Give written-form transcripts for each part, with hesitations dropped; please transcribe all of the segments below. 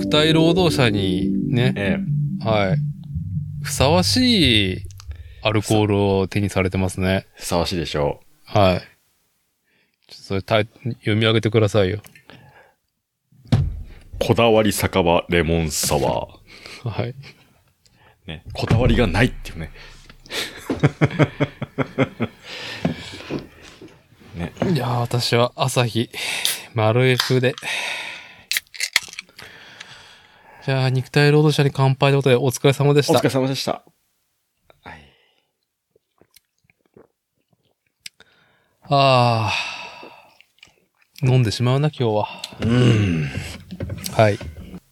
肉体労働者にね、はい。ふさわしいアルコールを手にされてますね。 ふさわしいでしょう。はい。それ読み上げてくださいよ。 こだわり酒場レモンサワー。はい。 ね、こだわりがないっていうね。 ね。いやー、私は朝日、マルエフで。じゃあ、肉体労働者に乾杯ということで、お疲れ様でした。 お疲れ様でした。はい。 あー、飲んでしまうな、今日は。はい。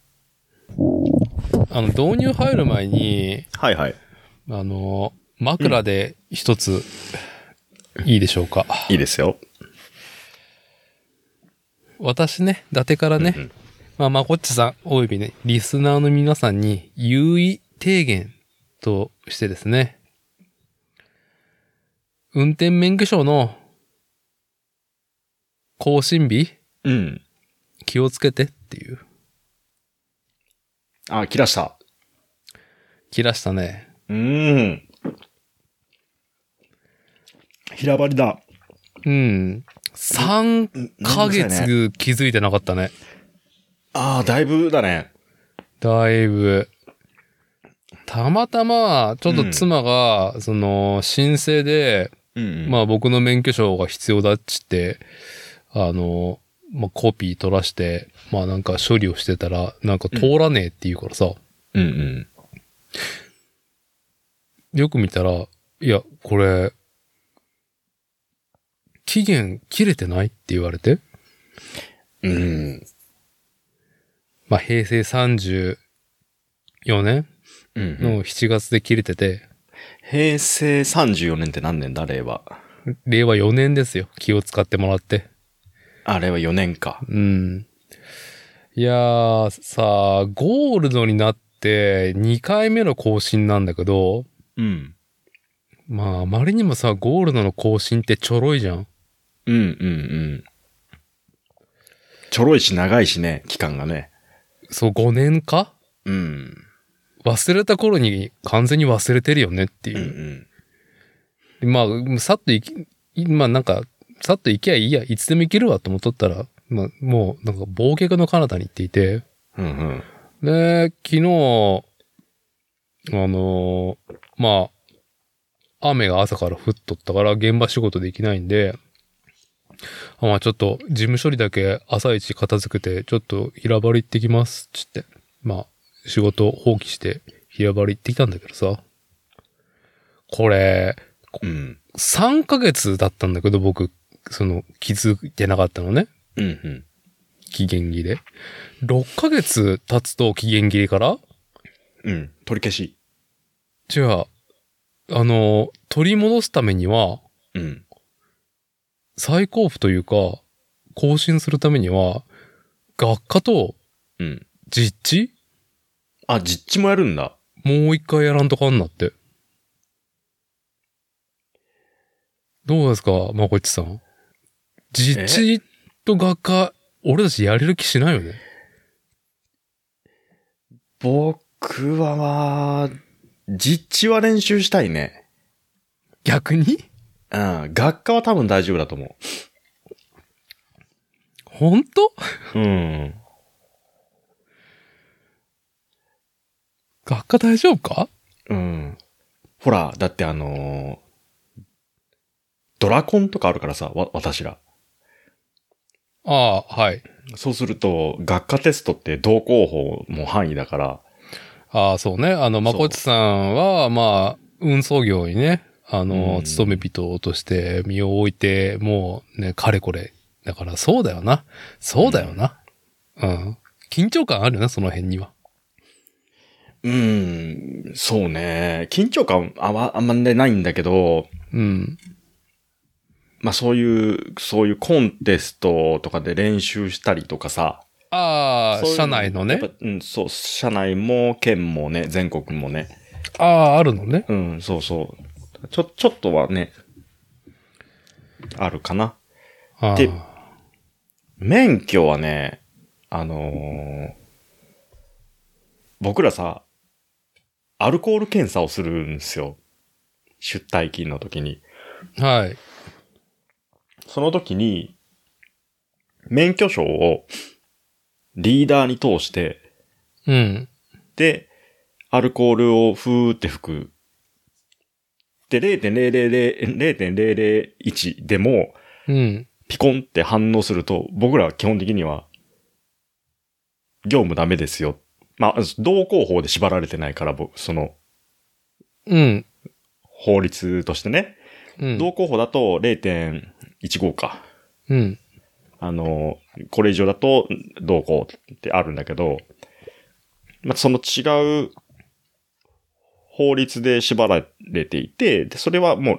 導入入る前に、 はいはい。 枕で一つ、いいでしょうか。 いいですよ。 私ね、伊達からね、まこっちさん、およびね、リスナーの皆さんに、優位提言としてですね、運転免許証の更新日、気をつけてっていう。 あ、切らした。 切らしたね。 平張りだ。 3ヶ月気づいてなかったね。 ああ、だいぶだね。 だいぶ。たまたま、ちょっと妻が、申請で、僕の免許証が必要だっつって、コピー取らして、なんか処理をしてたら、なんか通らねえって言うからさ。よく見たら、いや、これ、期限切れてないって言われて。平成34年の7月で切れてて。 平成34年って何年だ、令和。 令和4年ですよ。気を使ってもらって。 あ、令和4年か。 いやー、さあ、ゴールドになって2回目の更新なんだけど、あまりにもさ、ゴールドの更新ってちょろいじゃん。 ちょろいし長いしね、期間がね。 そう、5年か？忘れた頃に完全に忘れてるよねっていう。さっとさっと行きゃいいや、いつでも行けるわと思っとったら、もう、なんか、忘却の彼方に行っていて。で、昨日、雨が朝から降っとったから現場仕事できないんで、ちょっと事務処理だけ朝一片付けて、ちょっと平張り行ってきます、つって。仕事放棄して平張り行ってきたんだけどさ。これ、3ヶ月だったんだけど、僕、気づいてなかったのね。期限切れ。6ヶ月経つと期限切れから？ 取り消し。 じゃあ、取り戻すためには、再交付というか、更新するためには、学科と、実地？ あ、実地もやるんだ。 もう一回やらんとかんなって。どうですか、まこっちさん。実地と学科、俺たちやれる気しないよね。 僕は実地は練習したいね。 逆に？ 学科は多分大丈夫だと思う。 本当？学科大丈夫か？ ほら、だってドラコンとかあるからさ、私ら。 はい。 そうすると、学科テストって同候補も範囲だから。 そうね。まこっちさんは、運送業にね、勤め人として身を置いて、もうね、かれこれ。だからそうだよな。そうだよな。緊張感あるよな、その辺には。 そうね。緊張感あんまないんだけど、そういうコンテストとかで練習したりとかさ。 社内のね。 そう、社内も県もね、全国もね。 あるのね。 そうそう。ちょっとはね、あるかな。で、免許はね、 僕らさ、アルコール検査をするんですよ。出退勤の時に。 はい。 その時に、免許証をリーダーに通して、 うん。 で、アルコールをふーって吹く。で、0.001 でも、 うん。 ピコンって反応すると、僕らは基本的には、業務ダメですよ。まあ、道交法で縛られてないから、その、 うん。 法律としてね。 うん。 道交法だと 0.15 か。 うん。 これ以上だと、どうこうってあるんだけど、まあ、その違う法律で縛られていて、で、それはもう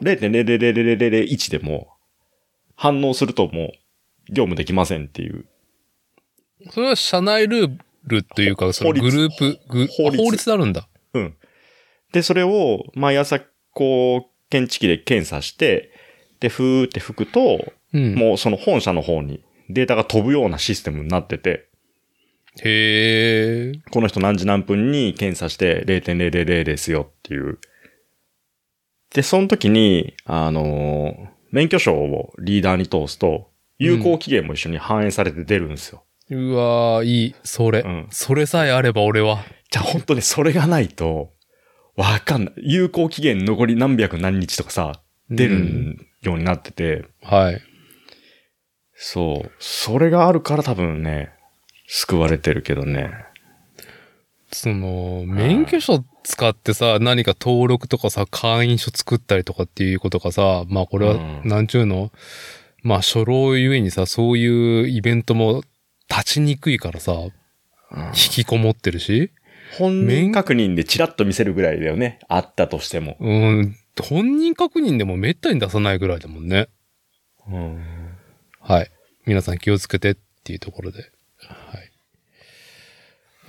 0.00001 でも反応するともう業務できませんっていう。 それは社内ルールというか、そのグループ、法律であるんだ。 うん。で、それを毎朝こう、検知器で検査して、で、ふーって吹くと、 うん、 もうその本社の方にデータが飛ぶようなシステムになってて、 へー。 この人何時何分に検査して 0.000 ですよっていう。で、その時に、免許証をリーダーに通すと、有効期限も一緒に反映されて出るんですよ。 うわー、いい。それ。 うん。 それさえあれば俺は。 じゃあ本当にそれがないと、わかんない。有効期限残り何百何日とかさ、出るようになってて。 はい。 そう。それがあるから多分ね、救われてるけどね。 その、免許証使ってさ、何か登録とかさ、会員証作ったりとかっていうことがさ、まあこれは、なんちゅうの、まあ初老ゆえにさ、そういうイベントも立ちにくいからさ、引きこもってるし。 本人確認でチラッと見せるぐらいだよね。あったとしても。 本人確認でもめったに出さないぐらいだもんね。はい。皆さん気をつけてっていうところで。はい。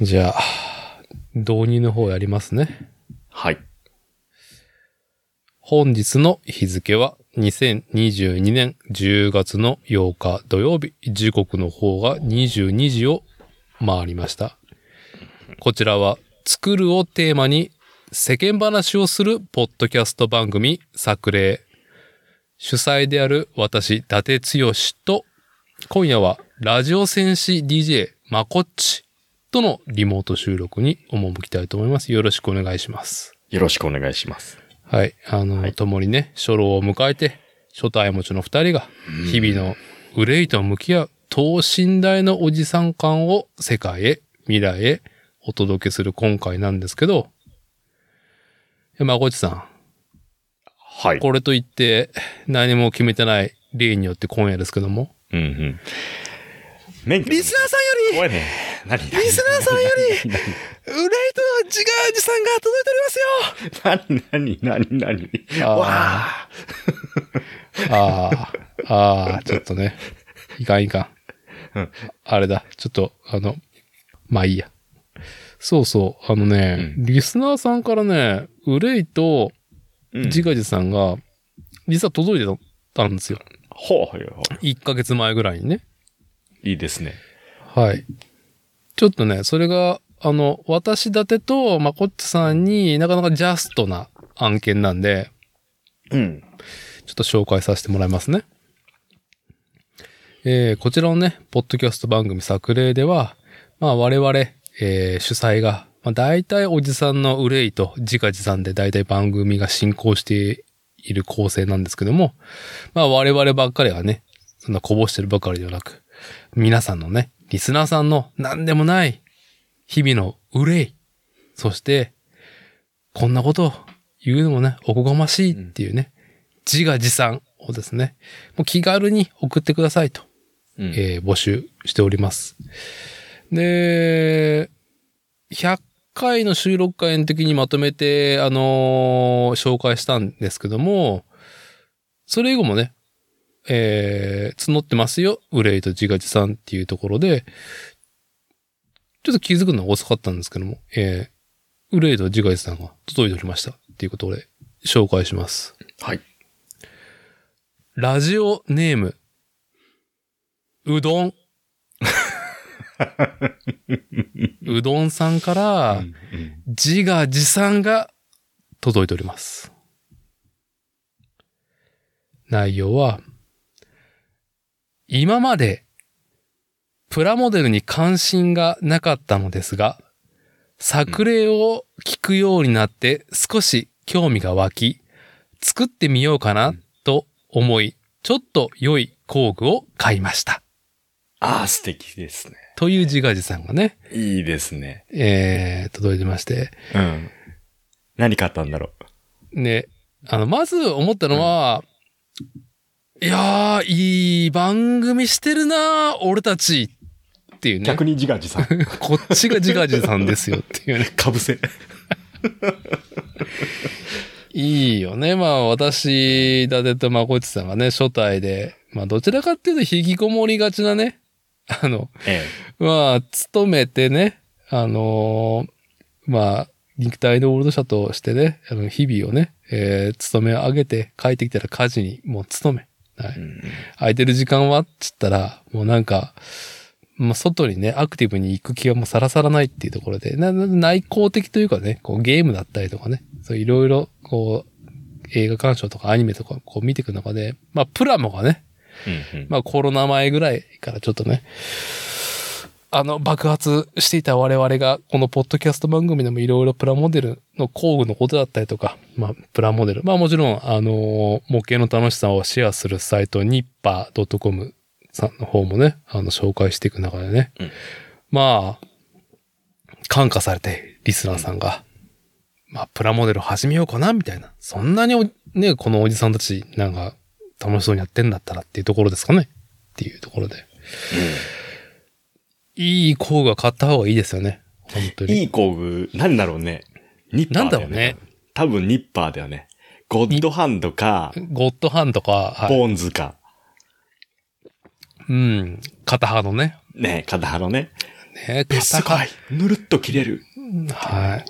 じゃあ、導入の方やりますね。 はい。 本日の日付は2022年10月の8日土曜日、時刻の方が22時を回りました。こちらは作るをテーマに世間話をするポッドキャスト番組作例。主催である私、伊達剛と今夜はラジオ戦士 DJ まこっちとのリモート収録に赴きたいと思います。よろしくお願いします。 よろしくお願いします。 はい。共にね、初老を迎えて、初対持ちの二人が、日々の憂いと向き合う、等身大のおじさん感を世界へ、未来へお届けする今回なんですけど、まこっちさん。 はい。 これといって、何も決めてない例によって今夜ですけども。 うんうん。 リスナーさんより、 ね、 リスナーさんより、憂いと自画自賛が届いておりますよ。 わあ、ちょっとね。いかん。 うん、 あれだ。ちょっと、まあいいや。そうそう。リスナーさんからね、憂いと自画自賛が、実は届いてたんですよ。1ヶ月前ぐらいにね。 いいですね。 はい。ちょっとね、それが、私立てと、まこっちさんになかなかジャストな案件なんで、ちょっと紹介させてもらいますね。こちらのね、ポッドキャスト番組作例では、まあ我々、主催が、まあ大体おじさんの憂いと自画自賛で大体番組が進行している構成なんですけども、まあ我々ばっかりはね、そんなこぼしてるばかりではなく、皆さんのね、リスナーさんの何でもない日々の憂い、そしてこんなことを言うのもね、おこがましいっていうね、自画自賛をですね、もう気軽に送ってくださいと、募集しております。で、100回の収録会の時にまとめて、紹介したんですけども、それ以後もね、募ってますよ。憂いと自画自賛っていうところで、ちょっと気づくのは遅かったんですけども、憂いと自画自賛が届いておりましたっていうことで紹介します。 はい。 ラジオネーム、うどん。 うどんさんから自画自賛が届いております。内容は、今までプラモデルに関心がなかったのですが、作例を聞くようになって少し興味が湧き、作ってみようかなと思い、ちょっと良い工具を買いました。 ああ、素敵ですね。 という自画自賛がね。 いいですね。 届いてまして。 うん。何買ったんだろう。ね、まず思ったのは、いやー、いい番組してるなー、俺たち。っていうね。 逆に自画自賛。 こっちが自画自賛ですよっていうね。 かぶせ。 いいよね。まあ私、伊達とまこっちさんがね、初対で、まあどちらかっていうと引きこもりがちなね、まあ、勤めてね、まあ、肉体のオールド社としてね、日々をね、勤め上げて帰ってきたら家事にもう勤め。はい。空いてる時間はっつったら、もうなんか、まあ、外にね、アクティブに行く気がもうさらさらないっていうところで、内向的というかね、こうゲームだったりとかね、そういろいろ、こう、映画鑑賞とかアニメとかこう見ていく中で、まあ、プラモがね、まあ、コロナ前ぐらいからちょっとね、爆発していた我々が、このポッドキャスト番組でもいろいろプラモデルの工具のことだったりとか、まあ、プラモデル。まあもちろん、模型の楽しさをシェアするサイト、ニッパー .com さんの方もね、紹介していく中でね。まあ、感化されて、リスナーさんが、まあ、プラモデル始めようかな、みたいな。そんなにね、このおじさんたち、なんか、楽しそうにやってんだったらっていうところですかね。っていうところで。いい工具は買った方がいいですよね。本当に。 いい工具、何だろうね。ニッパーだよね。なんだろうね。多分ニッパーだよね。ゴッドハンドか。 ゴッドハンドか。 はい、ボーンズか。 うん。片刃のね。 ね片刃のね。 ねすごい。ぬるっと切れる。 はい。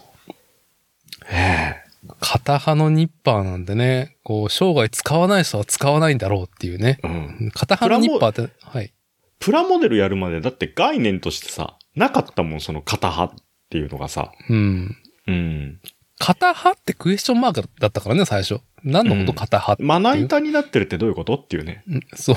片刃のニッパーなんでね、こう、生涯使わない人は使わないんだろうっていうね。片刃のニッパーって、はい。 プラモデルやるまでだって概念としてさ、なかったもん、その片刃っていうのがさ。 片刃ってクエスチョンマークだったからね、最初。何のこと片刃って。 まな板になってるってどういうことっていうね。 そう。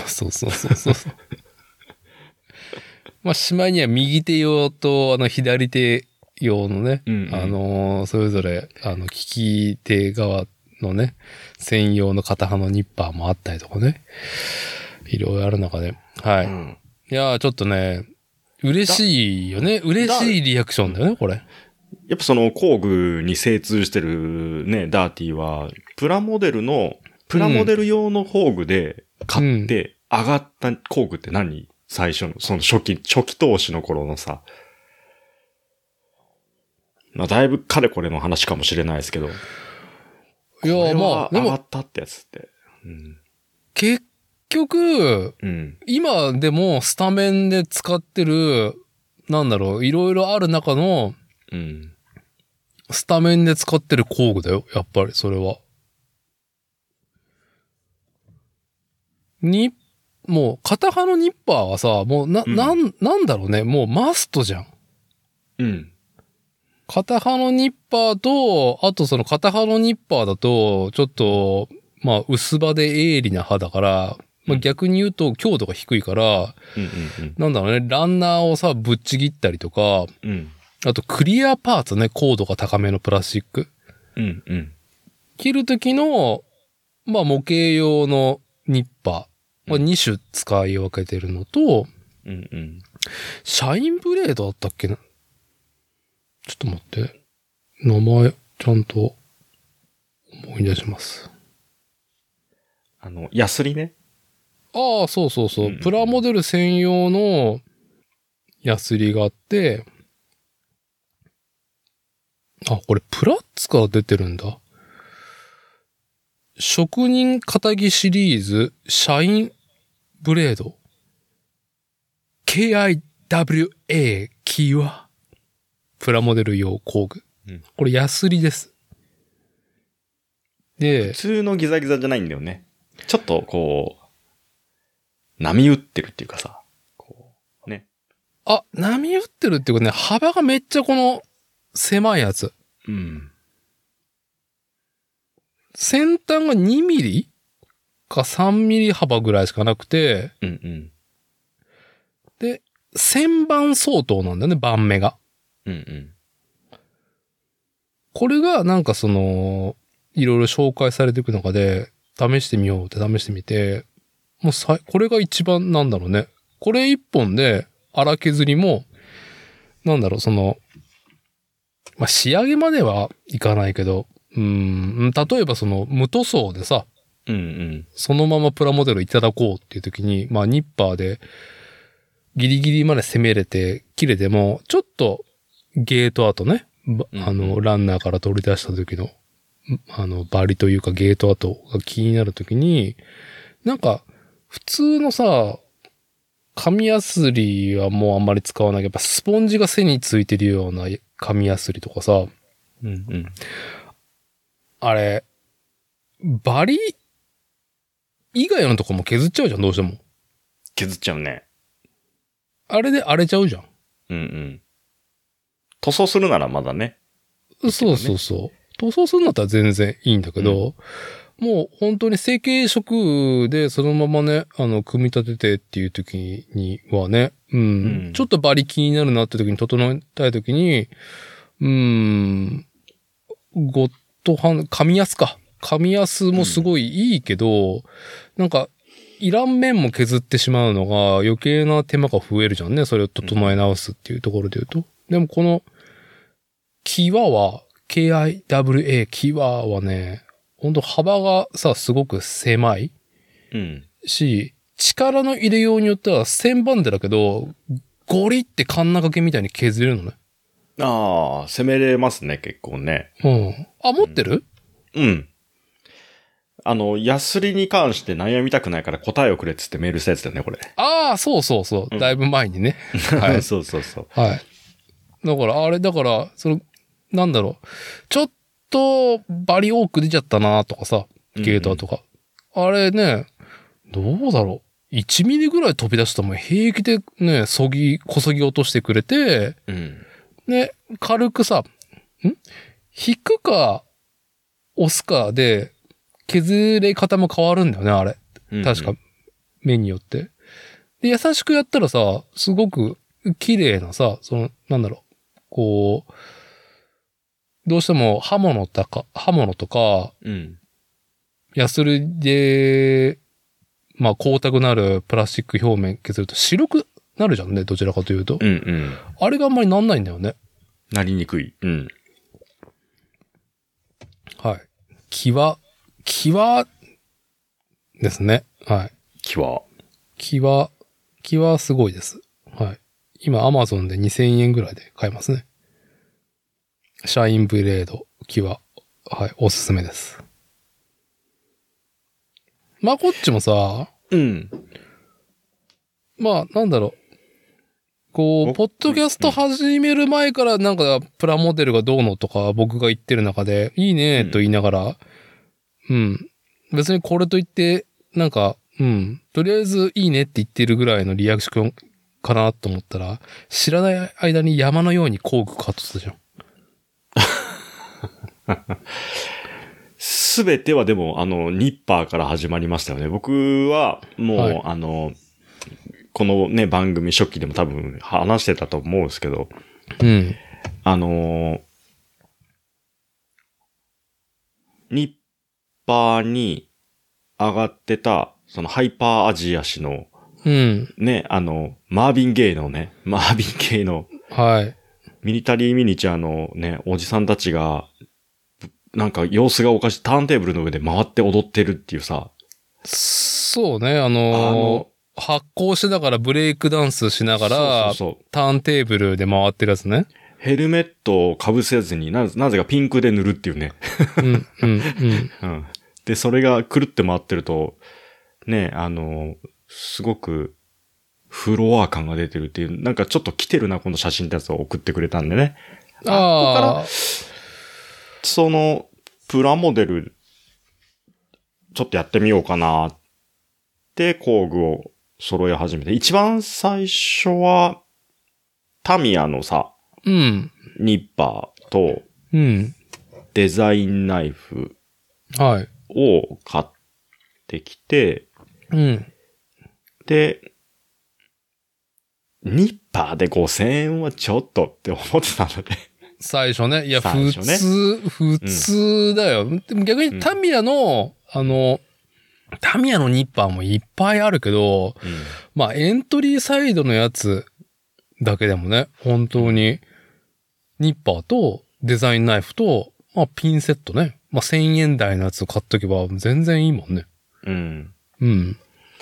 まあ、しまいには右手用と、左手用のね、それぞれ、利き手側のね、専用の片刃のニッパーもあったりとかね。いろいろある中で。はい。いやー、ちょっとね、嬉しいよね。嬉しいリアクションだよね、これ。 やっぱその工具に精通してるね、ダーティーは、プラモデル用の工具で買って上がった工具って何？最初の、その初期投資の頃のさ。まあ、だいぶかれこれの話かもしれないですけど。いや、まあ、でも。上がったってやつって。 結局、今でもスタメンで使ってる、なんだろう、いろいろある中の、スタメンで使ってる工具だよ、やっぱり、それは。もう、片刃のニッパーはさ、もうなんだろうね、もうマストじゃん。片刃のニッパーと、あとその片刃のニッパーだと、ちょっと、まあ、薄刃で鋭利な刃だから、まあ、逆に言うと強度が低いから、なんだろうね、ランナーをさ、ぶっちぎったりとか、あとクリアパーツね、高度が高めのプラスチック。切るときの、まあ、模型用のニッパーは2種使い分けてるのと、シャインブレードだったっけな？ちょっと待って。名前、ちゃんと思い出します。 ヤスリね。 ああ、そう。プラモデル専用のヤスリがあって、あ、これプラッツから出てるんだ。職人肩着シリーズ、シャインブレード。KIWA キーワ。プラモデル用工具。これヤスリです。で、 普通のギザギザじゃないんだよね。ちょっとこう、波打ってるっていうかさ、こう、ね。 あ、波打ってるってことね、幅がめっちゃこの、狭いやつ。 うん。 先端が2ミリか3ミリ幅ぐらいしかなくて、 うんうん。 で、1000番相当なんだよね、番目が。 うんうん。 これがなんかその、いろいろ紹介されていく中で、試してみようって試してみて、もうこれが一番なんだろうね。これ一本で荒削りも、なんだろう、その、まあ、仕上げまではいかないけど、例えばその無塗装でさ、 うんうん。 そのままプラモデルいただこうっていう時に、まあニッパーでギリギリまで攻めれて切れても、ちょっとゲート跡ね、ランナーから取り出した時の、バリというかゲート跡が気になる時に、なんか、普通のさ、紙やすりはもうあんまり使わないけど、やっぱスポンジが背についてるような紙やすりとかさ、 うんうん。 あれ、バリ以外のとこも削っちゃうじゃん、どうしても。 削っちゃうね。 あれで荒れちゃうじゃん。 うんうん。塗装するならまだね。 そうそうそう。塗装するんだったら全然いいんだけど、もう本当に成型色でそのままね、組み立ててっていう時にはね、ちょっと馬力になるなって時に整えたい時に、ゴッドハン、紙安か。紙安もすごいいいけど、なんか、いらん面も削ってしまうのが余計な手間が増えるじゃんね。それを整え直すっていうところで言うと。でもこの、キワは、KIWA、キワはね、ほんと幅がさ、すごく狭い。し、力の入れようによっては1000番手だけど、ゴリってカンナ掛けみたいに削れるのね。 ああ、攻めれますね、結構ね。 あ、持ってる？ ヤスリに関して悩みたくないから答えをくれっつってメールしたやつだよね、これ。 ああ、そうそうそう。だいぶ前にね。はい。そうそうそう。 はい。だから、その、なんだろう。ちょっと、バリ多く出ちゃったなとかさ、ゲーターとか。あれね、どうだろう。1ミリぐらい飛び出したもん平気でね、こそぎ落としてくれて、ね、軽くさ、引くか、押すかで、削れ方も変わるんだよね、あれ。確か、目によって。で、優しくやったらさ、すごく綺麗なさ、なんだろう、こう、どうしても刃物とか、ヤスリで、まあ、光沢のあるプラスチック表面削ると白くなるじゃんね、どちらかというと。あれがあんまりなんないんだよね。 なりにくい。 はい。キワですね。はい。キワすごいです。はい。今、アマゾンで2000円ぐらいで買えますね。シャインブレード、キワ。はい、おすすめです。まあ、こっちもさ、まあ、なんだろう。こう、ポッドキャスト始める前からなんか、プラモデルがどうのとか僕が言ってる中で、いいねと言いながら、別にこれといって、なんか、とりあえずいいねって言ってるぐらいのリアクションかなと思ったら、知らない間に山のように工具買っとったじゃん。 すべてはでも、ニッパーから始まりましたよね。僕は、もう、このね、番組初期でも多分話してたと思うんですけど、ニッパーに上がってた、そのハイパーアジア氏の、ね、マービン・ゲイの、 はい。 ミリタリーミニチュアのね、おじさんたちが、なんか様子がおかしい、ターンテーブルの上で回って踊ってるっていうさ。 そうね、発光しながらブレイクダンスしながら、ターンテーブルで回ってるやつね。 ヘルメットを被せずになぜかピンクで塗るっていうね。で、それがくるって回ってると、ね、すごく、フロア感が出てるっていう、なんかちょっと来てるな、この写真ってやつを送ってくれたんでね。ここから、その、プラモデル、ちょっとやってみようかな、って工具を揃え始めて、一番最初は、 タミヤのさ、 うん。 ニッパーとうん。 デザインナイフはい。 を買ってきて、 うん。 で、ニッパーで5000円はちょっとって思ってたので。 最初ね。いや、 最初ね普通だよ。でも逆にタミヤの、タミヤのニッパーもいっぱいあるけど、まあエントリーサイドのやつだけでもね、本当に、ニッパーとデザインナイフと、まあピンセットね。まあ1000円台のやつを買っとけば全然いいもんね。 うん。 うん。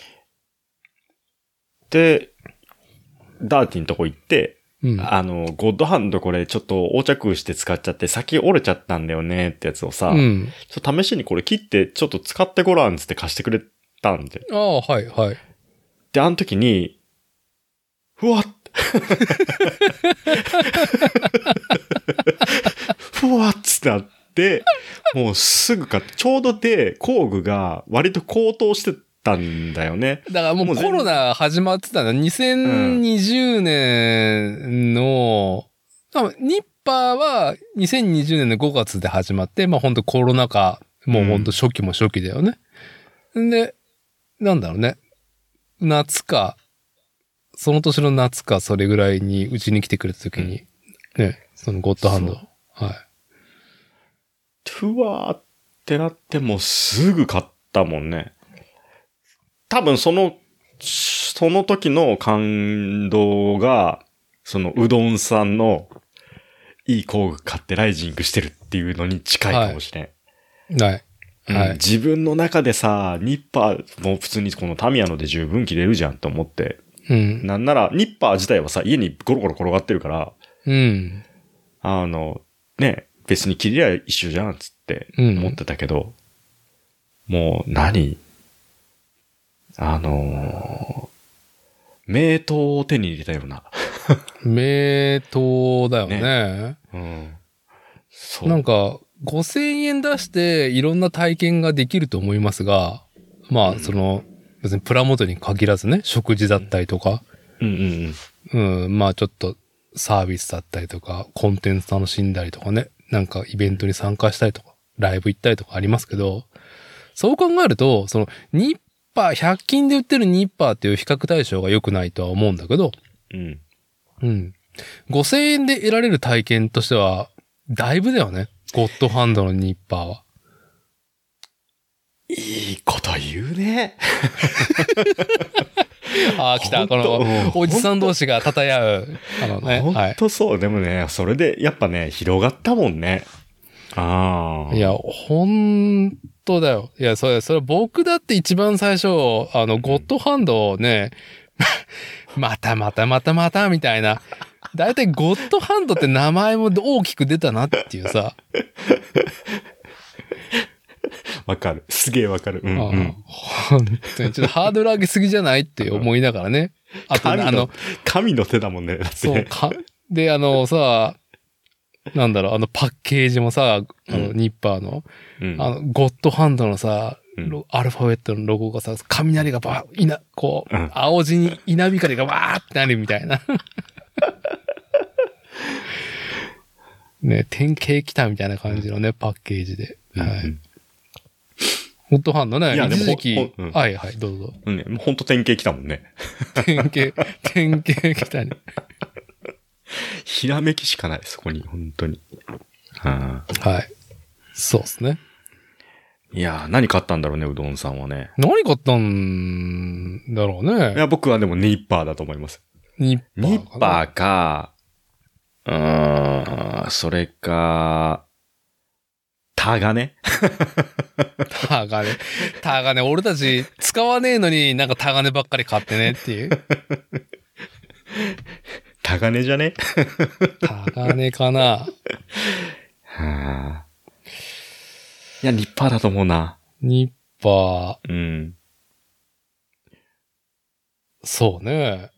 で、ダーティのとこ行って、 うん。 ゴッドハンドこれちょっと横着して使っちゃって先折れちゃったんだよねってやつをさ、 うん。 ちょっと試しにこれ切ってちょっと使ってごらんつって貸してくれたんで。 ああ、はい、はい。 で、あの時に、ふわっふわっつってなって、もうすぐ買って、ちょうどで工具が割と高騰してたんだよね。 だからもうコロナ始まってたの。2020年の、多分ニッパーは2020年の5月で始まって、まあ本当コロナ禍、もう本当初期も初期だよね。で、なんだろうね。夏か、その年の夏か、それぐらいにうちに来てくれた時に、ね、そのゴッドハンド。はい。 ふわーってなってもうすぐ買ったもんね。多分その時の感動が、そのうどんさんのいい工具買ってライジングしてるっていうのに近いかもしれん。 はい。はい。 自分の中でさ、ニッパーも普通にこのタミヤので十分切れるじゃんと思って。 うん。 なんなら、ニッパー自体はさ、家にゴロゴロ転がってるから、 うん。 ね、別に切りゃ一緒じゃんつって思ってたけど、もう名刀を手に入れたような。 名刀だよね。 うん。そう。 なんか、5000円出していろんな体験ができると思いますが、まあ、別にプラモデルに限らずね、食事だったりとか、まあちょっとサービスだったりとか、コンテンツ楽しんだりとかね、なんかイベントに参加したりとか、ライブ行ったりとかありますけど、そう考えると、ニッパー、100均で売ってるニッパーっていう比較対象が良くないとは思うんだけど、5000円で得られる体験としては、だいぶだよね。ゴッドハンドのニッパーは。 いいこと言うね。 ああ、来た。この、おじさん同士が称う。 ほんとそう。はい、でもね、それで、やっぱね、広がったもんね。ああ。 いや、ほんとだよ。いや、それ僕だって一番最初、ゴッドハンドをね、また、みたいな。だいたいゴッドハンドって名前も大きく出たなっていうさ。 わかる。すげえわかる。 本当にちょっとハードル上げすぎじゃないって思いながらね。 あと神の手だもんね。 そう、で、さ、なんだろう、パッケージもさ、ニッパーの、ゴッドハンドのさ、アルファベットのロゴがさ、雷が青地に稲光がわーってなるみたいな。ね、典型来たみたいな感じのね、パッケージで。はい。ゴッドハンドね、一時期、はいはい、どうぞ。 ほんと典型来たもんね。 典型来たね。 ひらめきしかない、そこに、本当に。 はい。そうですね。 いやー、何買ったんだろうね、うどんさんはね。 何買ったんだろうね。 いや、僕はでもニッパーだと思います。ニッパーか、それか、タガネ、俺たち使わねえのになんかタガネばっかり買ってねっていう。タガネじゃねタガネかな。 はあ。いや、ニッパーだと思うな。 ニッパー。うん。 そうね。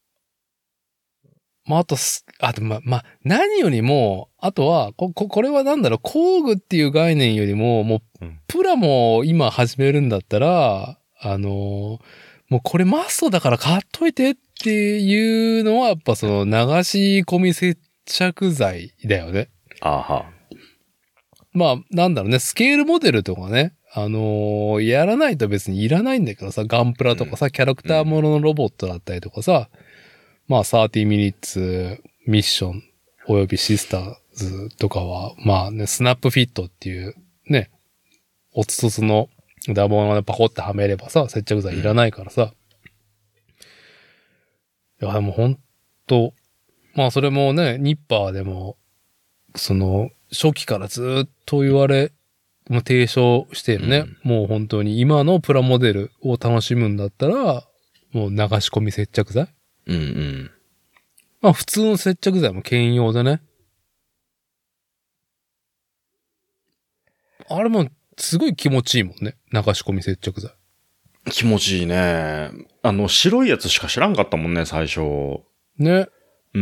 まあ、あと、何よりも、あとは、これはなんだろう、工具っていう概念よりも、もう、プラも今始めるんだったら、もうこれマストだから買っといてっっていうのは、やっぱその流し込み接着剤だよね。 あは。 まあ、なんだろうね、スケールモデルとかね、やらないと別にいらないんだけどさ、ガンプラとかさ、キャラクターもののロボットだったりとかさ、まあ、30ミニッツミッションおよびシスターズとかは、まあね、スナップフィットっていうね、おつつつのダボをパコってはめればさ、接着剤いらないからさ。いや、でもほんと、まあそれもね、ニッパーでも、その、初期からずっと言われ、もう提唱してるね。もう本当に今のプラモデルを楽しむんだったら、もう流し込み接着剤。 うんうん。 まあ普通の接着剤も兼用でね。あれもすごい気持ちいいもんね。流し込み接着剤。 気持ちいいね。白いやつしか知らんかったもんね、最初。 ね。 うん。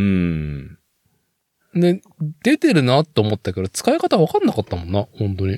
で、出てるなと思ったけど、使い方わかんなかったもんな、本当に。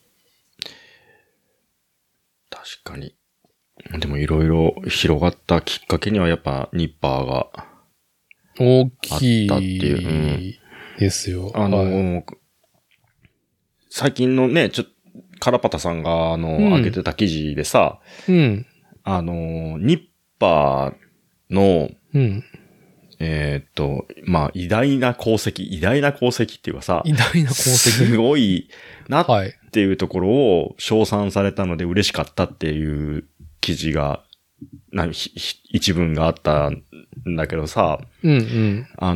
確かに。でもいろいろ広がったきっかけにはやっぱニッパーが大きあったっていう。 ですよ。 はい、最近のね、カラパタさんが上げてた記事でさ、 うん。 ニッパーの、 うん。 まあ、偉大な功績っていうかさ、 偉大な功績。 すごいなっていうところを称賛されたので嬉しかったっていう記事が、一文があったんだけどさ、 うんうん。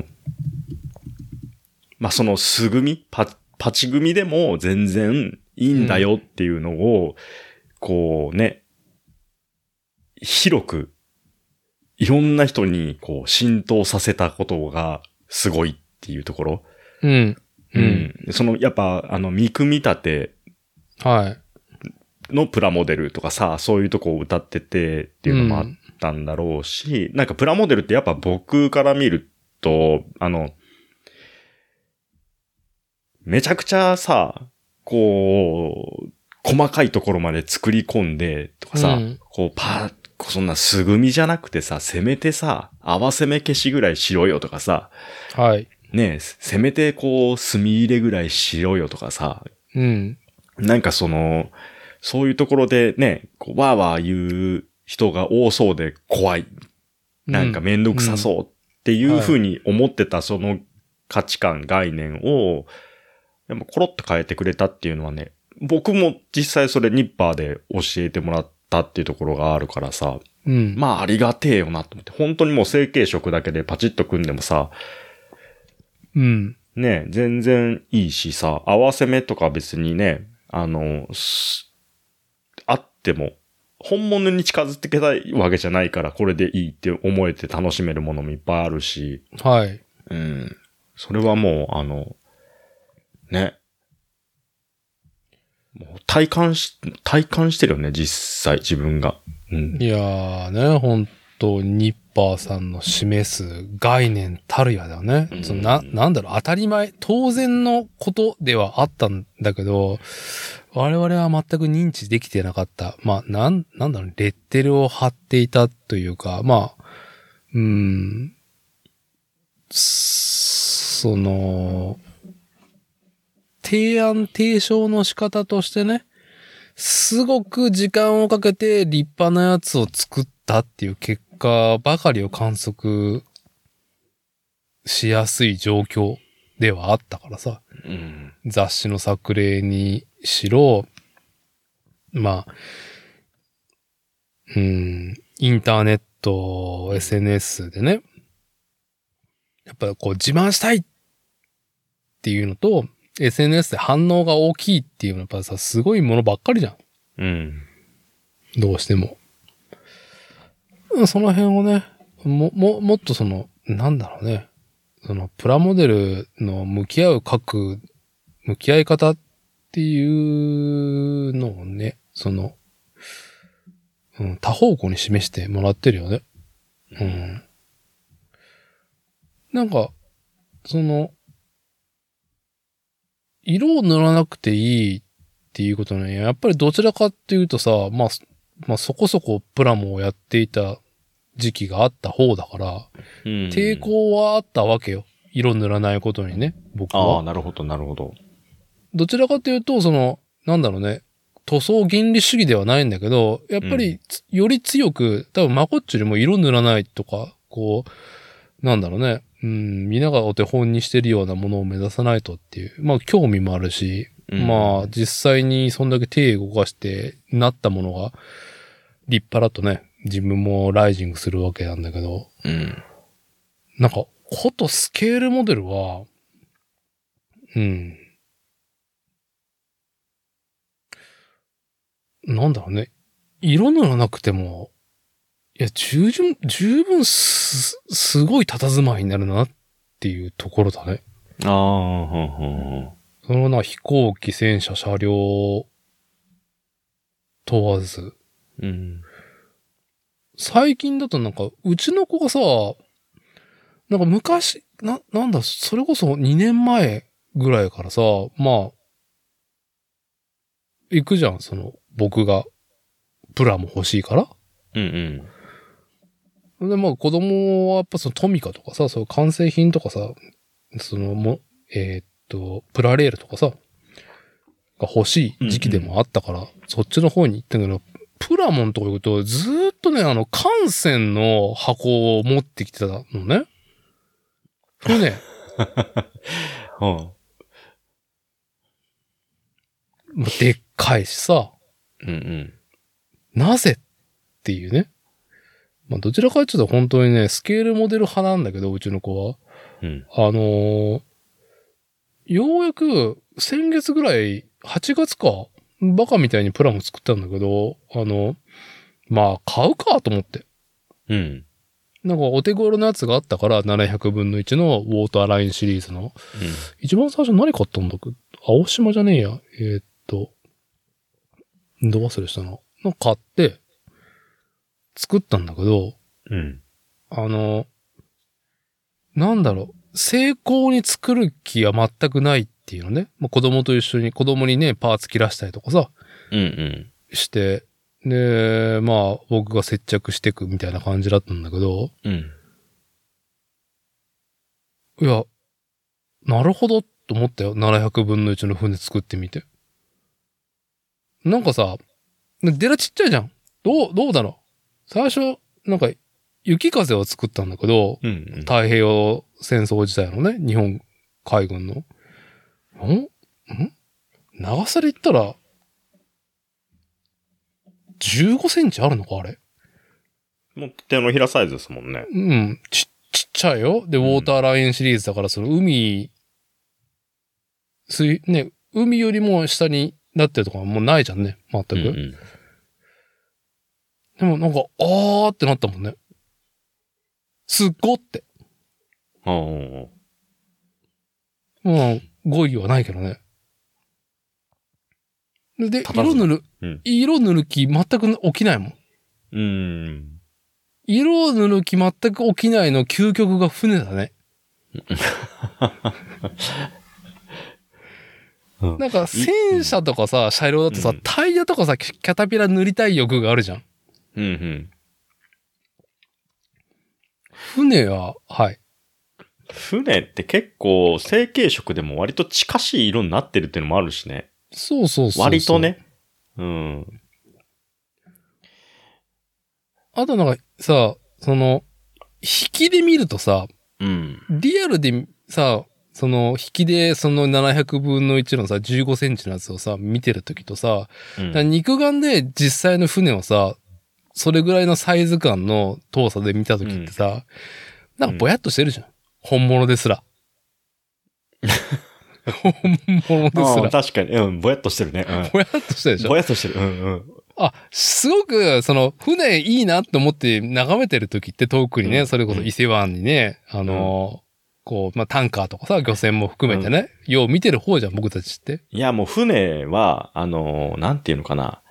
まあ、その素組パチ組でも全然いいんだよっていうのを、こうね、広く、いろんな人にこう浸透させたことがすごいっていうところ。 うん。 うん。やっぱ、見組み立て。 はい。 のプラモデルとかさ、そういうとこを歌っててっていうのもあったんだろうし、なんかプラモデルってやっぱ僕から見ると、めちゃくちゃさ、こう、細かいところまで作り込んでとかさ、こうそんな素組みじゃなくてさ、せめてさ、合わせ目消しぐらいしろよとかさ、 はい。 ねえ、せめてこう、墨入れぐらいしろよとかさ、 うん。 なんかそういうところでね、こうわーわー言う人が多そうで怖い。なんかめんどくさそうっていう風に思ってたその価値観、概念を、でもコロッと変えてくれたっていうのはね、僕も実際それニッパーで教えてもらったっていうところがあるからさ、 うん、 まあありがてえよなと思って、本当にもう成型色だけでパチッと組んでもさ、 うん。 ね、全然いいしさ、合わせ目とか別にね、あっても、本物に近づってけたいわけじゃないからこれでいいって思えて楽しめるものもいっぱいあるし。 はい。 うん。それはもうね。もう体感してるよね、実際自分が。うん。 いやーね、本当ニッパーさんの示す概念たるやだよね。なんだろう、当たり前、当然のことではあったんだけど、我々は全く認知できてなかった。まあ、なんだろう、レッテルを貼っていたというか、まあ、提唱の仕方としてね、すごく時間をかけて立派なやつを作ったっていう結果ばかりを観測しやすい状況ではあったからさ。 うん、 雑誌の作例にしろ、まあ、インターネット、SNS でね、やっぱこう自慢したいっていうのと、SNS で反応が大きいっていうのはやっぱさ、すごいものばっかりじゃん。 うん。 どうしても。その辺をね、もっとなんだろうね。プラモデルの向き合い方っていうのをね、多方向に示してもらってるよね。うん。なんか、色を塗らなくていいっていうことね、やっぱりどちらかっていうとさ、まあそこそこプラモをやっていた時期があった方だから、抵抗はあったわけよ。色塗らないことにね、僕は。 ああ、なるほど、なるほど。 どちらかというと、なんだろうね、塗装原理主義ではないんだけど、やっぱり、より強く、多分マコッチョよりも色塗らないとか、こう、なんだろうね、みんながお手本にしてるようなものを目指さないとっていう、まあ興味もあるし、まあ実際にそんだけ手動かしてなったものが立派だとね、自分もライジングするわけなんだけど、なんか、ことスケールモデルは、なんだろうね。色塗らなくても、いや、十分すごい佇まいになるなっていうところだね。 ああ、 その飛行機、戦車、車両、問わず。最近だとなんか、うちの子がさ、なんか昔、なんだ、それこそ2年前ぐらいからさ、まあ、行くじゃん、僕が、プラも欲しいから。で、まあ子供はやっぱトミカとかさ、そういう完成品とかさ、プラレールとかさ、が欲しい時期でもあったから、そっちの方に行ったけど、プラモンとか行くと、ずーっとね、艦船の箱を持ってきてたのね。船。でっかいしさ。なぜっていうね。まあ、どちらかというと本当にね、スケールモデル派なんだけど、うちの子は。ようやく先月ぐらい、8月か、バカみたいにプラモ作ったんだけど、まあ、買うかと思って。なんかお手頃のやつがあったから、700分の1のウォーターラインシリーズの。一番最初何買ったんだっけ？青島じゃねえや。ど忘れしたな。買って、作ったんだけど、なんだろう、成功に作る気は全くないっていうのね。まあ、子供にね、パーツ切らしたりとかさ、して、で、まあ、僕が接着していくみたいな感じだったんだけど、いや、なるほどと思ったよ。700分の1の船作ってみて。なんかさ、デラちっちゃいじゃん。どうだろう。最初、なんか、雪風を作ったんだけど、太平洋戦争時代のね、日本海軍の。長さで言ったら、15センチあるのかあれ。 もう手のひらサイズですもんね。 ちっちゃいよ。で、ウォーターラインシリーズだから、海よりも下になってるとかもうないじゃんね。全く。でもなんか、あーってなったもんね。すっごって。まあ、語彙はないけどね。で、色塗る気全く起きないもん。色塗る気全く起きないの究極が船だね。なんか、戦車とかさ、車両だとさ、タイヤとかさ、キャタピラ塗りたい欲があるじゃん。船は、はい。 船って結構成型色でも割と近しい色になってるっていうのもあるしね。 そう。 割とね。 あとなんかさ、引きで見るとさ、リアルでさ、引きで700分の1のさ、15センチのやつをさ、見てるときとさ、肉眼で実際の船をさ、それぐらいのサイズ感の遠さで見たときってさ、なんかぼやっとしてるじゃん。本物ですら。本物ですら。 確かに。ぼやっとしてるね。 ぼやっとしてるでしょ。 ぼやっとしてる。 すごく、船いいなって思って眺めてるときって遠くにね、それこそ伊勢湾にね、タンカーとかさ、漁船も含めてね、よう見てる方じゃん、僕たちって。 いや、もう船は、なんていうのかな。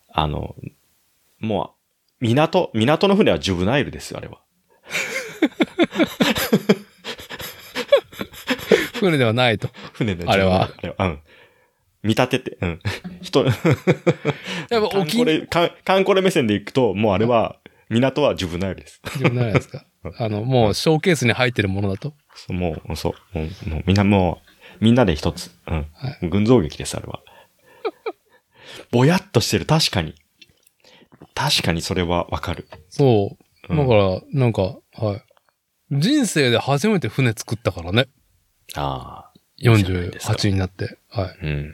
もう、港の船はジュブナイルですよ、あれは。 船ではないと。 船であれは。 見立てて、人、 やっぱカンコレ目線で行くと、もうあれは、 港はジュブナイルです。 自分ないですか。もうショーケースに入ってるものだと。 もうみんなで一つ。うん。 は群像劇です、あれは。ぼやっとしてる、確かに。確かにそれはわかる。 そう。 うんだから、なんか、はい。人生で初めて船作ったからね。 ああ。いいじゃないですか 48になって。はい。 うん。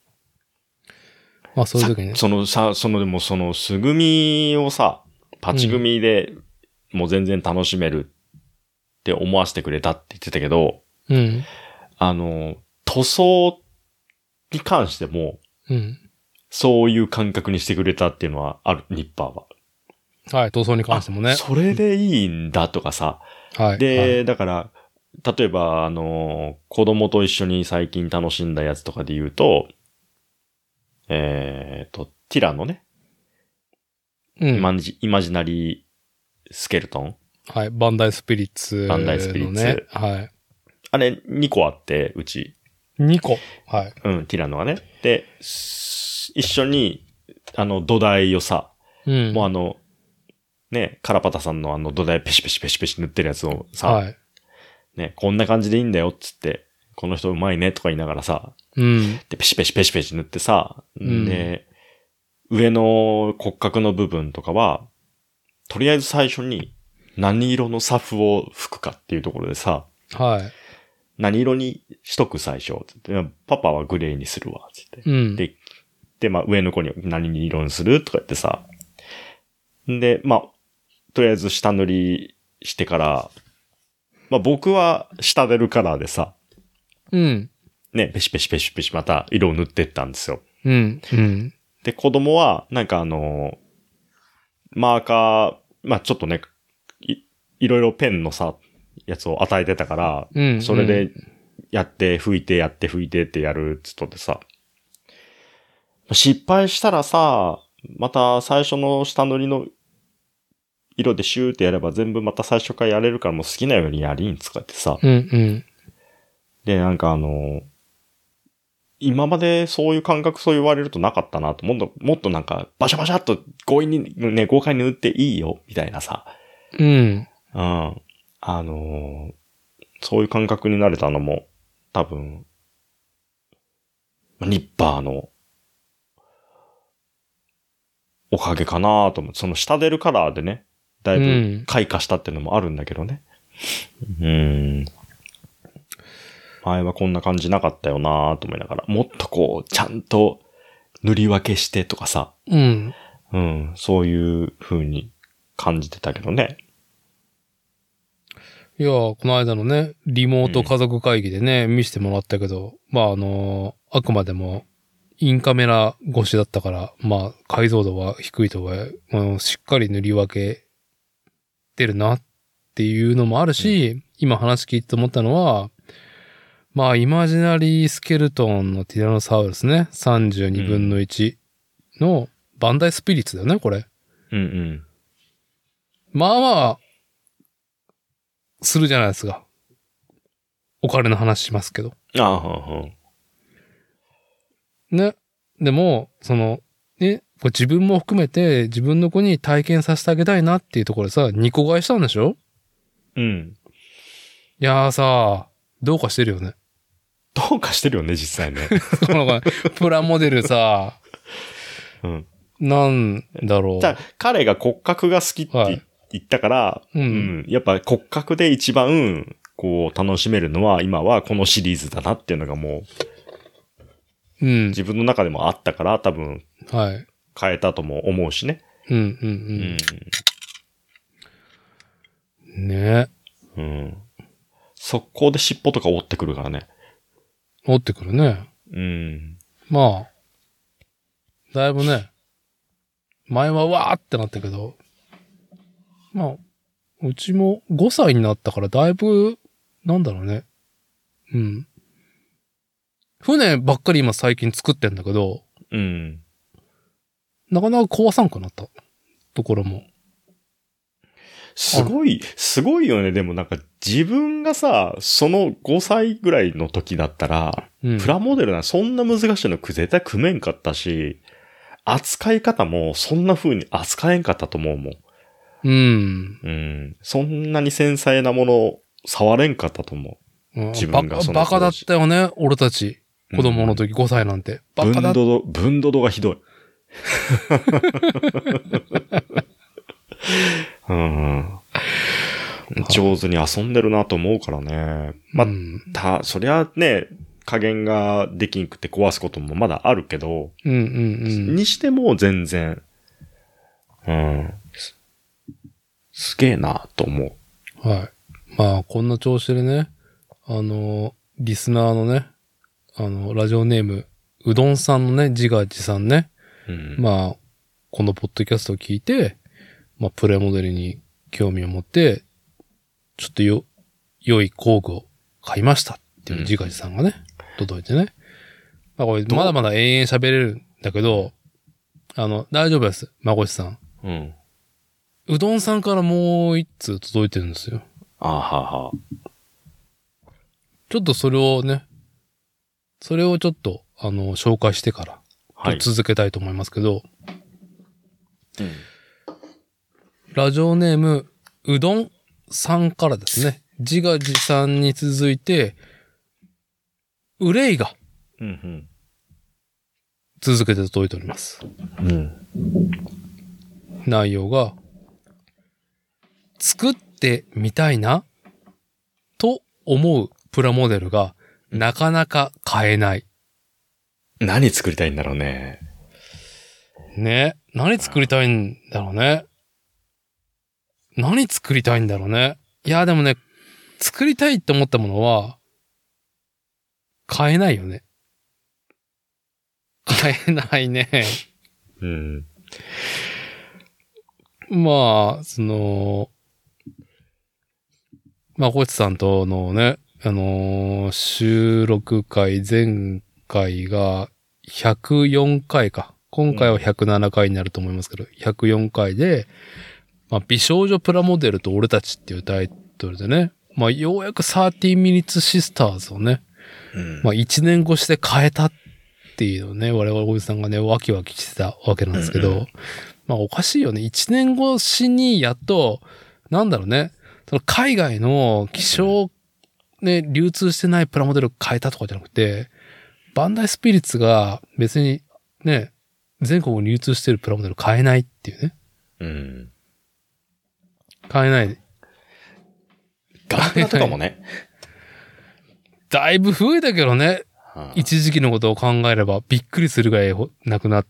まあそういう時にね。 でもその素組みをさ、パチ組みでもう全然楽しめるって思わせてくれたって言ってたけど、 うん。 塗装に関しても、 うん。 そういう感覚にしてくれたっていうのはある、ニッパーは。 はい、塗装に関してもね。 それでいいんだとかさ。 はい。 で、 はい、 だから、例えば、子供と一緒に最近楽しんだやつとかで言うと、ティラのね、 うん。 イマジナリースケルトン。 はい。バンダイスピリッツ、ね。 バンダイスピリッツ。 はい。 あれ、2個あって、うち。 2個。はい。 うん、ティラノはね。で、一緒に、土台をさ、 うん。 もうね、カラパタさんの土台ペシペシペシペシ塗ってるやつをさ、 はい。 ね、こんな感じでいいんだよっつって、この人うまいねとか言いながらさ、 うん。 で、ペシペシペシペシ塗ってさ、 んで、上の骨格の部分とかは、とりあえず最初に何色のサフを吹くかっていうところでさ、 はい。 何色にしとく最初つって、パパはグレーにするわ、つって。 うん。 で、まあ上の子に何色にするとか言ってさ、で、まあ、とりあえず下塗りしてから、まあ僕は下出るカラーでさ、 うん。 ね、ペシペシペシペシまた色を塗ってったんですよ。 うん。うん。 で、子供は、なんかマーカー、まあちょっとね、いろいろペンのさ、やつを与えてたから、 うん。 それでやって拭いてやって拭いてってやるっつっとってさ、失敗したらさ、また最初の下塗りの色でシューってやれば全部また最初からやれるからもう好きなようにやりんつかってさ。 うん。うん。 で、なんか今までそういう感覚そう言われるとなかったなと、もっとなんかバシャバシャっと強引にね、豪快に塗っていいよ、みたいなさ。 うん。 うん。そういう感覚になれたのも多分、ニッパーのおかげかなと思って、その下出るカラーでね、だいぶ開花したっていうのもあるんだけどね。前はこんな感じなかったよなと思いながら、もっとこう、ちゃんと塗り分けしてとかさ、 うん。 うん、そういう風に感じてたけどね。 いやー、この間のね、リモート家族会議でね、見せてもらったけど、まああくまでも、インカメラ越しだったから、まあ、解像度は低いとは、しっかり塗り分けてるなっていうのもあるし、今話聞いて思ったのは、まあ、イマジナリースケルトンのティラノサウルスね、32分の1のバンダイスピリッツだよね、これ。 うんうん。 まあまあ、するじゃないですか。お金の話しますけど。 ああ、はね。でも、ね、これ自分も含めて自分の子に体験させてあげたいなっていうところでさ、2個買いしたんでしょ？ うん。 いやーさ、どうかしてるよね。 どうかしてるよね、実際ね。 このプラモデルさ、 うん。 なんだろう。 じゃあ、彼が骨格が好きってはい言ったから、 うんうん。やっぱ骨格で一番、こう、楽しめるのは、今はこのシリーズだなっていうのがもう、 うん。 自分の中でもあったから、多分、 はい。 変えたとも思うしね。 うん、ね。 うん。速攻で尻尾とか折ってくるからね。 折ってくるね。 うん。 まあ、だいぶね、前はわーってなったけど、まあ、うちも5歳になったからだいぶ、なんだろうね。うん。船ばっかり今最近作ってんだけど、 うん。 なかなか壊さんくなったところも。 すごいよね。でもなんか自分がさ、その5歳ぐらいの時だったら、 うん、 プラモデルな、そんな難しいの絶対組めんかったし、扱い方もそんな風に扱えんかったと思うもん。 うん。 うん。そんなに繊細なものを触れんかったと思う。自分がそのバカだったよね、俺たち。子供の時5歳なんて。バカだった。 分度がひどい。うん。上手に遊んでるなと思うからね。まあ、そりゃね、加減ができんくて壊すこともまだあるけど、にしても全然、すげえなと思う。はい。まあ、こんな調子でね、リスナーのね、ラジオネーム、うどんさんのね、自画自賛ね、まあ、このポッドキャストを聞いて、まあ、プレモデルに興味を持って、ちょっと良い工具を買いましたっていう自画自賛がね、届いてね。まあ、これ、まだまだ延々喋れるんだけど、大丈夫です。まこしさん。うどんさんからもう一通届いてるんですよ。ちょっとそれをね、ちょっと、紹介してから、続けたいと思いますけど、ラジオネーム、うどんさんからですね、自画自賛に続いて、憂いが、続けて届いております。内容が、作ってみたいな、と思うプラモデルが、なかなか買えない。 何作りたいんだろうね。 ね。何作りたいんだろうね。何作りたいんだろうね。いや、でもね、作りたいって思ったものは、買えないよね。買えないね。まあ、まこちさんとのね、収録回前回が104回か。今回は107回になると思いますけど、104回で、まあ、美少女プラモデルと俺たちっていうタイトルでね、まあ、ようやく30 Minutes Sisters をね、まあ、1年越しで変えたっていうのをね、我々おじさんがね、ワキワキしてたわけなんですけど、まあ、おかしいよね。1年越しにやっと、なんだろうね、その海外の希少ね、流通してないプラモデル変えたとかじゃなくて、バンダイスピリッツが別にね、全国に流通してるプラモデル買えないっていうね。買えない。 ガンプラとかもね。 だいぶ増えたけどね。一時期のことを考えればびっくりするぐらいなくなって。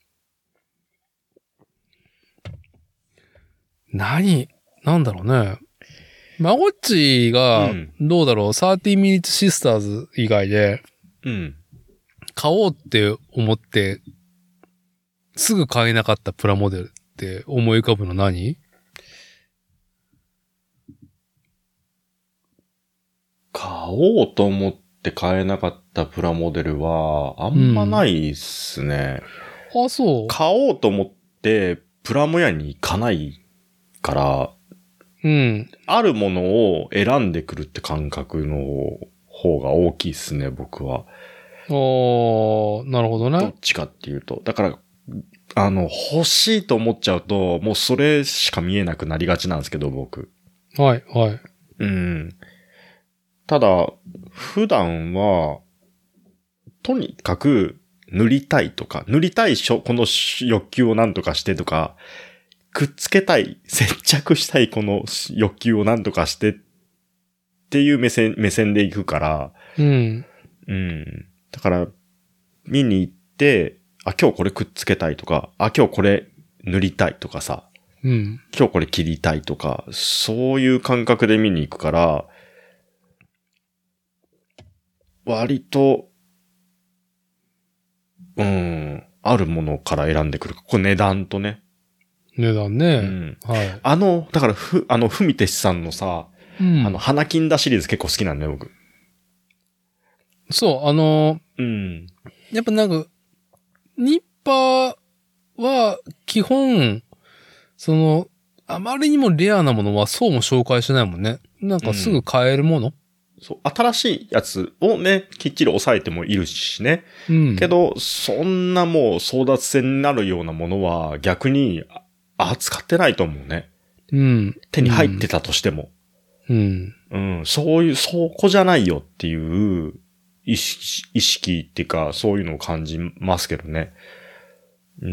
なんだろうね。まごっちが、どうだろう、30 Minutes Sisters 以外で、買おうって思って、すぐ買えなかったプラモデルって思い浮かぶの何？ 買おうと思って買えなかったプラモデルは、あんまないっすね。 あ、そう。 買おうと思って、プラモ屋に行かないから、あるものを選んでくるって感覚の方が大きいっすね、僕は。 なるほどね。 どっちかっていうと。だから、欲しいと思っちゃうと、もうそれしか見えなくなりがちなんですけど、僕。 はい。 ただ、普段は、とにかく塗りたいとか、この欲求をなんとかしてとか、くっつけたい、接着したいこの欲求をなんとかしてっていう目線で行くから、だから、見に行って、今日これくっつけたいとか、今日これ塗りたいとかさ、今日これ切りたいとか、そういう感覚で見に行くから、割と、あるものから選んでくる。これ値段とね。 値段ね。はい。 だから、ふみてしさんのさ、花金田シリーズ結構好きなんだよ、僕。 そう、やっぱなんか、ニッパーは、基本、あまりにもレアなものはそうも紹介しないもんね。なんかすぐ買えるもの、 そう、新しいやつをね、きっちり抑えてもいるしね。けど、そんなもう争奪戦になるようなものは逆に使ってないと思うね。 うん。 手に入ってたとしても。 うん。 うん、そこじゃないよっていう意識っていうか、そういうのを感じますけどね。うん。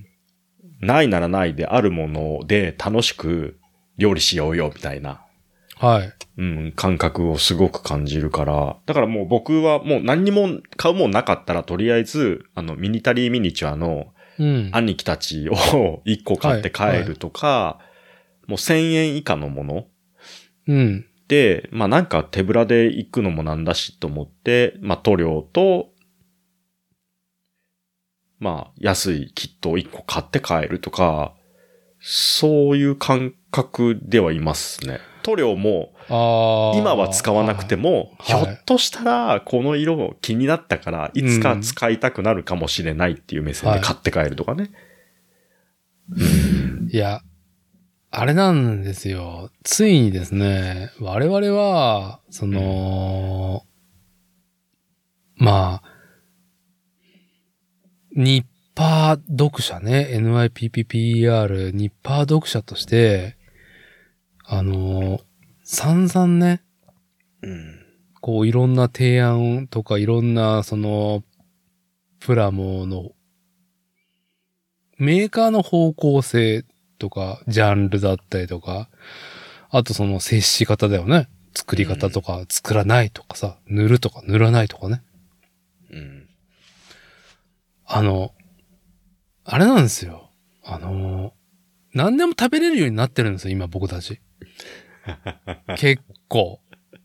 ないならないであるもので楽しく料理しようよみたいな。 はい。 うん、感覚をすごく感じるから。だからもう僕はもう何にも買うもんなかったらとりあえず、ミニタリーミニチュアの兄貴たちを1個買って帰るとか、もう1000円以下のもの。 うん。 で、まあなんか手ぶらで行くのもなんだしと思って、まあ塗料と、まあ安いキットを1個買って帰るとか、そういう感覚ではいますね。塗料も、今は使わなくても、ひょっとしたらこの色気になったから、いつか使いたくなるかもしれないっていう目線で買って帰るとかね。 いや、あれなんですよ。ついにですね、我々は、まあ、ニッパー読者ね、NIPPPER、ニッパー読者として、散々ね、こういろんな提案とかいろんなプラモのメーカーの方向性とか、ジャンルだったりとか、あと接し方だよね。作り方とか、作らないとかさ、塗るとか塗らないとかね。あれなんですよ。何でも食べれるようになってるんですよ、今僕たち。結構。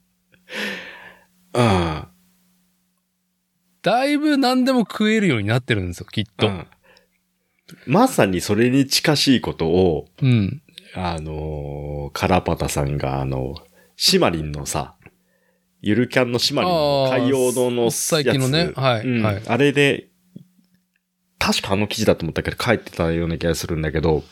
だいぶ何でも食えるようになってるんですよ、きっと。 まさにそれに近しいことを、カラパタさんがシマリンのさ、ゆるキャンのシマリンの海洋堂のやつ。 最近のね、はい、はい。 あれで、確か記事だと思ったけど書いてたような気がするんだけど、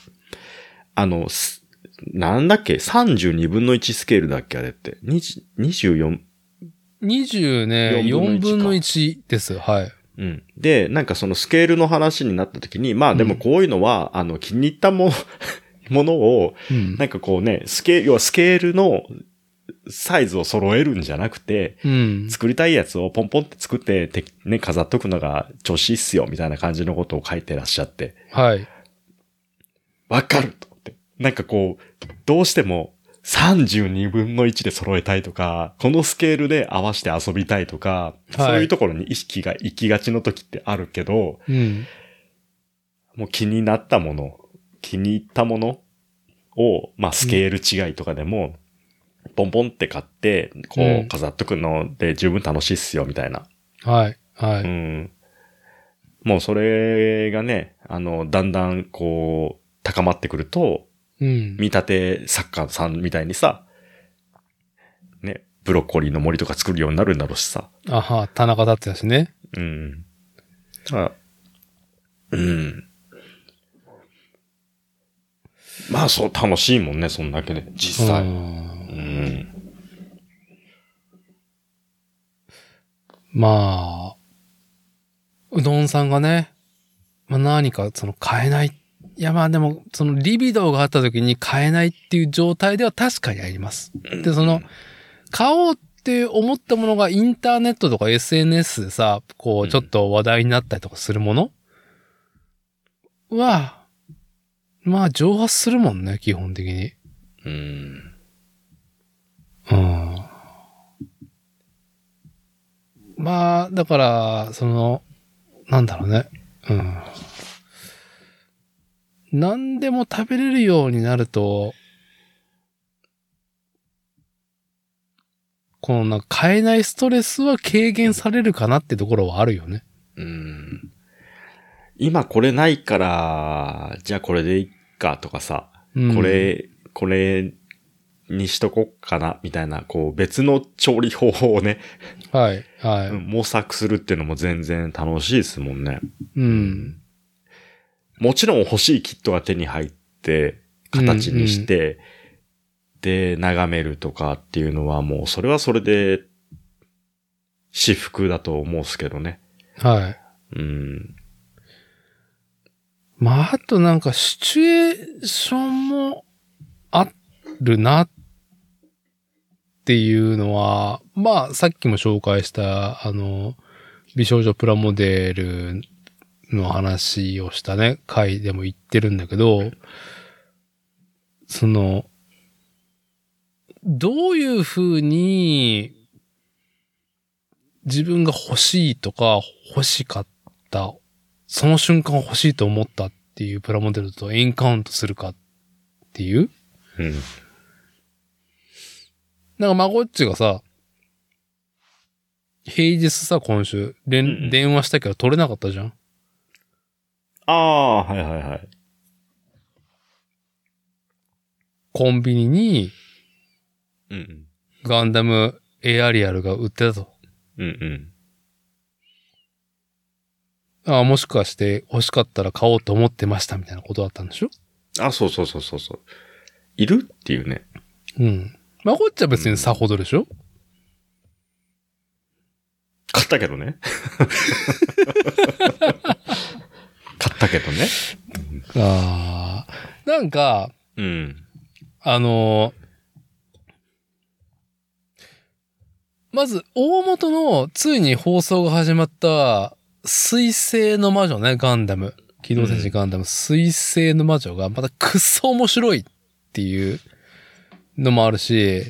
なんだっけ ?32 分の1スケールだっけあれって。24。 20ね、4分の1です。はい。 で、なんかそのスケールの話になった時に、まあでもこういうのは、気に入ったものを、なんかこうね、要はスケールのサイズを揃えるんじゃなくて、作りたいやつをポンポンって作って、ね、飾っとくのが調子いいっすよ、みたいな感じのことを書いてらっしゃって。 はい。 わかると思って。なんかこう、どうしても32分の1で揃えたいとか、このスケールで合わせて遊びたいとか、そういうところに意識が行きがちの時ってあるけど、もう気になったもの、気に入ったものを、まあスケール違いとかでも、ポンポンって買って、こう飾っとくので十分楽しいっすよ、みたいな。 はい、はい。 もうそれがね、だんだんこう、高まってくると、見立て作家さんみたいにさ、ね、ブロッコリーの森とか作るようになるんだろうしさ。 あは、田中だったしね。 まあそう、楽しいもんね、そんだけで、実際。 まあ、うどんさんがね、まあ何か買えない。いやまあでも、リビドーがあった時に買えないっていう状態では確かにあります。で、買おうって思ったものがインターネットとか SNS でさ、こう、ちょっと話題になったりとかするものは、まあ蒸発するもんね、基本的に。まあ、だから、なんだろうね。何でも食べれるようになると、このなんか買えないストレスは軽減されるかなってところはあるよね。 今これないから、じゃあこれでいっかとかさ、これにしとこっかな、みたいな、こう別の調理方法をね、 はい、はい。 模索するっていうのも全然楽しいですもんね。もちろん欲しいキットが手に入って、形にして、で、眺めるとかっていうのはもう、それはそれで、至福だと思うんすけどね。 はい。 まあ、あとなんかシチュエーションもあるなっていうのは、まあ、さっきも紹介した、美少女プラモデルの話をしたね、回でも言ってるんだけど、どういう風に自分が欲しいとか欲しかった、その瞬間欲しいと思ったっていうプラモデルとエンカウントするかっていう。 うん。 なんかまごっちがさ、平日さ、今週、電話したけど取れなかったじゃん。 ああ、はいはいはい。 コンビニにうんうん。 ガンダムエアリアルが売ってたと。 うんああ、もしかして欲しかったら買おうと思ってましたみたいなことだったんでしょ？ うん。あ、そうそうそうそうそう。いるっていうね。 うん。まごっちは別にさほどでしょ？ 買ったけどね。買ったけどね。 ああ。なんか、 うん。 まず、大元の、ついに放送が始まった、水星の魔女ね、ガンダム。機動戦士ガンダム、水星の魔女が、またくっそ面白いっていうのもあるし、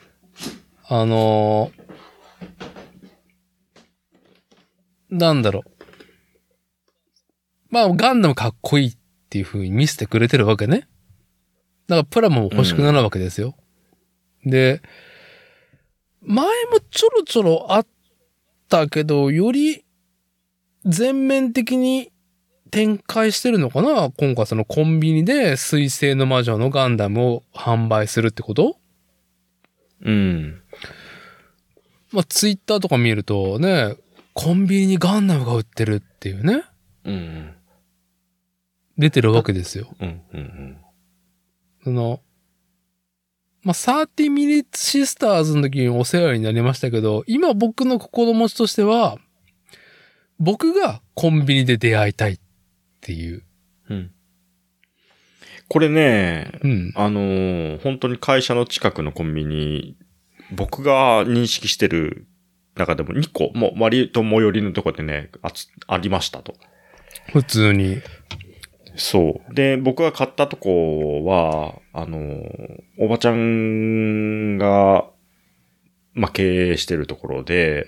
なんだろう。まあ、ガンダムかっこいいっていう風に見せてくれてるわけね。だから、プラモも欲しくなるわけですよ。で、前もちょろちょろあったけど、より全面的に展開してるのかな？今回そのコンビニで水星の魔女のガンダムを販売するってこと？ うん。 まあ、ツイッターとか見るとね、コンビニにガンダムが売ってるっていうね。 うん。 出てるわけですよ。 うん。うん。 まあ、30 Minutes Sisters の時にお世話になりましたけど、今僕の心持ちとしては、僕がコンビニで出会いたいっていう。 うん。これね、 うん。 本当に会社の近くのコンビニ、僕が認識してる中でも2個、もう割と最寄りのところでね、ありましたと。 普通に。 そう。で、僕が買ったとこは、おばちゃんが、まあ、経営してるところで、 うん。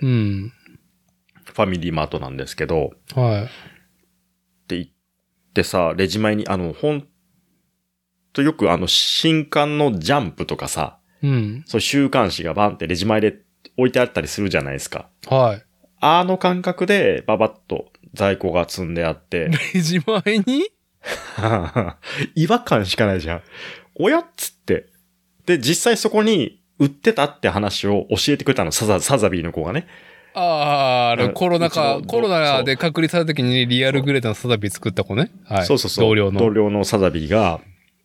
ファミリーマートなんですけど、 はい。 って言ってさ、レジ前に、ほんとよく新刊のジャンプとかさ、 うん。 そういう週刊誌がバンってレジ前で置いてあったりするじゃないですか。 はい。 あの感覚でババッと在庫が積んであって。 レジ前に違和感しかないじゃん。おやっつって。で、実際そこに売ってたって話を教えてくれたの、サザビーの子がね。 ああ、コロナで隔離された時にリアルグレートのサザビー作った子ね。はい。 そうそうそう。同僚のサザビーが、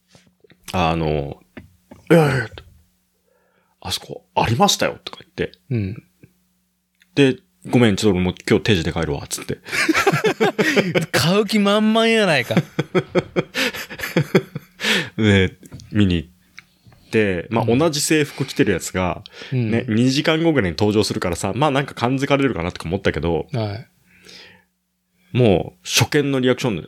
あそこありましたよとか言って。 うん。 で、ごめん、ちょっともう今日定時で帰るわ、つって。 買う気満々やないか。 で、見に行って、まあ、同じ制服着てるやつが、ね、2時間後ぐらいに登場するからさ、まあなんか感づかれるかなとか思ったけど、 はい。 もう、初見のリアクションで、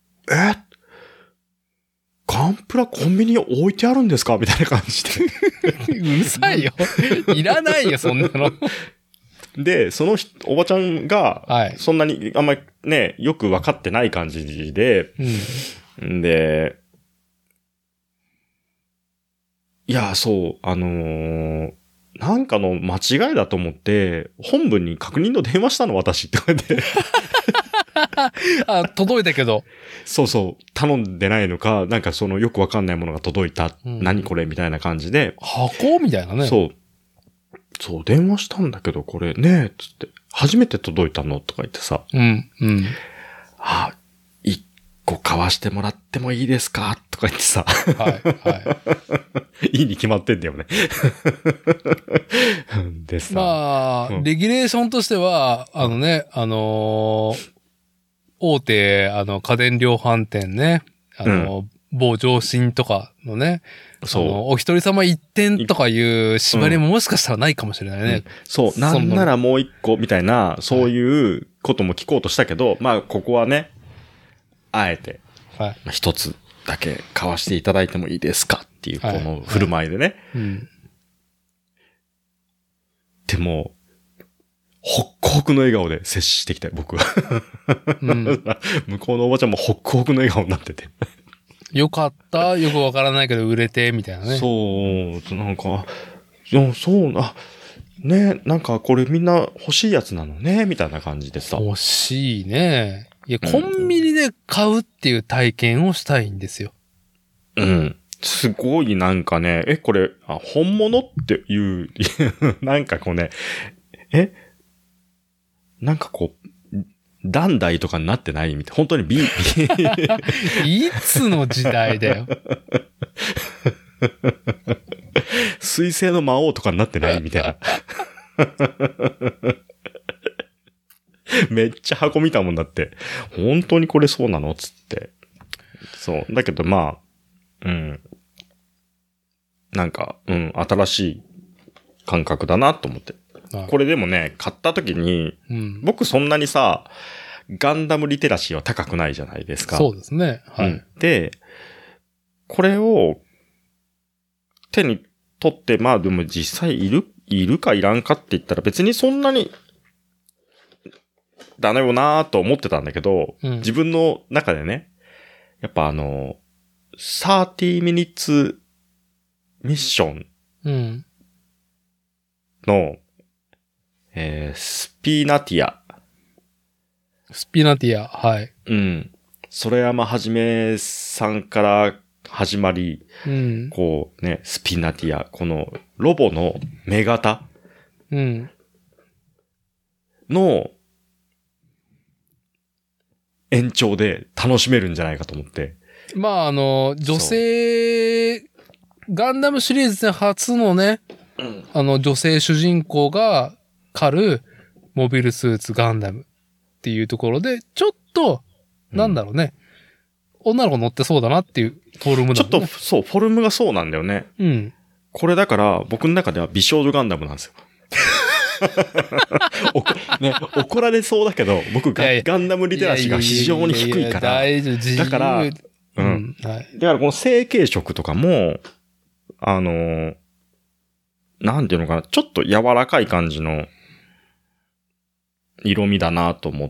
ガンプラコンビニに置いてあるんですかみたいな感じで。 うるさいよ。いらないよ、そんなの。 で、そのおばちゃんが、そんなにあんまりね、よく分かってない感じで、で、いや、そう、なんかの間違いだと思って、本部に確認の電話したの私って言って届いたけど。 そうそう、頼んでないのか、なんかそのよくわかんないものが届いた、何これみたいな感じで。 箱みたいなね。 そう、電話したんだけど、これね、つって、初めて届いたのとか言ってさ。1個買わしてもらってもいいですかとか言ってさ。いいに決まってんだよね。でさ。 まあ、レギュレーションとしては、 大手、家電量販店ね、某上新とかのね、 そう。 お一人様一点とかいう縛りももしかしたらないかもしれないね。 そう。なんならもう一個みたいな、そういうことも聞こうとしたけど、まあ、ここはね、あえて、一つだけ買わせていただいてもいいですかっていう、この振る舞いでね。でも、ホックホクの笑顔で接してきた僕は、向こうのおばちゃんもホックホクの笑顔になってて。 よかった。よくわからないけど売れて、みたいなね。 そう、なんか、そうな、ね、なんかこれみんな欲しいやつなのね、みたいな感じでさ。 欲しいね。いや、コンビニで買うっていう体験をしたいんですよ。 うん。すごいなんかね、これ、本物っていう、なんかこうね、なんかこう、断代とかになってないみたいな。本当にいつの時代だよ。 水星の魔王とかになってないみたいな。めっちゃ箱見たもんだって。本当にこれそうなのつって。そう。だけどまあ、なんか、新しい感覚だなと思って。これでもね、買った時に、僕そんなにさ、ガンダムリテラシーは高くないじゃないですか。 そうですね。はい。 で、これを手に取って、まあでも実際いるかいらんかって言ったら別にそんなにだよなぁと思ってたんだけど、自分の中でね、やっぱ30 minutes ミッションの、スピナティア。 スピナティア、はい。 そ山はじめさんから始まり、こうね、スピナティア、このロボの目型の延長で楽しめるんじゃないかと思って。 まあ女性、ガンダムシリーズで初のね、女性主人公が狩るモビルスーツガンダムっていうところで、ちょっと、なんだろうね、女の子乗ってそうだなっていうフォルムだね。ちょっと、そう、フォルムがそうなんだよね。これだから、僕の中では美少女ガンダムなんですよ。怒られそうだけど、僕ガンダムリテラシーが非常に低いから。だから、だからこの成型色とかも、なんていうのかな、ちょっと柔らかい感じの色味だなと思って、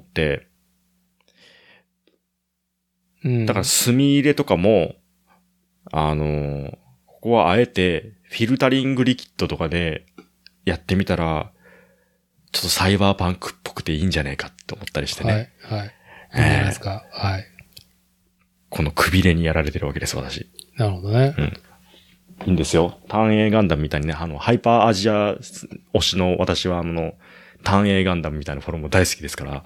だから墨入れとかも、ここはあえてフィルタリングリキッドとかでやってみたら、ちょっとサイバーパンクっぽくていいんじゃないかって思ったりしてね。 はい。いいじゃないですか。はい。 このくびれにやられてるわけです、私。 なるほどね。 いいんですよ。単影ガンダムみたいにね、ハイパーアジア推しの私は単影ガンダムみたいなフォルム大好きですから。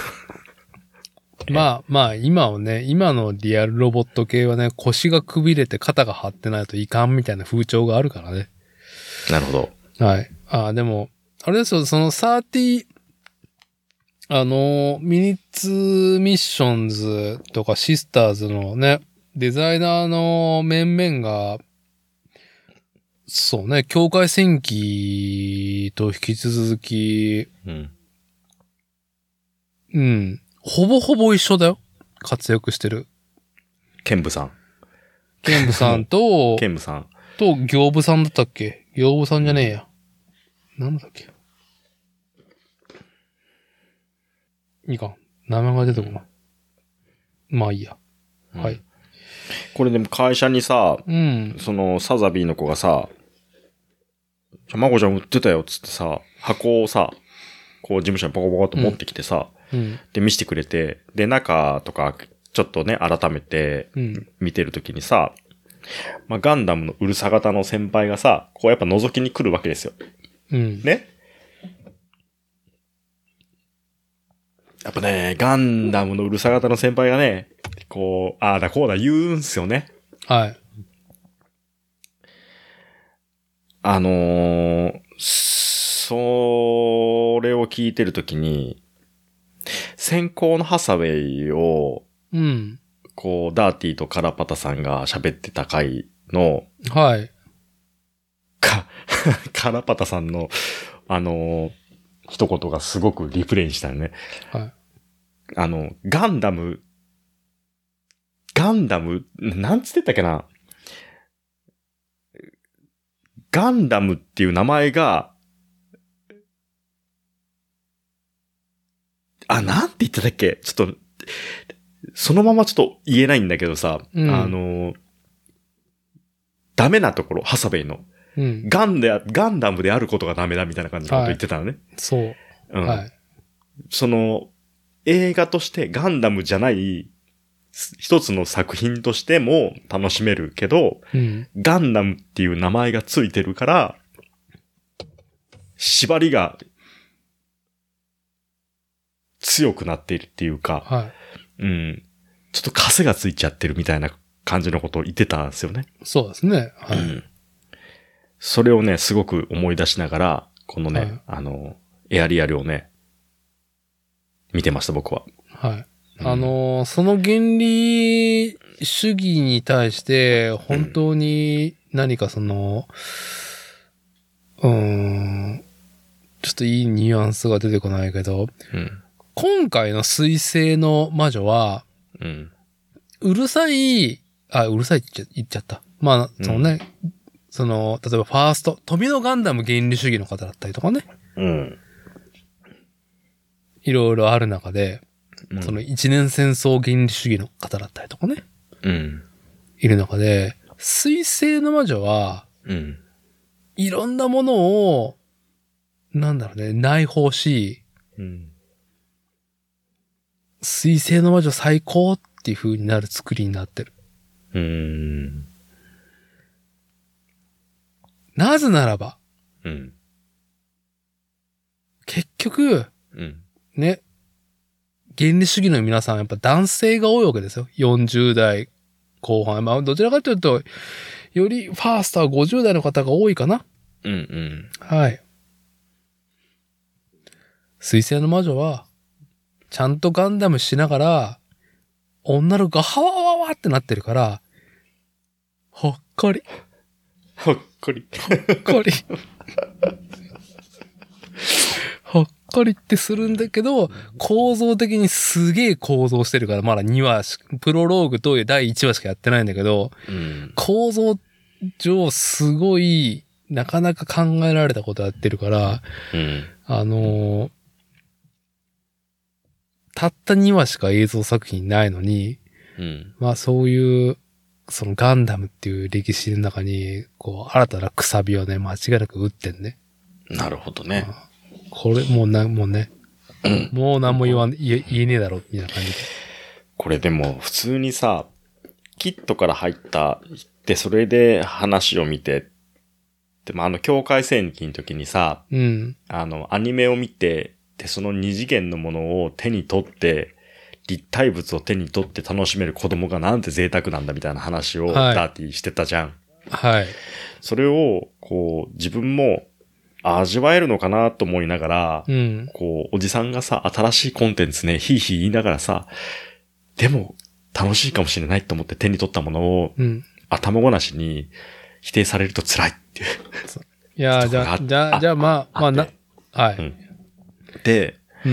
まあ、今のリアルロボット系はね、腰がくびれて肩が張ってないといかんみたいな風潮があるからね。 なるほど。 はい。でも、あれですよ、その30、ミニッツミッションズとかシスターズのね、デザイナーの面々が、そうね、境界戦記と引き続き、ほぼほぼ一緒だよ。活躍してる。 ケンブさん。 ケンブさんと、 ケンブさん。 と、行部さんだったっけ？行部さんじゃねえや。なんだっけ？いいか。名前が出てこない。まあいいや。はい。 これでも会社にさ、そのサザビーの子がさ、まこちゃん売ってたよっつってさ、箱をさ、こう事務所にポコポコと持ってきてさ、で見せてくれて、で中とかちょっとね、改めて見てるときにさ、まあ、ガンダムのうるさ型の先輩がさ、こうやっぱ覗きに来るわけですよ。ね。やっぱね、ガンダムのうるさ型の先輩がね、こう、ああだこうだ言うんすよね。 はい。 それを聞いてるときに、 先行のハサウェイを、 うん。 こう、ダーティーとカラパタさんが喋ってた回の、 はい。 カラパタさんの、一言がすごくリプレイしたよね。 はい。 ガンダム、なんつってたっけな。ガンダムっていう名前が、なんて言ってたっけちょっと、そのままちょっと言えないんだけどさ、 うん、 ダメなところ、ハサベイの。 うん。 ガンダムであることがダメだみたいな感じのこと言ってたのね。はい、 そう。 うん。 はい。 その、映画としてガンダムじゃない一つの作品としても楽しめるけど、 うん、 ガンダムっていう名前がついてるから、縛りが強くなっているっていうか、 はい。 うん。ちょっと枷がついちゃってるみたいな感じのことを言ってたんですよね。 そうですね。はい。 うん。それをね、すごく思い出しながら、このね、 はい、 エアリアルをね、見てました、僕は。 はい。その原理主義に対して、本当に何かちょっといいニュアンスが出てこないけど、 うん、 今回の水星の魔女は、 うん、 うるさいって言っちゃった。まあ、そのね、例えばファースト、富野ガンダム原理主義の方だったりとかね。 うん。 いろいろある中で、 うん、 その一年戦争原理主義の方だったりとかね。 うん。 いる中で、水星の魔女は、 うん。 いろんなものを、内包し、 うん。 水星の魔女最高っていう風になる作りになってる。なぜならば、 うん。 結局、 うん。 ね、原理主義の皆さんはやっぱ男性が多いわけですよ。40代後半。まあ、どちらかというと、よりファーストは50代の方が多いかな。 うんうん。 はい。水星の魔女は、ちゃんとガンダムしながら、女の子がハワワワってなってるから、ほっこり。 ほっこり。 ほっこり。ほっこりってするんだけど、構造的にすげえ構造してるから、まだ2話プロローグと第1話しかやってないんだけど、 うん、構造上すごい、なかなか考えられたことやってるから、 うん、 たった2話しか映像作品ないのに、 うん、 まあそういう、そのガンダムっていう歴史の中に、こう、新たなくさびをね、間違いなく打ってんね。 なるほどね。 これ、もうね、もう何も言えねえだろ、みたいな感じで。 これでも、普通にさ、キットから入った、で、それで話を見て、でも境界戦記の時にさ、 うん。 アニメを見て、で、その二次元のものを手に取って、立体物を手に取って楽しめる子供がなんて贅沢なんだみたいな話をダーティーしてたじゃん。 はい。 それを、こう、自分も味わえるのかなと思いながら、 うん、 こう、おじさんがさ、新しいコンテンツね、ヒーヒー言いながらさ、でも楽しいかもしれないと思って手に取ったものを、 うん、 頭ごなしに否定されると辛いっていう。 いや、じゃあ、まあ、はい。 うん、で、 うん、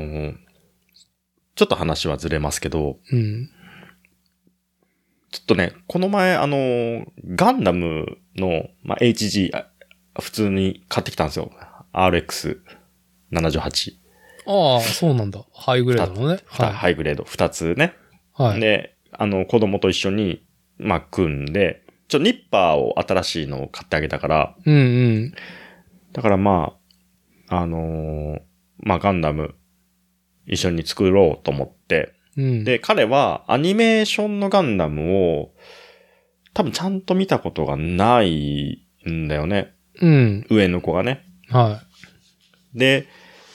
ちょっと話はずれますけど、 うん、 ちょっとね、この前、ガンダムの、まあ、HG、普通に買ってきたんですよ。RX78。 ああ、そうなんだ。ハイグレードのね。 はい。ハイグレード2つね。 はい。で、 子供と一緒に、まあ、組んで、ニッパーを新しいのを買ってあげたから、 うんうん。 だからまあ、まあ、ガンダム一緒に作ろうと思って、 うん、 で、彼はアニメーションのガンダムを多分ちゃんと見たことがないんだよね。 うん。 上の子がね。 はい。 で、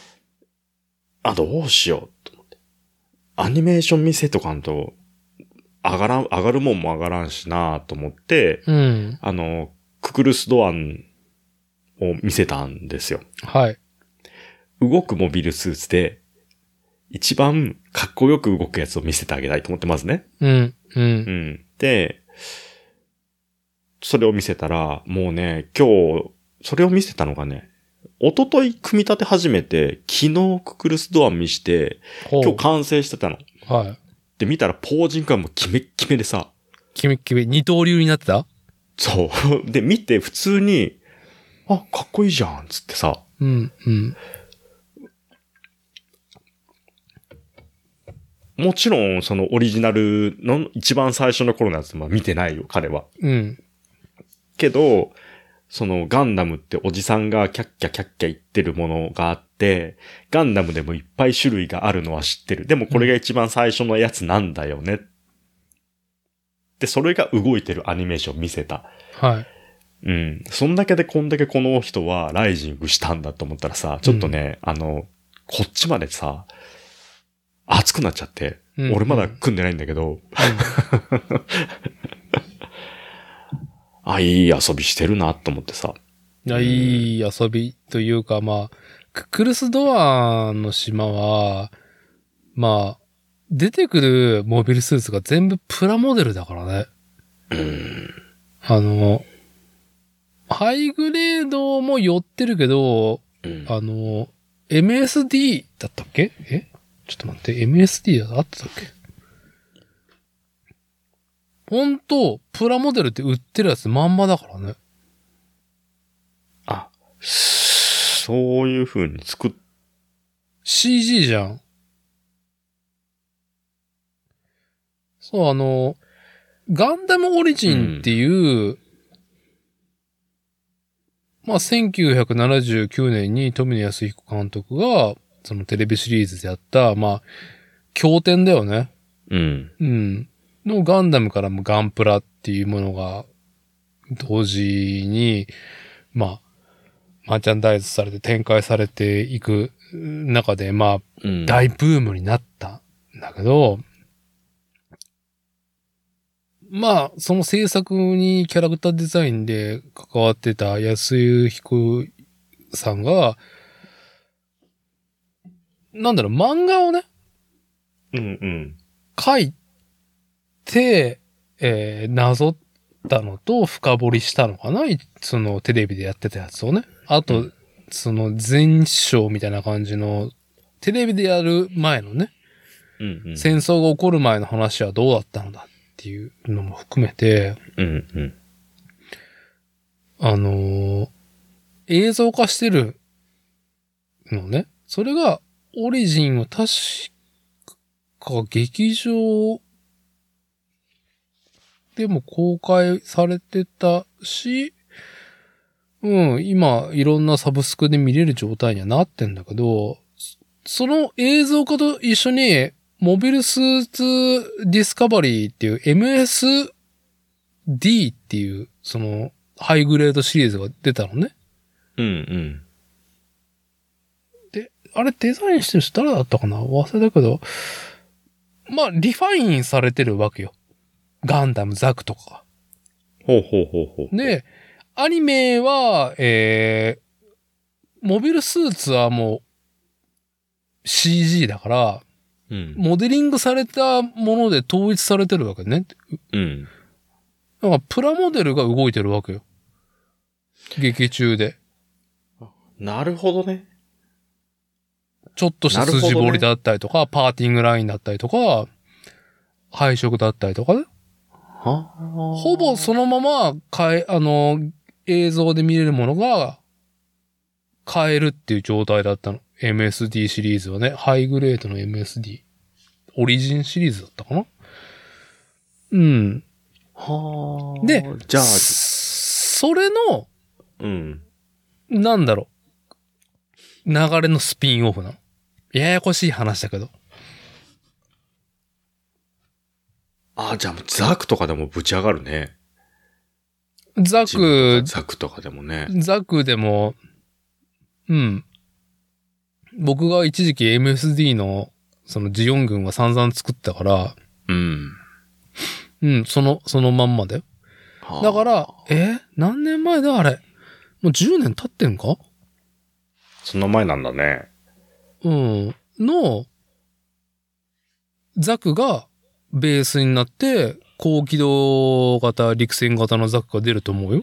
どうしようと思って。アニメーション見せとかんと、上がるもんも上がらんしなと思って、 うん。 ククルスドアンを見せたんですよ。 はい。 動くモビルスーツで、 一番かっこよく動くやつを見せてあげたいと思ってますね。 うん。う。 うんん。で、それを見せたら、もうね、今日、それを見せたのがね、一昨日組み立て始めて、昨日ククルスドアン見して、 ほう。 今日完成してたの。 はい。 で、見たらポージングがもうキメッキメでさ、 キメッキメ、二刀流になってた？ そう。で、見て普通に、あ、かっこいいじゃん、つってさ。 うん。うん。 もちろん、そのオリジナルの一番最初の頃のやつは見てないよ、彼は。 うん。 けど、そのガンダムっておじさんがキャッキャキャッキャ言ってるものがあって、ガンダムでもいっぱい種類があるのは知ってる。でもこれが一番最初のやつなんだよね。で、それが動いてるアニメーション見せた。 はい。 うん。そんだけでこんだけこの人はライジングしたんだと思ったらさ、ちょっとね、こっちまでさ、熱くなっちゃって、 うん、 俺まだ組んでないんだけど、あ、いい遊びしてるなと思ってさ。 いや、いい遊びというか、まあ、ククルスドアの島は、まあ、出てくるモビルスーツが全部プラモデルだからね。ハイグレードも寄ってるけど、MSD だったっけ？ちょっと待って、MSD だったっけ？ほんと、プラモデルって売ってるやつまんまだからね。 あ、そういう風に CG じゃん。そう、ガンダムオリジンっていう、まあ、1979年に富野康彦監督が、そのテレビシリーズでやった、まあ、経典だよね。 うん。 うん。のガンダムからもガンプラっていうものが、同時に、まあ、マーチャンダイズされて展開されていく中で、まあ、大ブームになったんだけど、まあ、その制作にキャラクターデザインで関わってた安井彦さんが、なんだろう、漫画をね、書いて、なぞったのと深掘りしたのかな？そのテレビでやってたやつをね。あと、その前章みたいな感じの、テレビでやる前のね、戦争が起こる前の話はどうだったのだっていうのも含めて、映像化してるのね。それが、オリジンは確か劇場でも公開されてたし、今いろんなサブスクで見れる状態にはなってんだけど、その映像化と一緒に、モビルスーツディスカバリーっていう MSD っていう、その、ハイグレードシリーズが出たのね。で、あれデザインしてる人誰だったかな？忘れたけど、まあ、リファインされてるわけよ。ガンダム、ザクとか。で、アニメは、モビルスーツはもう CG だから、モデリングされたもので統一されてるわけね。だからプラモデルが動いてるわけよ。劇中で。 なるほどね。 ちょっとした筋彫りだったりとか、パーティングラインだったりとか、配色だったりとかね。ほぼそのまま映像で見れるものが変えるっていう状態だったの。MSD シリーズはね。ハイグレードの MSD。オリジンシリーズだったかな？で、じゃあ、それの、なんだろう。流れのスピンオフなの。ややこしい話だけど。 じゃあもうザクとかでもぶち上がるね。 ザクとかでもね。 ザクでも、僕が一時期 MSD のそのジオン軍は散々作ったから、そのまんまだよ。だから、何年前だあれ。もう10年経ってんか？ そんな前なんだね。 の、 ザクがベースになって、高機動型、陸戦型のザクが出ると思うよ。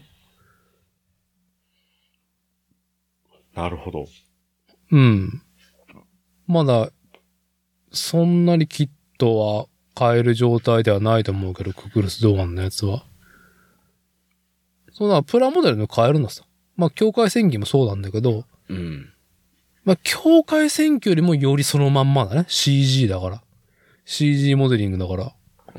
なるほど。 うん。まだ、そんなにキットは買える状態ではないと思うけど、ククルス・ドアンのやつは。そんなプラモデルの買えるのさ。まあ、境界戦記もそうなんだけど、 うん。 まあ、境界戦記よりもよりそのまんまだね。CG だから。CG モデリングだから。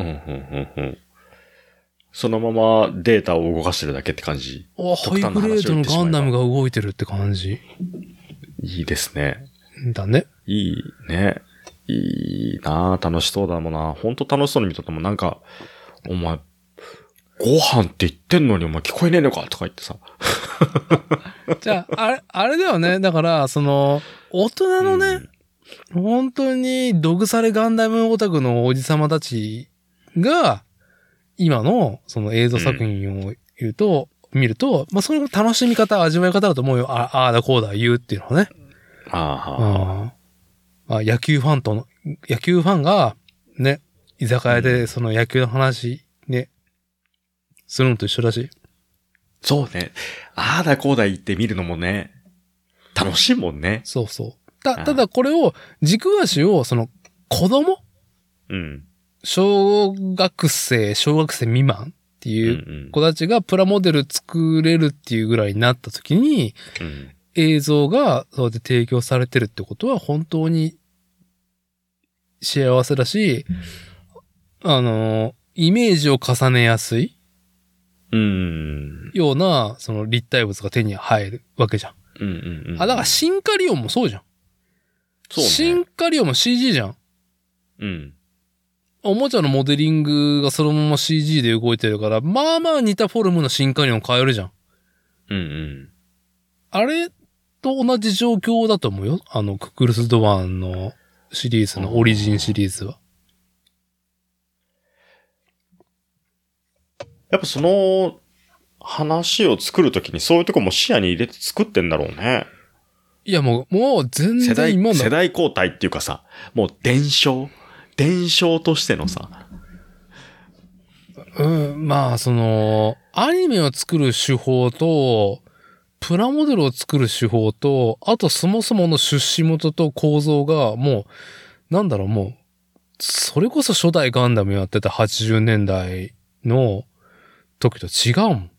そのままデータを動かしてるだけって感じ。 ハイグレードのガンダムが動いてるって感じ。 いいですね。 だね。 いいね。いいなぁ。楽しそうだもんな。ほんと楽しそうに見とってもなんか、お前、ご飯って言ってんのにお前聞こえねえのかとか言ってさ。 じゃあ、あれだよね。だから、大人のね、本当に毒されガンダムオタクのおじさまたちが、今のその映像作品を見ると、まあ、その楽しみ方、味わい方だと思うよ。ああだこうだ言うっていうのはね。野球ファンが、ね、居酒屋でその野球の話、ね、するのと一緒だし。 そうね。ああだこうだ言って見るのもね、楽しいもんね。 そうそう。ただこれを、軸足を、子供小学生未満っていう子たちがプラモデル作れるっていうぐらいになった時に、映像がそうやって提供されてるってことは本当に幸せだし、イメージを重ねやすいような、立体物が手に入るわけじゃん。だからシンカリオンもそうじゃん。そうね。シンカリオンも CG じゃん。おもちゃのモデリングがそのまま CG で動いてるから、まあまあ似たフォルムのシンカリオン買えるじゃん。あれと同じ状況だと思うよ。ククルス・ドワンのシリーズのオリジンシリーズは。 やっぱその話を作るときにそういうとこも視野に入れて作ってんだろうね。 いやもう全然今の世代交代っていうかさ、もう伝承としてのさ。 まあアニメを作る手法と、プラモデルを作る手法と、あとそもそもの出資元と構造がもう、それこそ初代ガンダムやってた80年代の時と違うもん。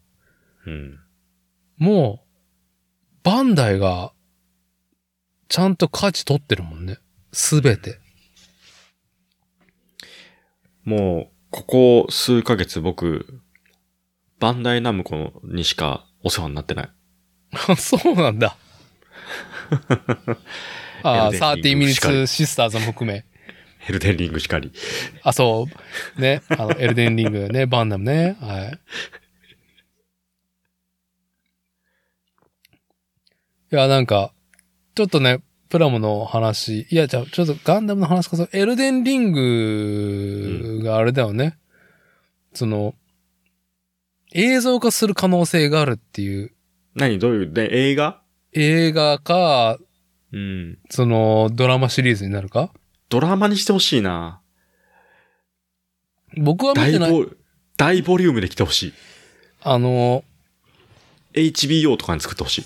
もう、バンダイが、ちゃんと価値取ってるもんね。すべて。 もう、ここ数ヶ月僕、バンダイナムコにしかお世話になってない。 そうなんだ。30 minutes sisters も含め。 エルデンリングしかり。 そう。ね。エルデンリングね、バンダムね。はい。いや、なんか、ちょっとね、プラモの話。いや、じゃあ、ちょっとガンダムの話こそ、エルデンリングがあれだよね。映像化する可能性があるっていう。 どういう、映画か、ドラマシリーズになるか？ ドラマにしてほしいな。 僕は見てない。 大ボリュームで来てほしい。HBO とかに作ってほしい。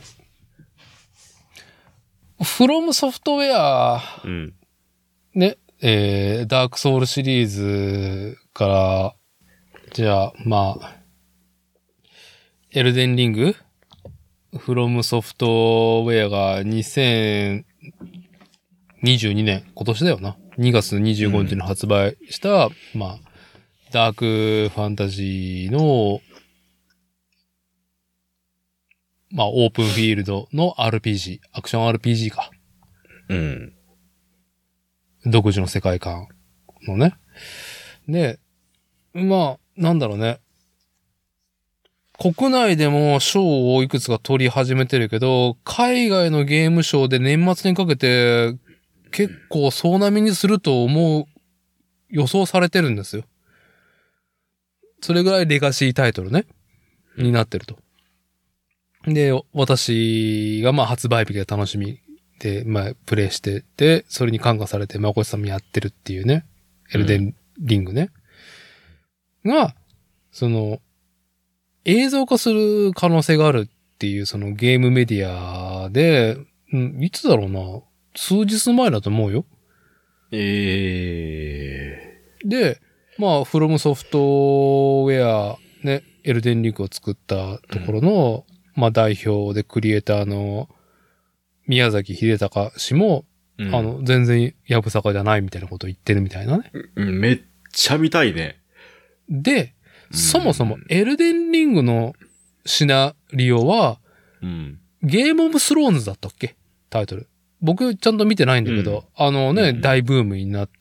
フロムソフトウェア、ね、ダークソウルシリーズから、じゃあ、まあ、エルデンリングフロムソフトウェアが2022年、今年だよな。2月25日に発売した、まあ、ダークファンタジーの、まあ、オープンフィールドの RPG、アクション RPG か。独自の世界観のね。で、まあ、なんだろうね。国内でも賞をいくつか取り始めてるけど、海外のゲームショーで年末にかけて結構総並みにすると予想されてるんですよ。それぐらいレガシータイトルね、になってると。で、私がまあ発売日が楽しみで、まあプレイしてて、それに感化されて、まこちさんもやってるっていうね。 エルデンリングね。が、映像化する可能性があるっていうそのゲームメディアで、いつだろうな、数日前だと思うよ。で、まあ、フロムソフトウェア、ね、エルデンリングを作ったところの、まあ代表でクリエイターの宮崎秀隆氏も、全然やぶさかじゃないみたいなことを言ってるみたいなね。 めっちゃ見たいね。 で、そもそもエルデンリングのシナリオは、ゲームオブスローンズだったっけタイトル。僕ちゃんと見てないんだけど、大ブームになった、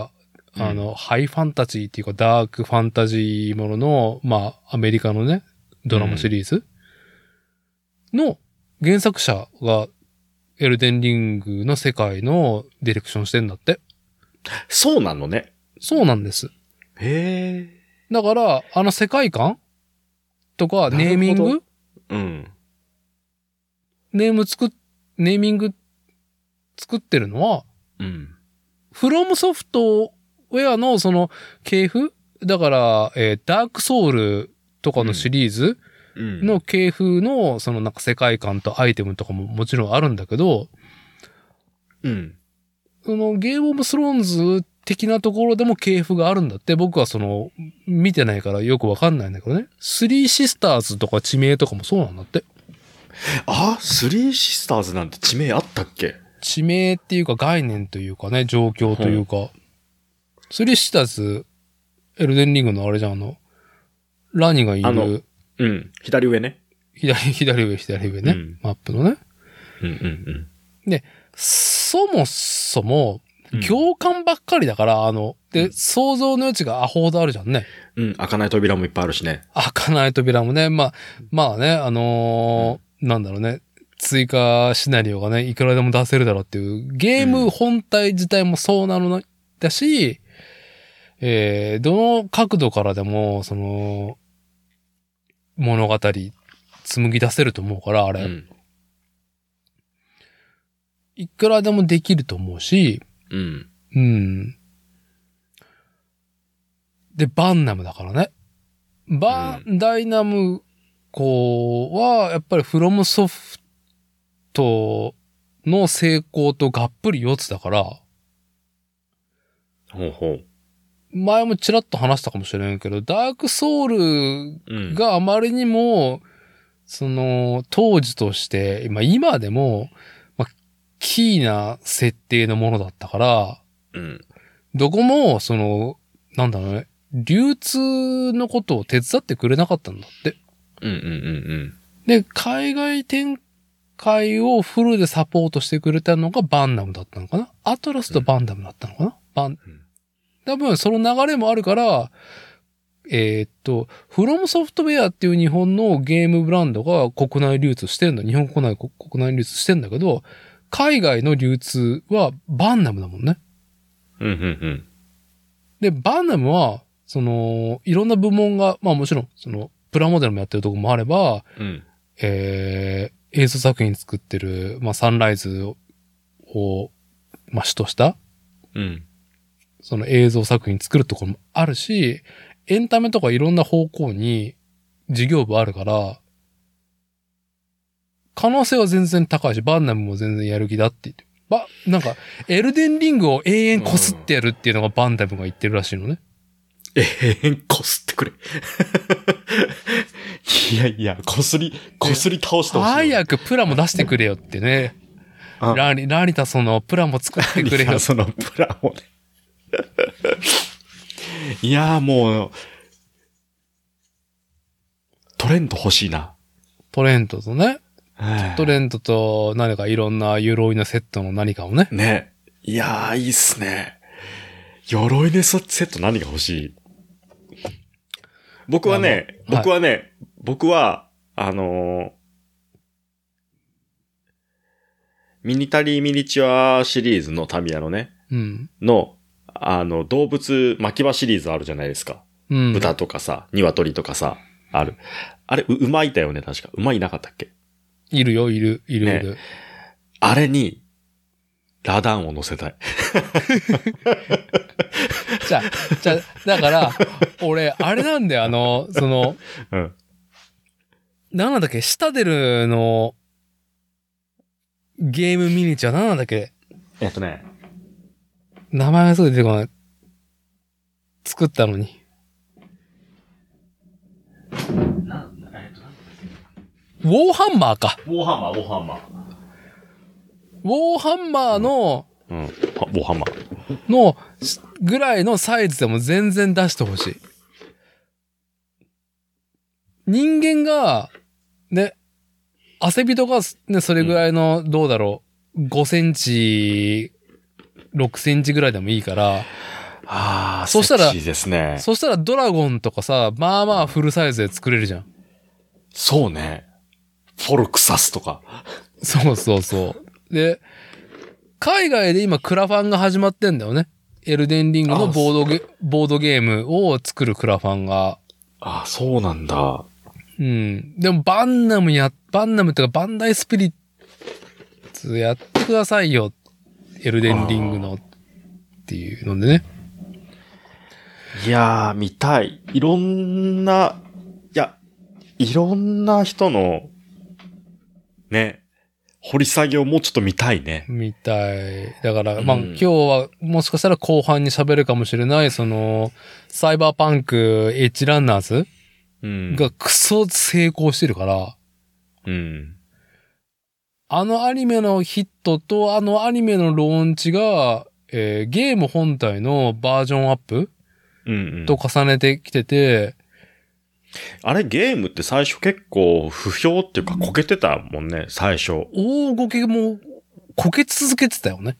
ハイファンタジーっていうかダークファンタジーものの、まあ、アメリカのね、ドラマシリーズの原作者がエルデンリングの世界のディレクションしてんだって。 そうなのね。 そうなんです。 へえ。 だから、世界観とかネーミングネーミング作ってるのは、フロムソフトウェアのその系譜だから、ダークソウルとかのシリーズの系譜のそのなんか世界観とアイテムとかももちろんあるんだけど、そのゲームオブスローンズ的なところでも系譜があるんだって、僕は見てないからよくわかんないんだけどね。スリーシスターズとか地名とかもそうなんだって。 スリーシスターズなんて地名あったっけ？ 地名っていうか概念というかね、状況というか。スリーシスターズ、エルデンリングのあれじゃん、ラニがいる。 左上ね。 左上ね。マップのね。で、そもそも、行間ばっかりだから、で、想像の余地がアホほどあるじゃんね。 開かない扉もいっぱいあるしね。 開かない扉もね。まあね、なんだろうね。追加シナリオがね、いくらでも出せるだろうっていう、ゲーム本体自体もそうなのだし、どの角度からでも、物語、紡ぎ出せると思うから、あれ。いくらでもできると思うし、で、バンナムだからね。ダイナムコは、やっぱりフロムソフトの成功とがっぷり四つだから、前もちらっと話したかもしれないけど、ダークソウルがあまりにも、当時として、今でも、キーな設定のものだったから、どこも、なんだろうね、流通のことを手伝ってくれなかったんだって。で、海外展開をフルでサポートしてくれたのがバンダムだったのかな？アトラスとバンダムだったのかな？多分、その流れもあるから、フロムソフトウェアっていう日本のゲームブランドが国内流通してるんだ。日本国内流通してんだけど、海外の流通はバンナムだもんね。で、バンナムは、いろんな部門が、まあもちろん、プラモデルもやってるところもあれば、映像作品作ってる、まあサンライズを、まあ主とした、その映像作品作るところもあるし、エンタメとかいろんな方向に事業部あるから、可能性は全然高いし、バンナムも全然やる気だって言って。なんか、エルデンリングを永遠こすってやるっていうのがバンダムが言ってるらしいのね。 永遠こすってくれ。いや、こすり倒してほしい。 早くプラも出してくれよってね。ラリタプラも作ってくれよ。 プラもね。いやもう、トレント欲しいな。 トレントとね。トレントと何かいろんな鎧のセットの何かをね。 ね。いやいいっすね。鎧のセット何が欲しい？僕は、ミニタリーミニチュアシリーズのタミヤのね、の、動物巻き場シリーズあるじゃないですか。豚とかさ、鶏とかさ、ある。あれ、馬いたよね、確か。馬いなかったっけ？ いるよ、いる。 ね、あれに、ラダンを乗せたい。 だから、俺、あれなんだよ、 うん。 なんだっけ、シタデルのゲームミニチュア、なんだっけ、名前がすぐ出てこない。作ったのに。ウォーハンマーか。 ウォーハンマー。 ウォーハンマーの、 ウォーハンマー。 の、ぐらいのサイズでも全然出してほしい。人間が、ね、汗人がね、それぐらいの、どうだろう、5センチ、6センチぐらいでもいいから、そしたら、 セクシーですね。 そしたらドラゴンとかさ、まあまあフルサイズで作れるじゃん。 そうね。フォルクサスとか。 そうそうそう。で、海外で今クラファンが始まってんだよね。エルデンリングのボードゲームを作るクラファンが。 そうなんだ。 うん。でもバンナムってかバンダイスピリッツやってくださいよ。エルデンリングのっていうのでね。 いやー、見たい。いろんな人の、ね、掘り下げをもうちょっと見たいね。 見たい。だから、まあ、今日はもしかしたら後半に喋るかもしれない、サイバーパンクエッジランナーズがクソ成功してるから、あのアニメのヒットとあのアニメのローンチが、ゲーム本体のバージョンアップと重ねてきてて、 あれゲームって最初結構不評っていうかこけてたもんね、最初。 大ごけもこけ続けてたよね。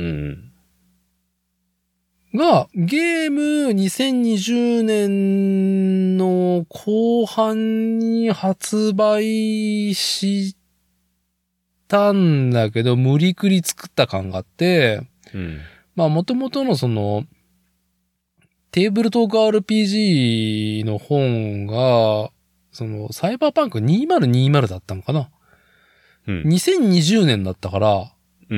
が、ゲーム2020年の後半に発売したんだけど、無理くり作った感があって、まあ元々のテーブルトーク RPG の本が、サイバーパンク2020だったのかな、2020年だったから、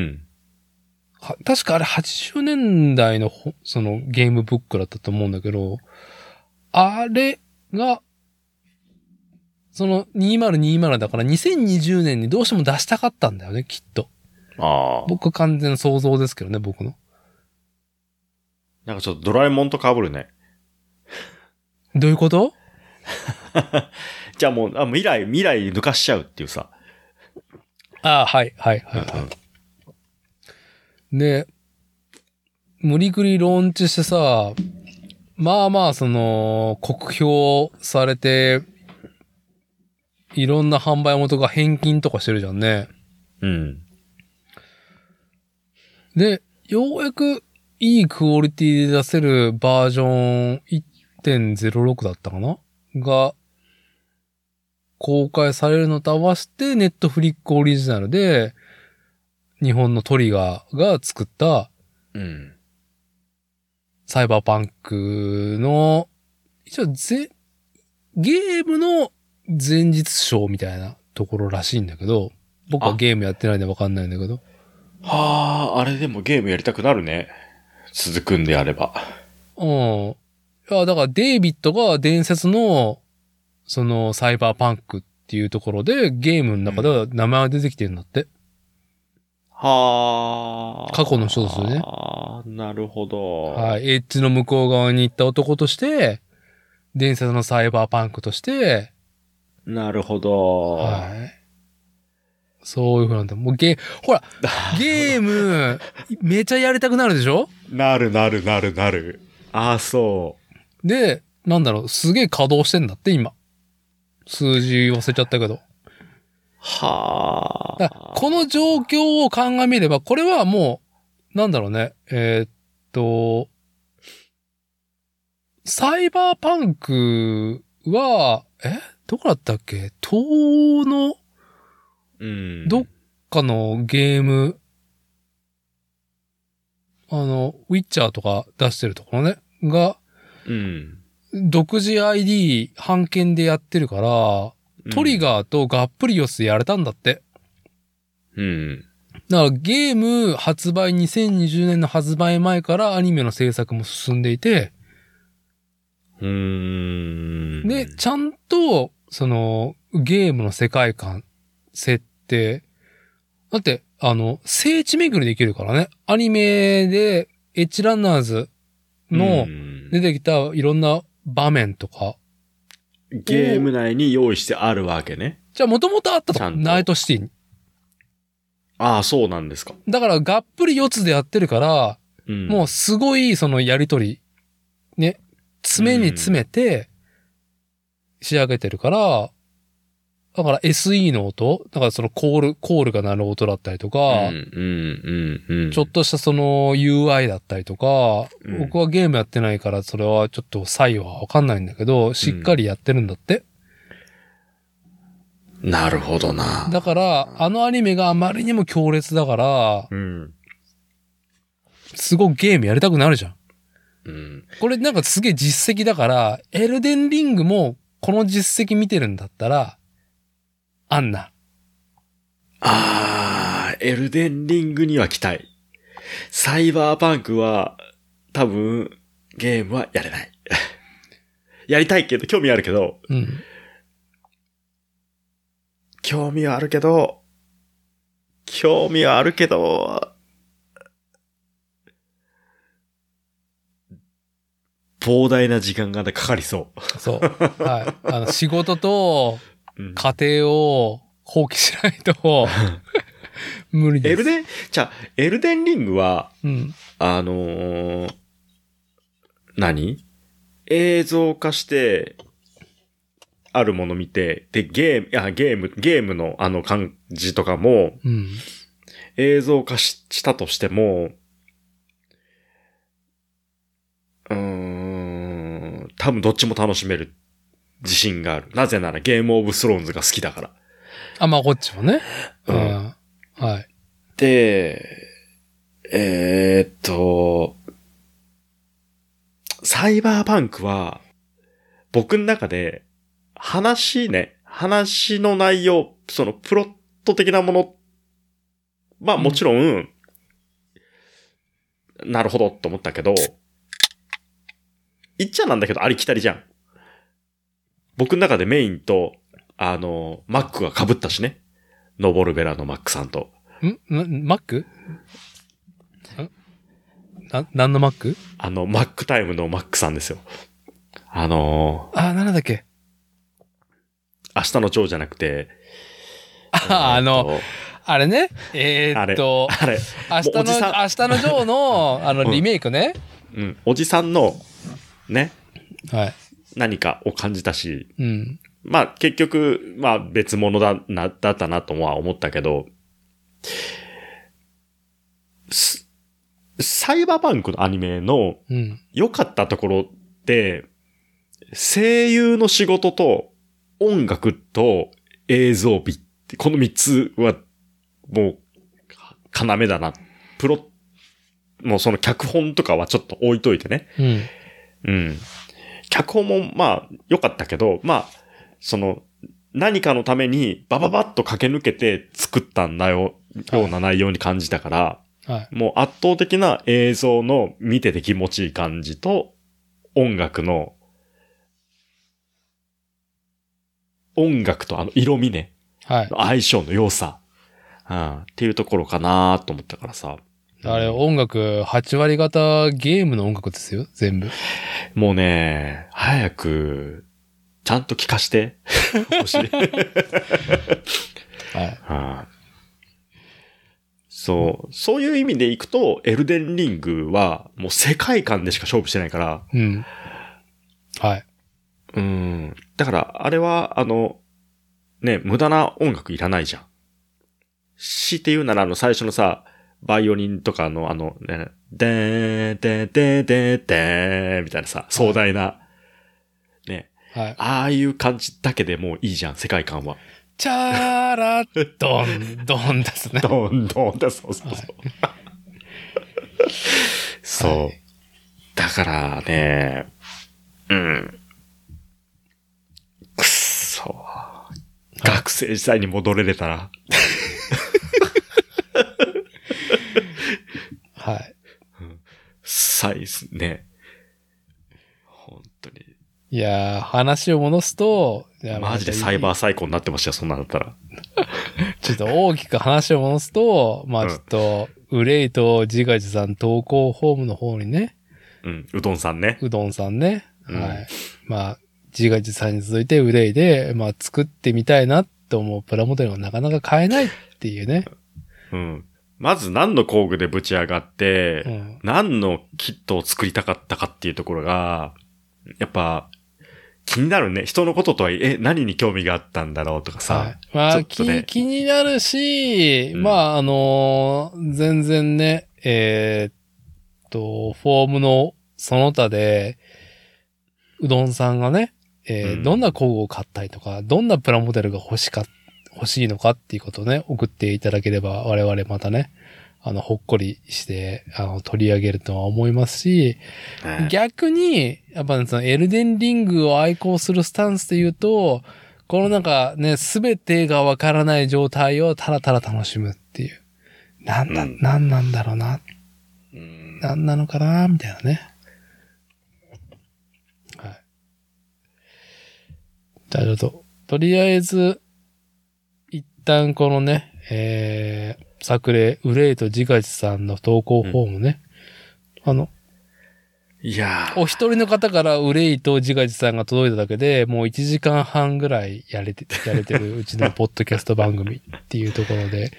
確かあれ80年代のゲームブックだったと思うんだけど、あれが、2020だから2020年にどうしても出したかったんだよね、きっと。僕完全な想像ですけどね、僕の。 なんかちょっとドラえもんと被るね。 どういうこと？ じゃあもう、未来抜かしちゃうっていうさ。 はい。で、無理くりローンチしてさ、まあまあ酷評されて、いろんな販売元が返金とかしてるじゃんね。で、ようやくいいクオリティで出せるバージョン 1.06 だったかなが、公開されるのと合わせて、ネットフリックオリジナルで、日本のトリガーが作った、サイバーパンクの、一応ゲームの前日賞みたいなところらしいんだけど、僕はゲームやってないんでわかんないんだけど。 あれでもゲームやりたくなるね。続くんであれば。 いや、だからデイビッドが伝説の、サイバーパンクっていうところでゲームの中では名前が出てきてるんだって。過去の人ですよね。 なるほど。 はい。エッジの向こう側に行った男として、伝説のサイバーパンクとして、 なるほど。 はい。そういう風なんだ。もうほら、ゲーム、めちゃやりたくなるでしょ？ なる。そう。 で、すげえ稼働してんだって、今。数字忘れちゃったけど。この状況を鑑みれば、これはもう、サイバーパンクは、どこだったっけ？東の、どっかのゲーム、ウィッチャーとか出してるところね、が、独自 ID 版権でやってるから、トリガーとガップリオスやれたんだって。 だからゲーム発売2020年の発売前からアニメの制作も進んでいて、で、ちゃんと、その、ゲームの世界観、設定、だって、聖地巡りできるからね。アニメで、エッジランナーズの出てきたいろんな場面とか。 ゲーム内に用意してあるわけね。 じゃあ、もともとあったと。 ちゃんとナイトシティに。 ああ、そうなんですか。 だから、がっぷり四つでやってるから、 うん、 もうすごい、そのやりとり、ね、詰めに詰めて、仕上げてるから、だから SE の音、だからそのコールが鳴る音だったりとか、ちょっとしたその UI だったりとか、僕はゲームやってないからそれはちょっと差異はわかんないんだけど、しっかりやってるんだって。 なるほどな。 だから、あのアニメがあまりにも強烈だから、すごくゲームやりたくなるじゃん。これなんかすげえ実績だから、エルデンリングもこの実績見てるんだったら、あんな。 エルデンリングには期待。サイバーパンクは、多分、ゲームはやれない。やりたいけど、興味あるけど、興味はあるけど、膨大な時間がかかりそう。 そう。はい。仕事と、家庭を放棄しないと、無理です。 エルデンリングは、何？映像化して、あるもの見て、で、ゲームの感じとかも、映像化したとしても、多分どっちも楽しめる自信がある。なぜならゲームオブスローンズが好きだから。 あ、まあこっちもね。はい。 で、サイバーパンクは、僕の中で、話の内容、そのプロット的なもの、まあもちろん、なるほどと思ったけど、言っちゃなんだけどありきたりじゃん。僕の中でメインと、マックが被ったしね。ノボルベラのマックさんと。 マック？何のマック？ マックタイムのマックさんですよ。なんだっけ？ 明日のジョーじゃなくて、 あれね。 あれ。 明日のジョーの、リメイクね。 おじさんの、ね。 はい。 何かを感じたし、まあ結局、まあ別物だったなとは思ったけど、サイバーパンクのアニメの良かったところって、声優の仕事と音楽と映像美ってこの3つはもう要だな。もうその脚本とかはちょっと置いといてね。脚本もまあ良かったけど、まあその何かのためにバババッと駆け抜けて作ったんだよ、ような内容に感じたから、もう圧倒的な映像の見てて気持ちいい感じと音楽と色味ね。相性の良さ。っていうところかなと思ったからさ。 あれ、音楽、8割方ゲームの音楽ですよ、全部。 もうね、早く、ちゃんと聞かして。欲しい。そういう意味でいくと、エルデンリングは、もう世界観でしか勝負してないから。だから、あれは、ね、無駄な音楽いらないじゃん。強いて言うなら、最初のさ、バイオリンとかのね、でーん、でーん、でーん、でーん、でーん、みたいなさ、壮大な、ね。ああいう感じだけでもういいじゃん、世界観は。 チャーラッドン、ドンですね。 ドン、ドンだ、そう。そう。だからね、くっそ。学生時代に戻れれたら。 サイズね。本当に。 いやー、話を戻すと、 マジでサイバーサイコになってましたよ、そんなんだったら。 ちょっと大きく話を戻すと、まあちょっと、憂いと自画自賛投稿フォームの方にね。 うん、うどんさんね。 うどんさんね。 うんはい。まあ、自画自賛に続いて憂いで、まあ作ってみたいなって思うプラモデルをなかなか買えないっていうね。 うん。まず何の工具でぶち上がって、 うん、 何のキットを作りたかったかっていうところが、やっぱ、気になるね。人のこととはいえ、何に興味があったんだろうとかさ。 はい、まあ、気になるし、 うん、 まあ全然ね、フォームのその他で、うどんさんがね、どんな工具を買ったりとか、どんなプラモデルが欲しいのかっていうことをね、送っていただければ、我々またね、ほっこりして、取り上げるとは思いますし、逆に、やっぱね、そのエルデンリングを愛好するスタンスで言うと、このなんかね、すべてがわからない状態をただただ楽しむっていう。なんなんだろうな。なんなのかなみたいなね。はい。じゃあちょっとりあえず、一旦このね、作例、憂いと自画自賛の投稿フォームね。 いやお一人の方から憂いと自画自賛が届いただけで、もう1時間半ぐらいやれてるうちのポッドキャスト番組っていうところで、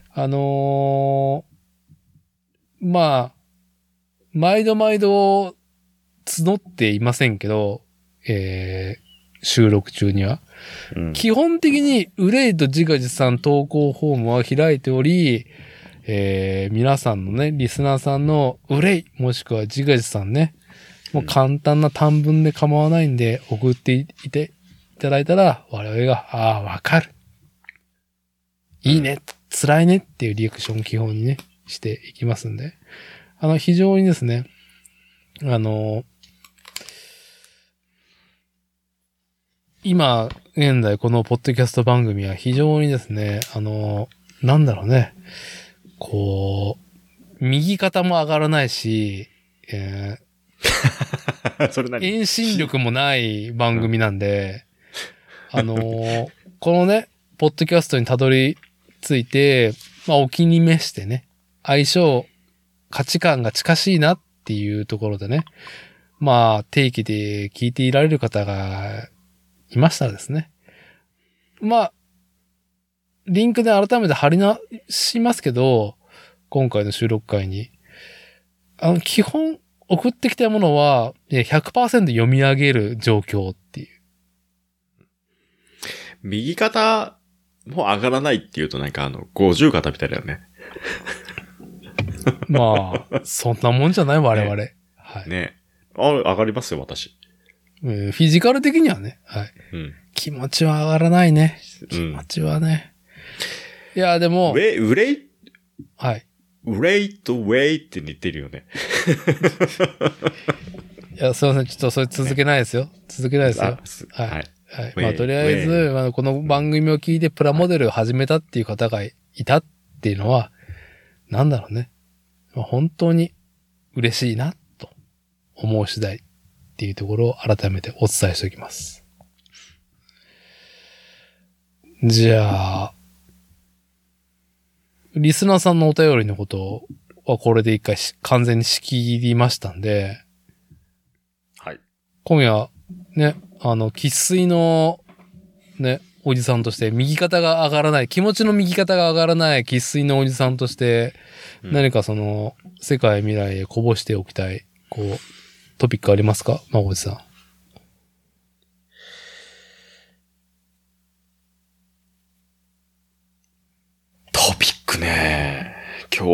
まあ、毎度募っていませんけど、収録中には。基本的に憂いと自画自賛投稿フォームは開いており、皆さんのね、リスナーさんの憂い、もしくは自画自賛ね、もう簡単な短文で構わないんで送っていただいたら、我々が、わかる。いいね、辛いねっていうリアクションを基本にね、していきますんで。非常にですね、今、現在このポッドキャスト番組は非常にですね、なんだろうね、こう、右肩も上がらないし、 それ何？ 遠心力もない番組なんで、このね、ポッドキャストにたどり着いて、まあお気に召してね、価値観が近しいなっていうところでね、まあ定期で聞いていられる方がいましたらですね。まあ、リンクで改めて貼り直しますけど、今回の収録会に。基本送ってきたものは 100% 読み上げる状況っていう。 右肩も上がらないっていうとなんか50肩みたいだよね。 まあ、そんなもんじゃない我々。ね、 はい。ね。上がりますよ、私。 フィジカル的にはね。はい。気持ちは上がらないね。気持ちはね。いや、でも。 憂いはい。 憂いとウェイって似てるよね。 いや、すいません。ちょっとそれ続けないですよ。続けないですよ。はい。はい。まあ、とりあえず、この番組を聞いてプラモデルを始めたっていう方がいたっていうのは、なんだろうね。本当に嬉しいな、と思う次第っていうところを改めてお伝えしておきます。じゃあ、リスナーさんのお便りのことはこれで一回完全に仕切りましたんで、 はい。 今夜、ね、生粋の、ね、おじさんとして、右肩が上がらない、気持ちの右肩が上がらない生粋のおじさんとして、何か世界未来へこぼしておきたい、トピックありますか？まあ、おじさん。 トピックね。今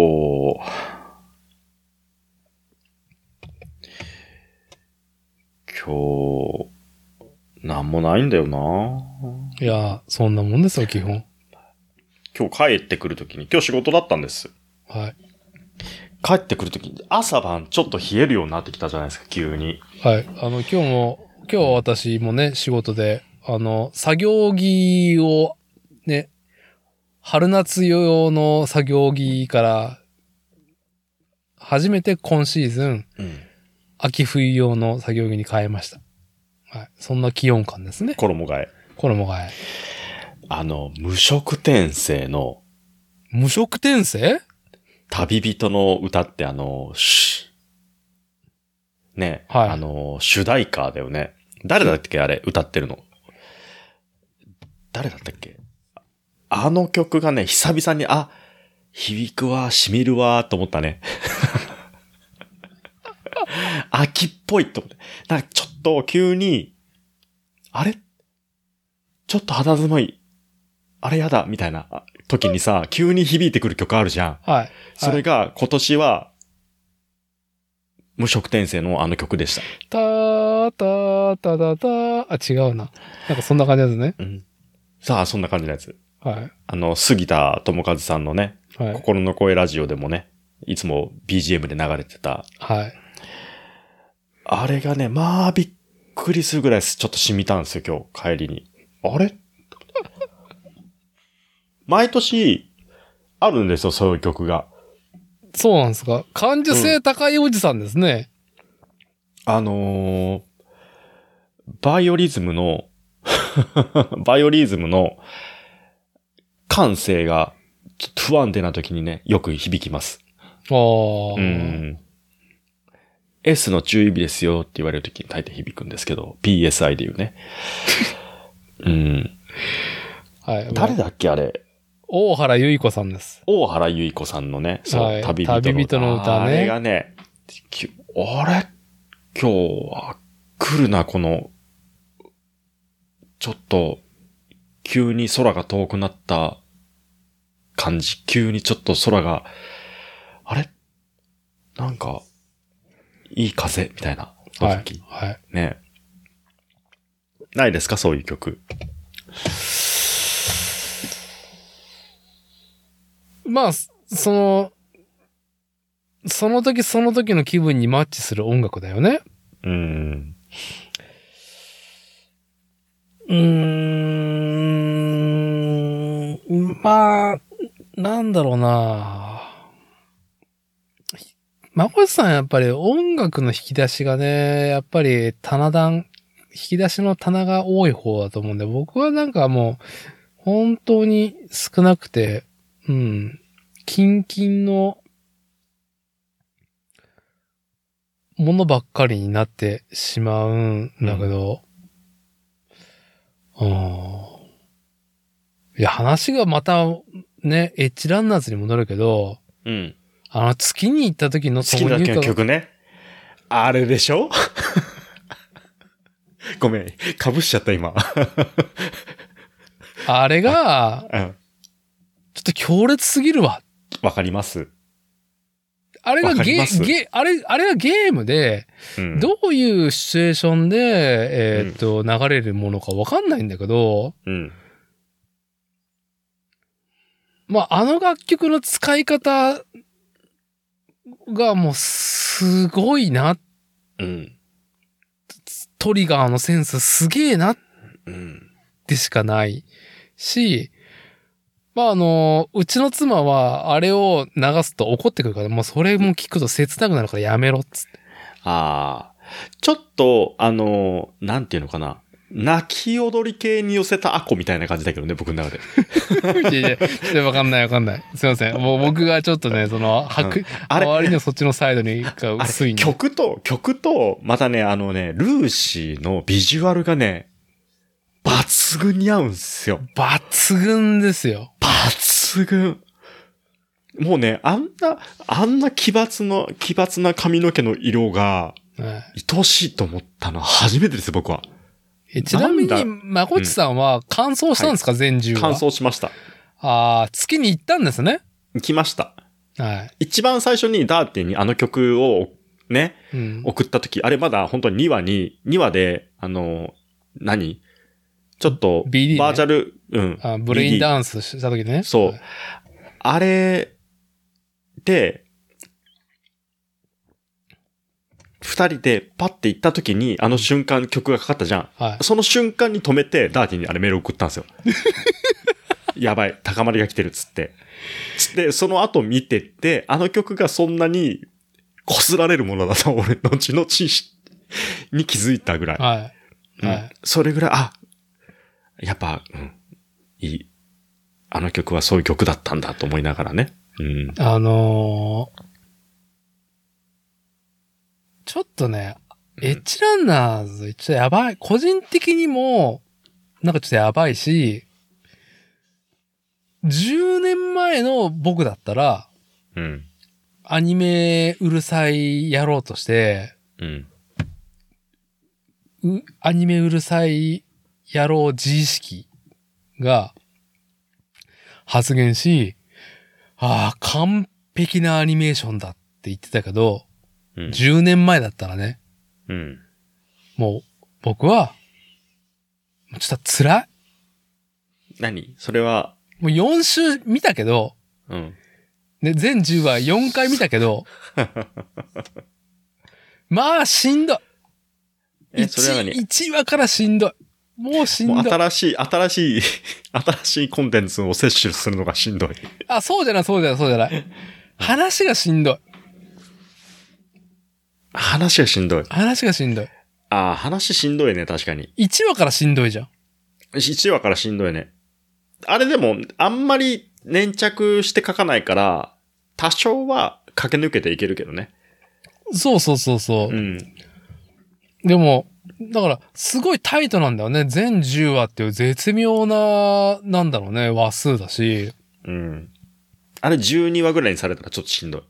日、なんもないんだよな。 いや、そんなもんですよ、基本。 今日帰ってくるときに、今日仕事だったんです。 はい。 帰ってくるときに、朝晩ちょっと冷えるようになってきたじゃないですか、急に。 はい。今日は私もね、仕事で、作業着を、ね、春夏用の作業着から、初めて今シーズン、 秋冬用の作業着に変えました。はい。そんな気温感ですね。 衣替え。 衣替え。 無色転生の無色転生？ 旅人の歌ってね、 はい主題歌だよね。誰だっけあれ、歌ってるの。誰だったっけ？あの曲がね、久々に、響くわ、染みるわ、と思ったね。秋っぽいと思って。なんかちょっと急に、あれちょっと肌寒い。あれやだみたいな時にさ、急に響いてくる曲あるじゃん。 はい。 それが今年は、無色転生のあの曲でした。 たーたーただたー。違うな。なんかそんな感じですね。 うん。さあ、そんな感じのやつ。 はい。 杉田智和さんのね、 はい。 心の声ラジオでもね、いつも BGM で流れてた。 はい。 あれがね、まあびっくりするぐらいちょっと染みたんですよ、今日、帰りに。あれ毎年、あるんですよ、そういう曲が。 そうなんですか。感受性高いおじさんですね。 バイオリズムの感性がちょっと不安定な時にね、よく響きます。S の注意日ですよって言われる時に大抵響くんですけど、PSI で言うね。 はい。 誰だっけあれ。 大原由依子さんです。 大原由依子さんのね、そう、 はい、 旅人の歌ね。あれがね、あれ今日は来るな、この、ちょっと、急に空が遠くなった感じ。急にちょっと空が、あれなんか、いい風みたいな時。 はい。はい。 ね。ないですかそういう曲。 まあ、その時その時の気分にマッチする音楽だよね。まあ、なんだろうな。まこさんやっぱり音楽の引き出しがね、やっぱり引き出しの棚が多い方だと思うんで、僕はなんかもう、本当に少なくて、キンキンのものばっかりになってしまうんだけど、いや、話がまたね、エッジランナーズに戻るけど、月に行った時の好きな曲ね。あれでしょごめん、被しちゃった今。 あれが、ちょっと強烈すぎるわ。 わかります。 あれがあれがゲームで、どういうシチュエーションで、流れるものかわかんないんだけど、まあ、あの楽曲の使い方がもうすごいな。トリガーのセンスすげえなってしかないし、まあうちの妻はあれを流すと怒ってくるから、もうそれも聞くと切なくなるからやめろっつって。 ちょっと、なんていうのかな。泣き踊り系に寄せたアコみたいな感じだけどね、僕の中で。 いや、わかんない。すいません。もう僕がちょっとね、周りのそっちのサイドにが薄いんで。 曲と、またね、ルーシーのビジュアルがね、抜群に合うんすよ。 抜群ですよ。 抜群。もうね、あんな奇抜な髪の毛の色が、愛しいと思ったのは初めてですよ、僕は。 ちなみに、まこちさんは乾燥したんですか、全10は。 乾燥しました。 月に行ったんですね。 行きました。 はい。 一番最初にダーティにあの曲をね、送った時、あれまだ本当に2話で、ちょっと、 BD ね、 バーチャル、 ブレインダンスした時ね。 そう。あれで、二人でパッて行った時に、あの瞬間曲がかかったじゃん。その瞬間に止めて、ダーティにあれメール送ったんですよ。やばい、高まりが来てるっつって。その後見てって、あの曲がそんなに擦られるものだと俺、後々に気づいたぐらい。 はい。はい。 それぐらい、やっぱ、いい。あの曲はそういう曲だったんだと思いながらね。うん。 ちょっとね、エッジランナーズ、ちょっとやばい。個人的にも、なんかちょっとやばいし、10年前の僕だったら、 うん。 アニメうるさいやろうとして、 うん。 アニメうるさい野郎自意識が発言し、完璧なアニメーションだって言ってたけど、 うん、 10年前だったらね、 うん、 もう僕は、ちょっと辛い。 何それは。 もう4週見たけど、 うん。 ね、全10話4回見たけど、まあしんどい。 それは何 1話からしんどい。もうしんどい。 もう新しいコンテンツを摂取するのがしんどい。 そうじゃない。話がしんどい。 話がしんどい。 話しんどいね、確かに。 1話からしんどいじゃん。 1話からしんどいね。あれでも、あんまり粘着して書かないから、多少は駆け抜けていけるけどね。 そう。 うん。 でも、だから、すごいタイトなんだよね。全10話っていう絶妙な、なんだろうね、話数だし。 うん。あれ12話ぐらいにされたらちょっとしんどい。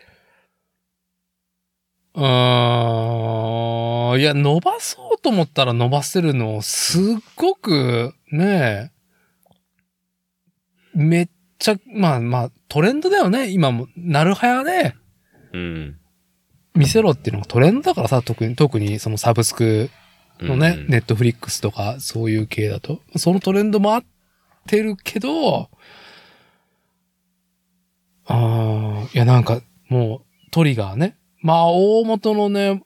いや、伸ばそうと思ったら伸ばせるの、すっごく、ねめっちゃ、まあ、トレンドだよね。今も、なるはやで、 うん。 見せろっていうのがトレンドだからさ、特にそのサブスクのね、ネットフリックスとか、そういう系だと。そのトレンドも合ってるけど、いやなんか、もう、トリガーね。まあ、大元のね、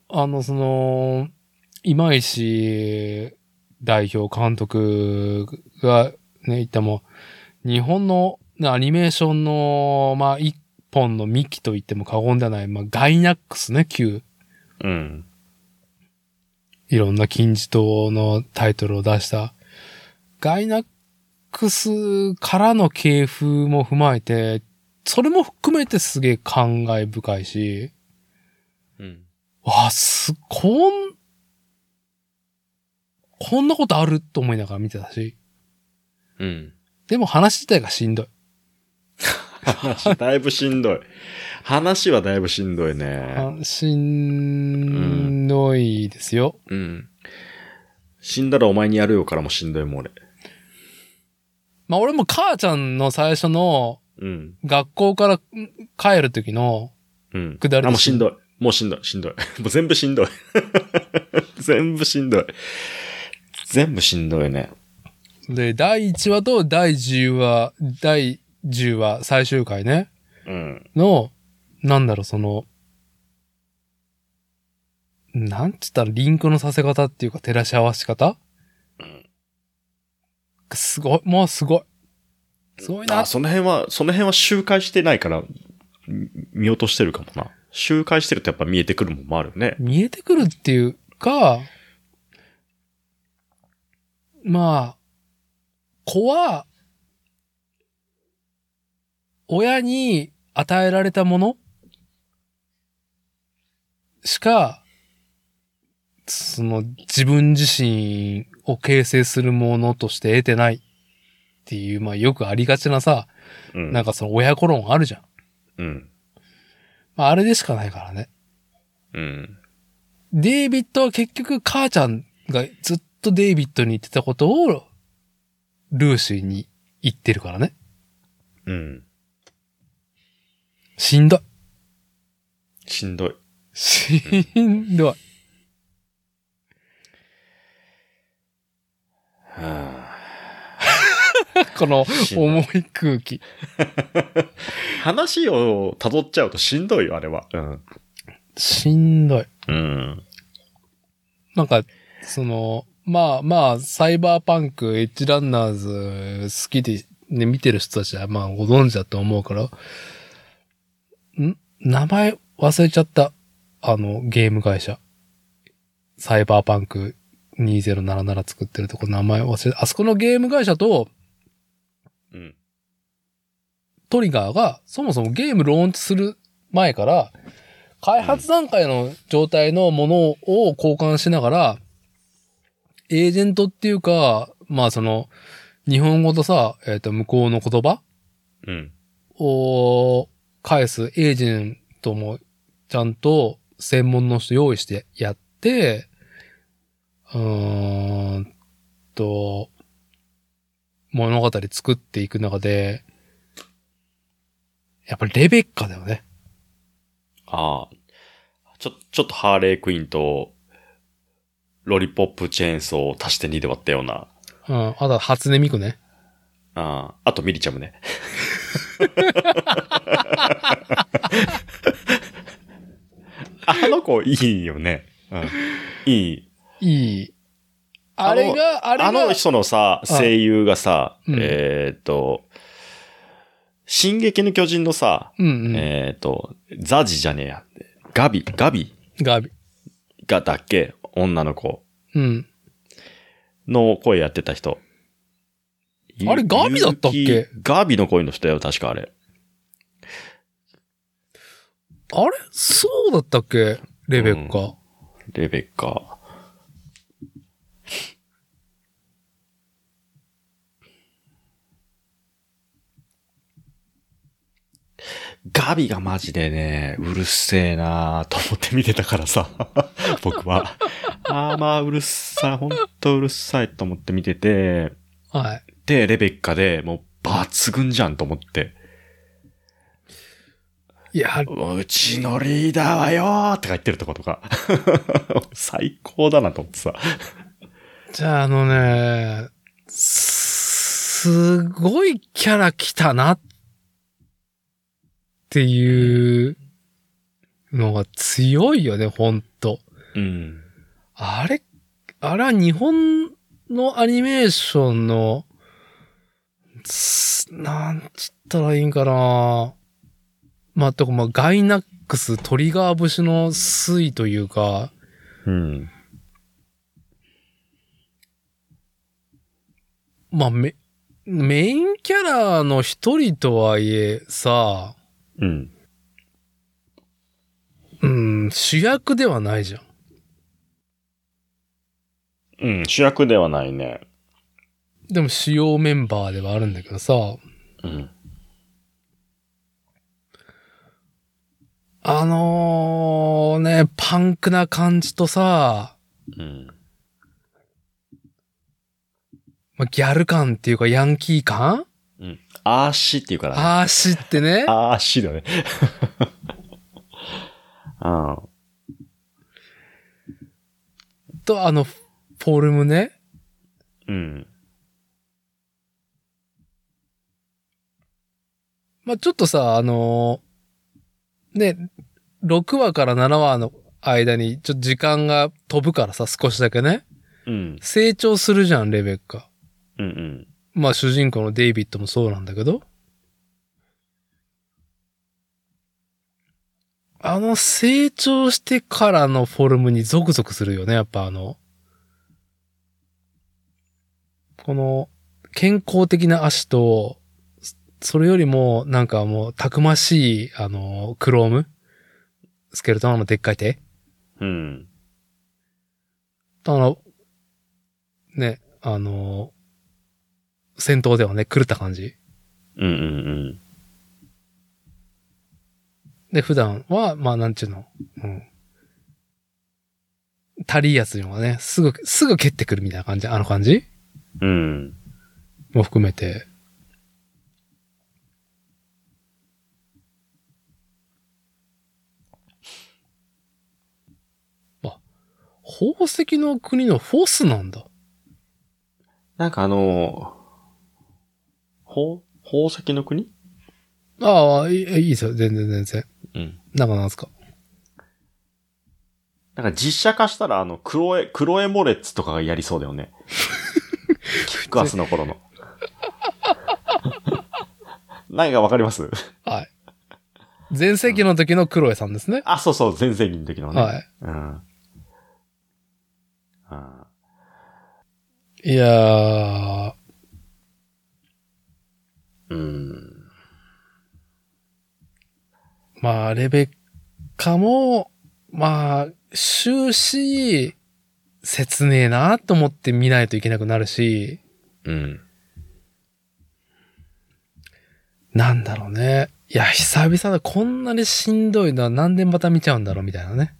今石代表監督がね、言ったも、日本のアニメーションの、まあ、一本の幹と言っても過言ではない、まあ、ガイナックスね、旧。 うん。 いろんな金字塔のタイトルを出した。ガイナックスからの系譜も踏まえて、それも含めてすげえ感慨深いし、 うん。 こんなことあると思いながら見てたし。 うん。 でも話自体がしんどい。 話だいぶしんどい。話はだいぶしんどいね。 しんどいですよ。 うん。死んだらお前にやるよからもしんどいもん俺。 まあ俺も母ちゃんの最初の、学校から帰る時の、 下りもうしんどい。もうしんどい。もう全部しんどい。全部しんどい。全部しんどいね。 で、第1話と第10話最終回ね。の、なんだろう、なんつったらリンクのさせ方っていうか照らし合わせ方、すごい、もうすごい。すごいな。 その辺は周回してないから、見落としてるかもな。周回してるとやっぱ見えてくるもんもあるよね。 見えてくるっていうか、まあ、子は、親に与えられたものしか、自分自身を形成するものとして得てないっていう、まあよくありがちなさ、なんか親子論あるじゃん。まああれでしかないからね。デイビッドは結局母ちゃんがずっとデイビッドに言ってたことを、ルーシーに言ってるからね。しんどい。 しんどい。 この重い空気。 話を辿っちゃうとしんどいよ、あれは。 しんどい。なんか、まあ、サイバーパンク、エッジランナーズ好きで、ね、見てる人たちは、まあ、ご存知だと思うから、名前忘れちゃった。 ゲーム会社。サイバーパンク2077作ってるとこ名前忘れて、あそこのゲーム会社と、 うん。 トリガーがそもそもゲームローンチする前から、開発段階の状態のものを交換しながら、エージェントっていうか、まあ日本語とさ、向こうの言葉うん。 を返すエージェントもちゃんと専門の人用意してやって、物語作っていく中で、やっぱりレベッカだよね。 ああ。ちょっとハーレークイーンと、ロリポップチェーンソーを足して2で割ったような。 うん。あとは初音ミクね。 ああ。あとミリチャムね。あの子いいよね。うん。いい。 いい。あれが、 あの人のさ、声優がさ、 うん、 進撃の巨人のさ、 うんうん、 ザジじゃねえや。ガビがだっけ女の子。 うん。 の声やってた人。 あれガビだったっけ？ ガビの声の人よ、確かあれ。 あれそうだったっけレベッカ。 うん、レベッカ。ガビがマジでね、うるせえなーと思って見てたからさ。僕は。まあ、うるさい。ほんとうるさいと思って見てて。 はい。 で、レベッカでもう抜群じゃんと思って。 いや、 うちのリーダーはよーって言ってるとことか。最高だなと思ってさ。 じゃあすごいキャラ来たなっていうのが強いよね、ほんと。 うん。 あれは日本のアニメーションの、なんつったらいいんかな。まあ、ガイナックス、トリガー節の推というか、 うん。 まあ、メインキャラの一人とはいえさ、 うん。 主役ではないじゃん。 うん、主役ではないね。 でも主要メンバーではあるんだけどさ、 うん。 パンクな感じとさ、 うん。 まあ、ギャル感っていうかヤンキー感？ うん。アーシっていうからね。 アーシってね。 アーシだね。ああ。 と、フォルムね。 うん。 まあ、ちょっとさ、ね、6話から7話の間にちょっと時間が飛ぶからさ、少しだけね。 うん。 成長するじゃん、レベッカ。 うんうん。 まあ主人公のデイビッドもそうなんだけど。成長してからのフォルムにゾクゾクするよね、やっぱこの健康的な足と、それよりもなんかもうたくましい、クロームスケルトンのでっかい手うん。 ね、戦闘ではね、狂った感じ。 うんうんうん。 で、普段は、まあなんちゅうの、足りいやつのがね、すぐ蹴ってくるみたいな感じ、あの感じうん。 も含めて。宝石の国のフォスなんだ。 なんか宝石の国？ ああ、いいですよ。全然。 うん。 なんすか。 なんか実写化したらクロエモレッツとかがやりそうだよね。キックアスの頃の。何かわかります？ はい。 前世紀の時のクロエさんですね。 あ、そうそう、前世紀の時のね。 はい。 うん。 いやー。まあ、レベッカも、まあ、終始、切ねえなと思って見ないといけなくなるし、 うん。 なんだろうね。いや、久々だ。こんなにしんどいのはなんでまた見ちゃうんだろうみたいなね。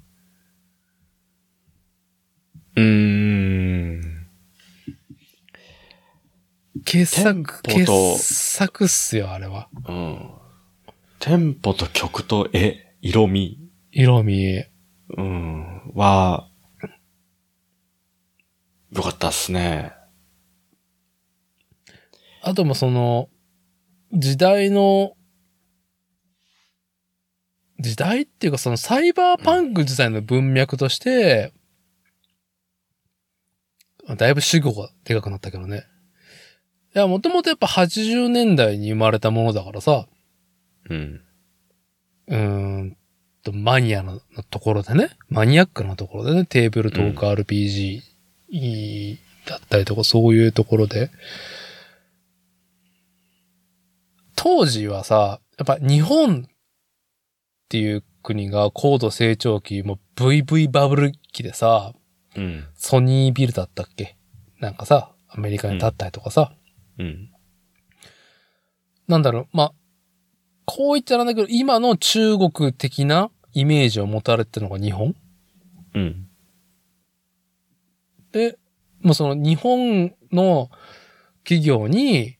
傑作っすよ、あれは。 うん。テンポと曲と色味。 色味。 うん。は、よかったっすね。 あともその、時代っていうかそのサイバーパンク自体の文脈として、だいぶ主語がでかくなったけどね。いや、もともとやっぱ80年代に生まれたものだからさ、 うん。 マニアのところでね、マニアックなところでね、テーブルトーク RPG だったりとかそういうところで、当時はさ、やっぱ日本っていう国が高度成長期、もう VV バブル期でさ、 うん。 ソニービルだったっけなんかさ、アメリカに建ったりとかさ、 うん。 なんだろう、まあ、こう言っちゃなんだけど、今の中国的なイメージを持たれてるのが日本うん。 で、もうその日本の企業に、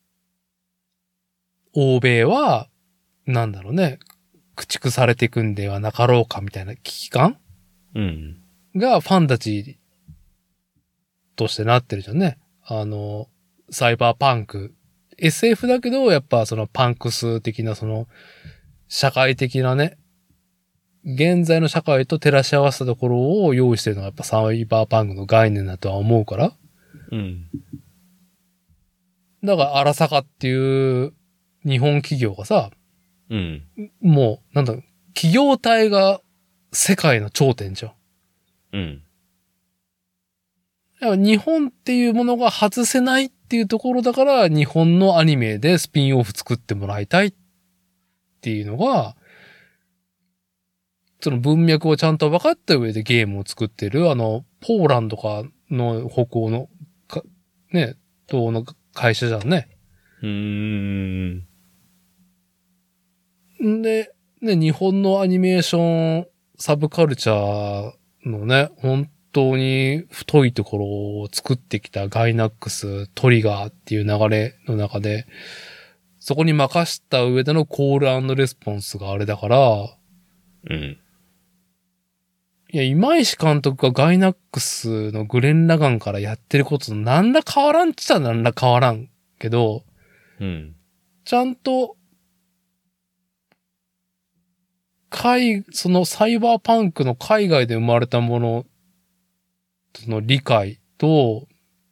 欧米は、なんだろうね、駆逐されていくんではなかろうかみたいな危機感うん。 がファンたちとしてなってるじゃんね。サイバーパンク。SF だけど、やっぱそのパンクス的なその、社会的なね、現在の社会と照らし合わせたところを用意してるのがやっぱサイバーパンクの概念だとは思うから。 うん。 だから、荒坂っていう日本企業がさ、 うん。 もう、なんだろう、企業体が世界の頂点じゃん。 うん。 やっぱ日本っていうものが外せないっていうところだから、日本のアニメでスピンオフ作ってもらいたいっていうのが、その文脈をちゃんと分かった上でゲームを作ってる、ポーランドかの北欧の、ね、東欧の会社じゃんね。んで、ね、日本のアニメーション、サブカルチャーのね、本当に太いところを作ってきたガイナックス、トリガーっていう流れの中で、そこに任した上でのコール&レスポンスがあれだから、 うん。 いや、今石監督がガイナックスのグレン・ラガンからやってることなんら変わらんっちゃなんら変わらんけど、 うん。 ちゃんと、そのサイバーパンクの海外で生まれたものその理解と、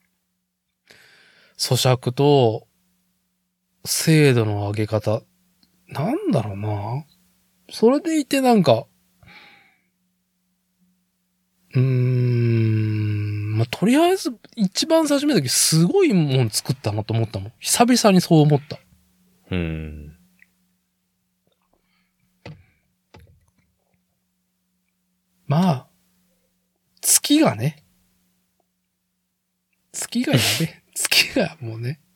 咀嚼と、精度の上げ方。なんだろうな。それでいてなんか、まあ、とりあえず、一番最初見た時すごいもん作ったなと思ったもん。久々にそう思った。まあ、月がね。月がやべ。月がもうね。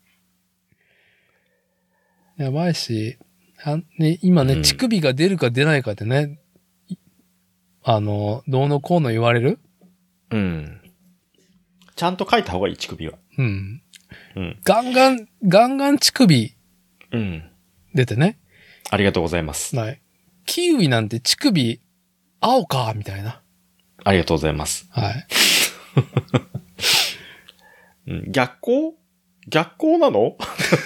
やばいし、ね、今ね、乳首が出るか出ないかでね、どうのこうの言われる？ うん。ちゃんと書いた方がいい、乳首は。 うん。 うん。 ガンガン乳首。 うん。 出てね。 ありがとうございます。 はい。キウイなんて乳首、青か、みたいな。 ありがとうございます。 はい。 うん、逆光なの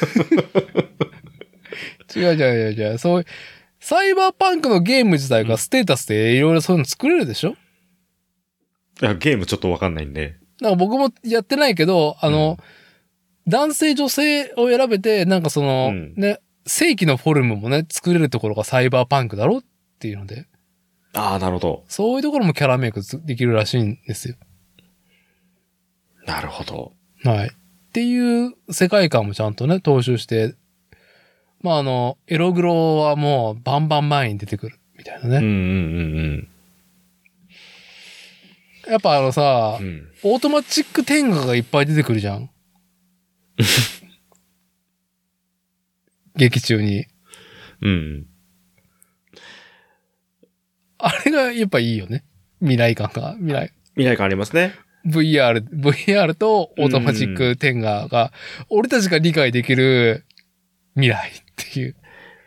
違う。そういう、サイバーパンクのゲーム自体がステータスでいろいろそういうの作れるでしょ？ いや、ゲームちょっとわかんないんで。 なんか僕もやってないけど、男性女性を選べて、なんかその、ね、 正規のフォルムもね、作れるところがサイバーパンクだろっていうので。 ああ、なるほど。 そういうところもキャラメイクできるらしいんですよ。 なるほど。 はい。っていう世界観もちゃんとね、踏襲して、まあエログロはもうバンバン前に出てくるみたいなね。 うんうんうんやっぱさ、 うん。 オートマチック天下がいっぱい出てくるじゃん。劇中に。 うん。 あれがやっぱいいよね。未来感が。 未来感ありますね。 VR とオートマチック天下が、俺たちが理解できる未来っていう。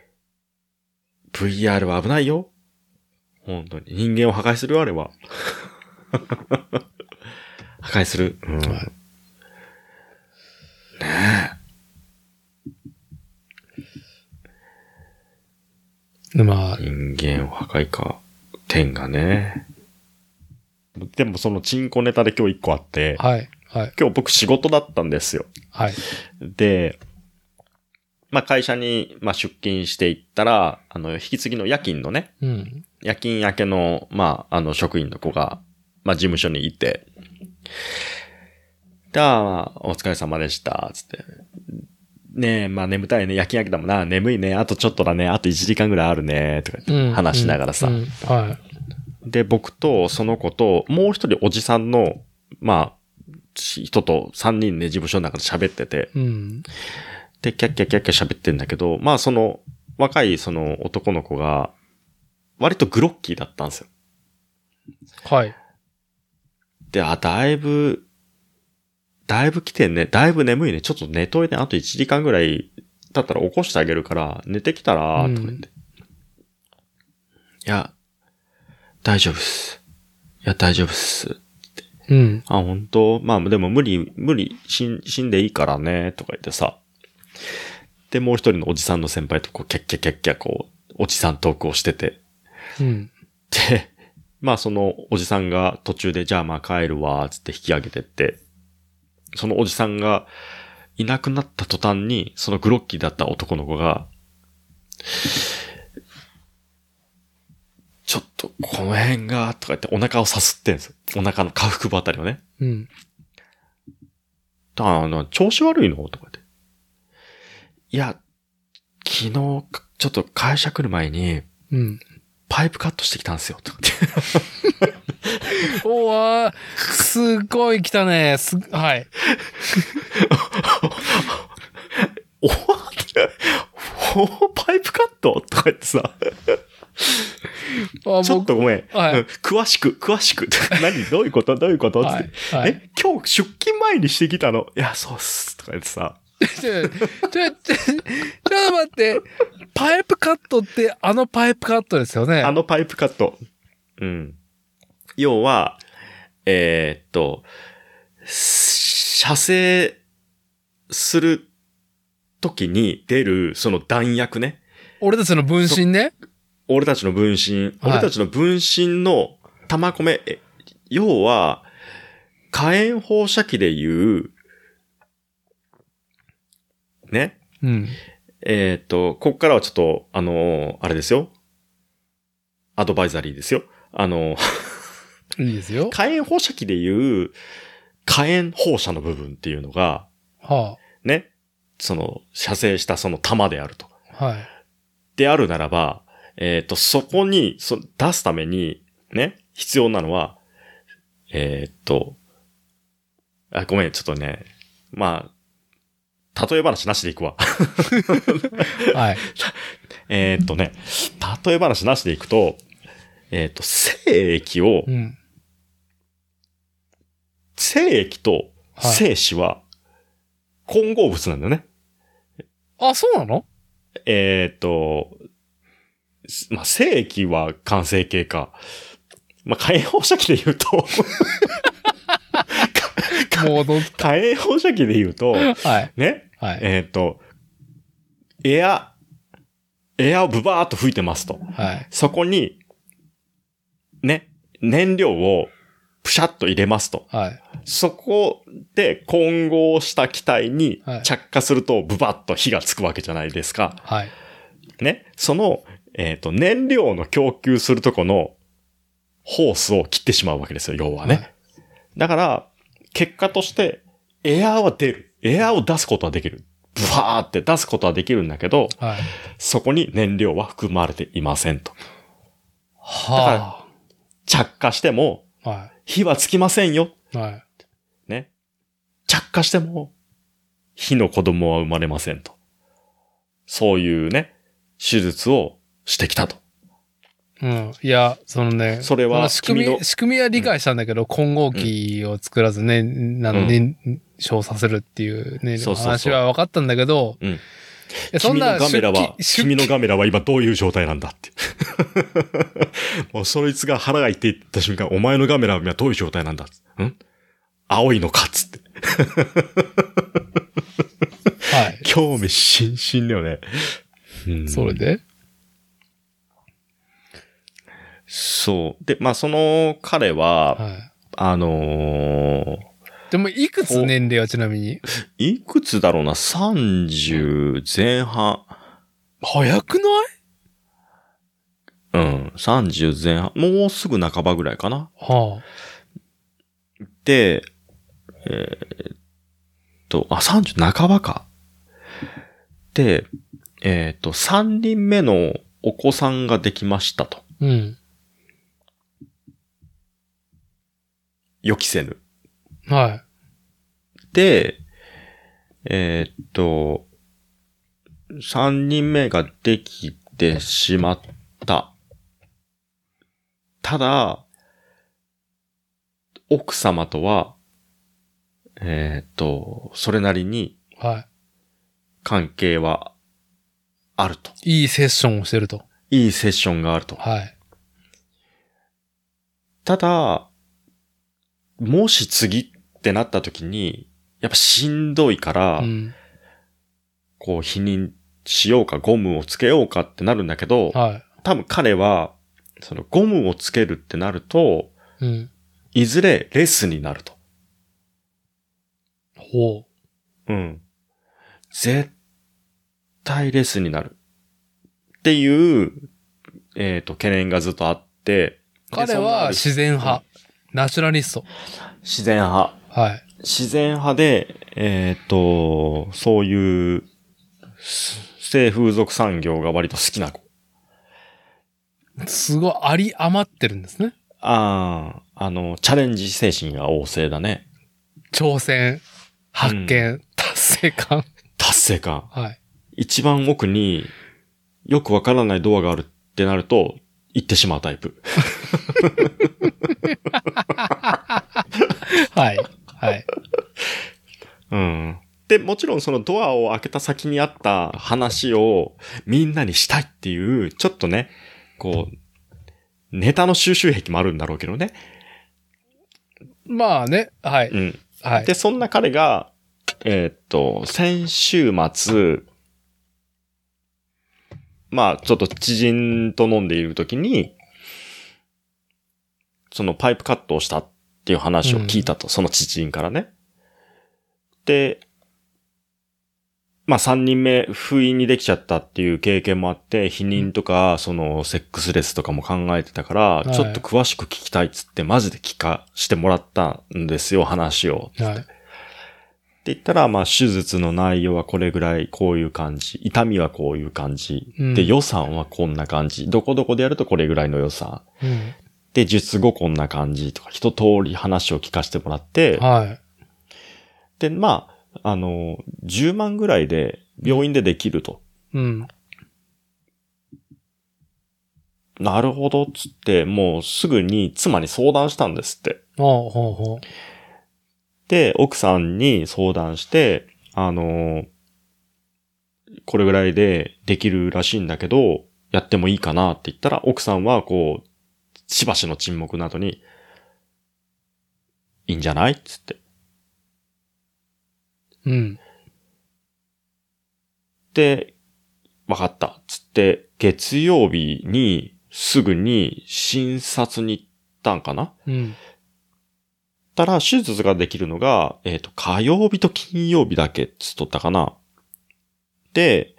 VR は危ないよ。本当に。人間を破壊するよ、あれは。破壊する。うん。 はい、 ねでまあ。 人間を破壊か。天がね。でもそのチンコネタで今日一個あって。 はい。はい。 今日僕仕事だったんですよ。 はい。 で、まあ会社に、まあ、出勤していったら、引き継ぎの夜勤のね。 うん。 夜勤明けの、まあ、職員の子が、まあ、事務所にいて、で、お疲れ様でした、つって。ねえ、まあ眠たいね、夜勤明けだもんな、眠いね、あとちょっとだね、あと1時間ぐらいあるね、とか言って話しながらさ。 はい。 で、僕とその子と、もう一人おじさんの、まあ、人と3人で事務所の中で喋ってて、 うん、 で、キャッキャッキャッキャ喋ってんだけど、まあその、若いその男の子が、割とグロッキーだったんですよ。 はい。 で、だいぶ来てんね。だいぶ眠いね。ちょっと寝といて、あと1時間ぐらい経ったら起こしてあげるから、寝てきたら、とか言って。いや、大丈夫っす。いや、大丈夫っす。って。 うん。 あ、本当まあ、でも無理、死んでいいからね、とか言ってさ。で、もう一人のおじさんの先輩とこう、キャッキャキャッキャこう、おじさんトークをしてて。 うん。 で、まあそのおじさんが途中でじゃあまあ帰るわ、つって引き上げてって、そのおじさんがいなくなった途端に、そのグロッキーだった男の子が、ちょっとこの辺が、とか言ってお腹をさすってんですよ。お腹の下腹部あたりをね。 うん。 調子悪いのとか言って。いや、昨日、ちょっと会社来る前に、 うん。 パイプカットしてきたんですよ、とか言って。 おわー、すごい来たね。はい。 パイプカットとか言ってさ。ちょっとごめん。 はい、 詳しく。何どういうことつって、 はいはい、 今日出勤前にしてきたのいや、そうっす。とか言ってさ。 ちょっと待って。パイプカットってパイプカットですよね。 パイプカット。うん。要は、射精する時に出るその弾薬ね。 俺たちの分身ね。 俺たちの分身。はい、俺たちの分身の玉米。要は、火炎放射器で言う、ね。 うん。 ここからはちょっと、あれですよ。アドバイザリーですよ。 いいですよ。 火炎放射器で言う、火炎放射の部分っていうのが、 はあ、 ね。その、射精したその弾であると。 はい。 であるならば、そこに、出すために、ね、必要なのは、ごめん、ちょっとね、まあ、例え話なしでいくわ。 はい。 例え話なしでいくと、精液を、 うん、 精液と精子は混合物なんだよね。 あ、そうなの？ まあ、精液は完成形か。まあ、火炎放射器で言うと火炎放射器で言うと、 はい。 ね。 はい。 エアをブバーっと吹いてますと。 はい。 そこに、ね、燃料をププシャッと入れますと。 はい。 そこで混合した気体にはい着火するとブバッと火がつくわけじゃないですか。 はい。 ね。その、燃料の供給するとこのホースを切ってしまうわけですよ、要はね。 はいだから、結果として、エアーは出る。エアーを出すことはできる。ブワーって出すことはできるんだけど、 はい。 そこに燃料は含まれていませんと。 は着火しても、 あ。は火はつきませんよ。 い。はい。 ね。着火しても、火の子供は生まれませんと。そういうね、手術をしてきたと。 うん。いや、そのね、 それは仕組君のみ、仕組みは理解したんだけど、混合機を作らずね、燃焼させるっていうね、 そうそうそう話は分かったんだけど、 うんいやそん君なのガメラは、 出君のガメラは今どういう状態なんだって。もうそいつが腹が痛いって言った瞬間、お前のガメラは今どういう状態なんだ青いのかっつって。 はい。 興味津々だよね。うんそれでそう。で、まあその彼は、 はい。でも、いくつ年齢はちなみにいくつだろうな、30前半。 早くないうん、30前半。もうすぐ半ばぐらいかな。 はで、30半ばか。で、3人目のお子さんができましたと。 あ。うん。 予期せぬ。 はい。 で、3人目ができてしまった。ただ、奥様とは、それなりには関係はあると。 い。いいセッションをしてると。 いいセッションがあると。 はい。 ただ、もし次ってなった時に、やっぱしんどいから、 うん。 こう否認しようかゴムをつけようかってなるんだけど、 は多分彼は、そのゴムをつけるってなると、 い。うん。 いずれレスになると。 ほうん。絶対レスになる。っていう、懸念がずっとあって。 う。彼は自然派。ナチュラリスト。 自然派。 はい。 自然派で、そういう、性風俗産業が割と好きな子。 すごいあり余ってるんですね。 チャレンジ精神が旺盛だね。 挑戦、発見、達成感。 達成感。 はい。 一番奥によくわからないドアがあるってなると、行ってしまうタイプ。 はい。はい。 うん。で、もちろんそのドアを開けた先にあった話をみんなにしたいっていう、ちょっとね、こう、ネタの収集癖もあるんだろうけどね。 まあね。はい。 うん。 はい。 で、そんな彼が、先週末、まあ、ちょっと知人と飲んでいるときに、そのパイプカットをしたっていう話を聞いたと、その知人からね。で、まあ3人目不意にできちゃったっていう経験もあって、避妊とか、そのセックスレスとかも考えてたから、 はいちょっと詳しく聞きたいっつって、マジで聞かしてもらったんですよ、話を。 はい。 って言ったら、まあ手術の内容はこれぐらい、こういう感じ。痛みはこういう感じ。 うんで、予算はこんな感じ。どこどこでやるとこれぐらいの予算。 うん。 で、術後こんな感じとか、一通り話を聞かせてもらって、 はい。 で、まあ、10万ぐらいで病院でできると。 うん。 なるほど、つって、もうすぐに妻に相談したんですって。 ほうほうほう。 で、奥さんに相談して、これぐらいでできるらしいんだけど、やってもいいかなって言ったら、奥さんはこう、しばしの沈黙の後に、いいんじゃないつって。 うん。 で、わかった。つって、月曜日にすぐに診察に行ったんかなうん。 たら手術ができるのが、火曜日と金曜日だけつっとったかな。で、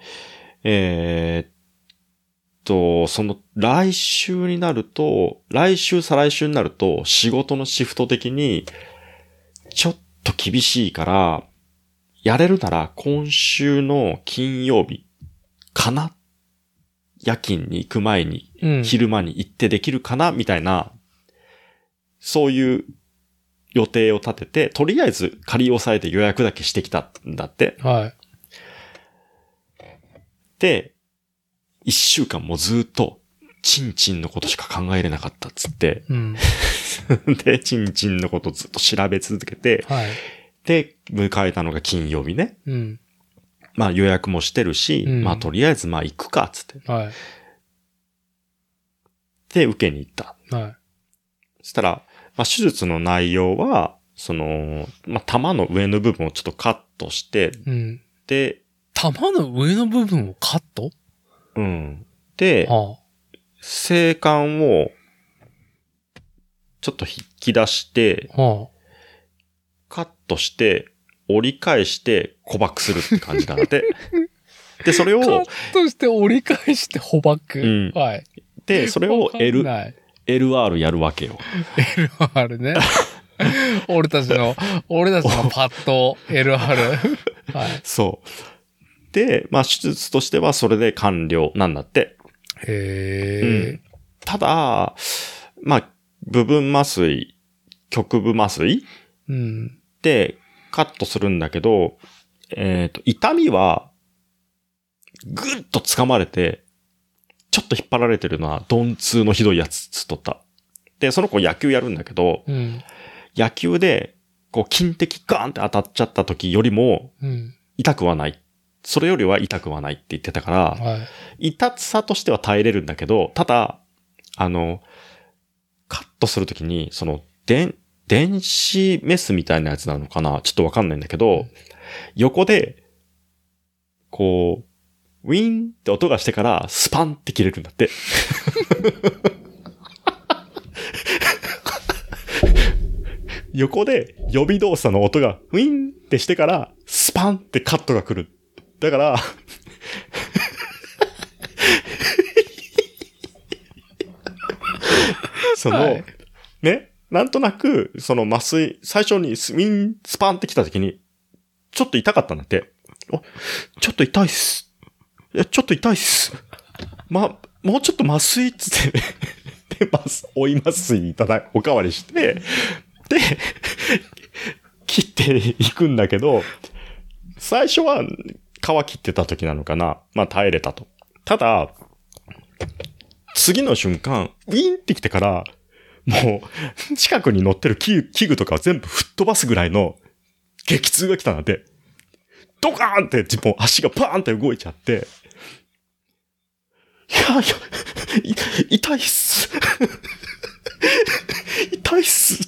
その来週になると、来週再来週になると仕事のシフト的にちょっと厳しいから、やれるなら今週の金曜日かな、夜勤に行く前に、昼間に行ってできるかなみたいな、そういう予定を立てて、とりあえず仮押さえて予約だけしてきたんだって。 はい。 で、一週間もずっと、チンチンのことしか考えれなかったっつって、で、チンチンのことずっと調べ続けて、 はい、 で、迎えたのが金曜日ね。まあ予約もしてるし、まあとりあえずまあ行くかっつって。 はい、 で、受けに行った。 はい、 そしたら、まあ手術の内容は、まあ玉の上の部分をちょっとカットして、で、 玉の上の部分をカット？ で、性感をちょっと引き出して、カットして、折り返して捕獲するって感じなんだって。で、それを、カットして折り返して捕獲。はい。 で、それを LR やるわけよ。 LR ね。俺たちのパッド LR。はい。 そう。で、まあ手術としてはそれで完了なんだって。ただ、まあ、部分麻酔、局部麻酔、でカットするんだけど、痛みは、ぐっと掴まれて、ちょっと引っ張られてるのは、鈍痛のひどいやつつっとった。で、その子野球やるんだけど、野球で、こう、金的ガーンって当たっちゃった時よりも、痛くはない。それよりは痛くはないって言ってたから、痛さとしては耐えれるんだけど、ただ、カットするときに、電子メスみたいなやつなのかな？ちょっとわかんないんだけど、横で、こう、ウィーンって音がしてからスパンって切れるんだって。横で予備動作の音がウィーンってしてからスパンってカットが来る。だから、ね、なんとなく、麻酔、最初にウィーン、スパンって来た時に、ちょっと痛かったんだって。ちょっと痛いっす。ちょっと痛いっす。もうちょっと麻酔っつって、で、追い麻酔おかわりして、で、切っていくんだけど、最初は皮切ってた時なのかな。まあ耐えれたと。ただ、次の瞬間、ウィーンって来てから、もう、近くに乗ってる器具とかを全部吹っ飛ばすぐらいの激痛が来たんだって。ドカーンって、もう足がパーンって動いちゃって、痛いっす。痛いっす。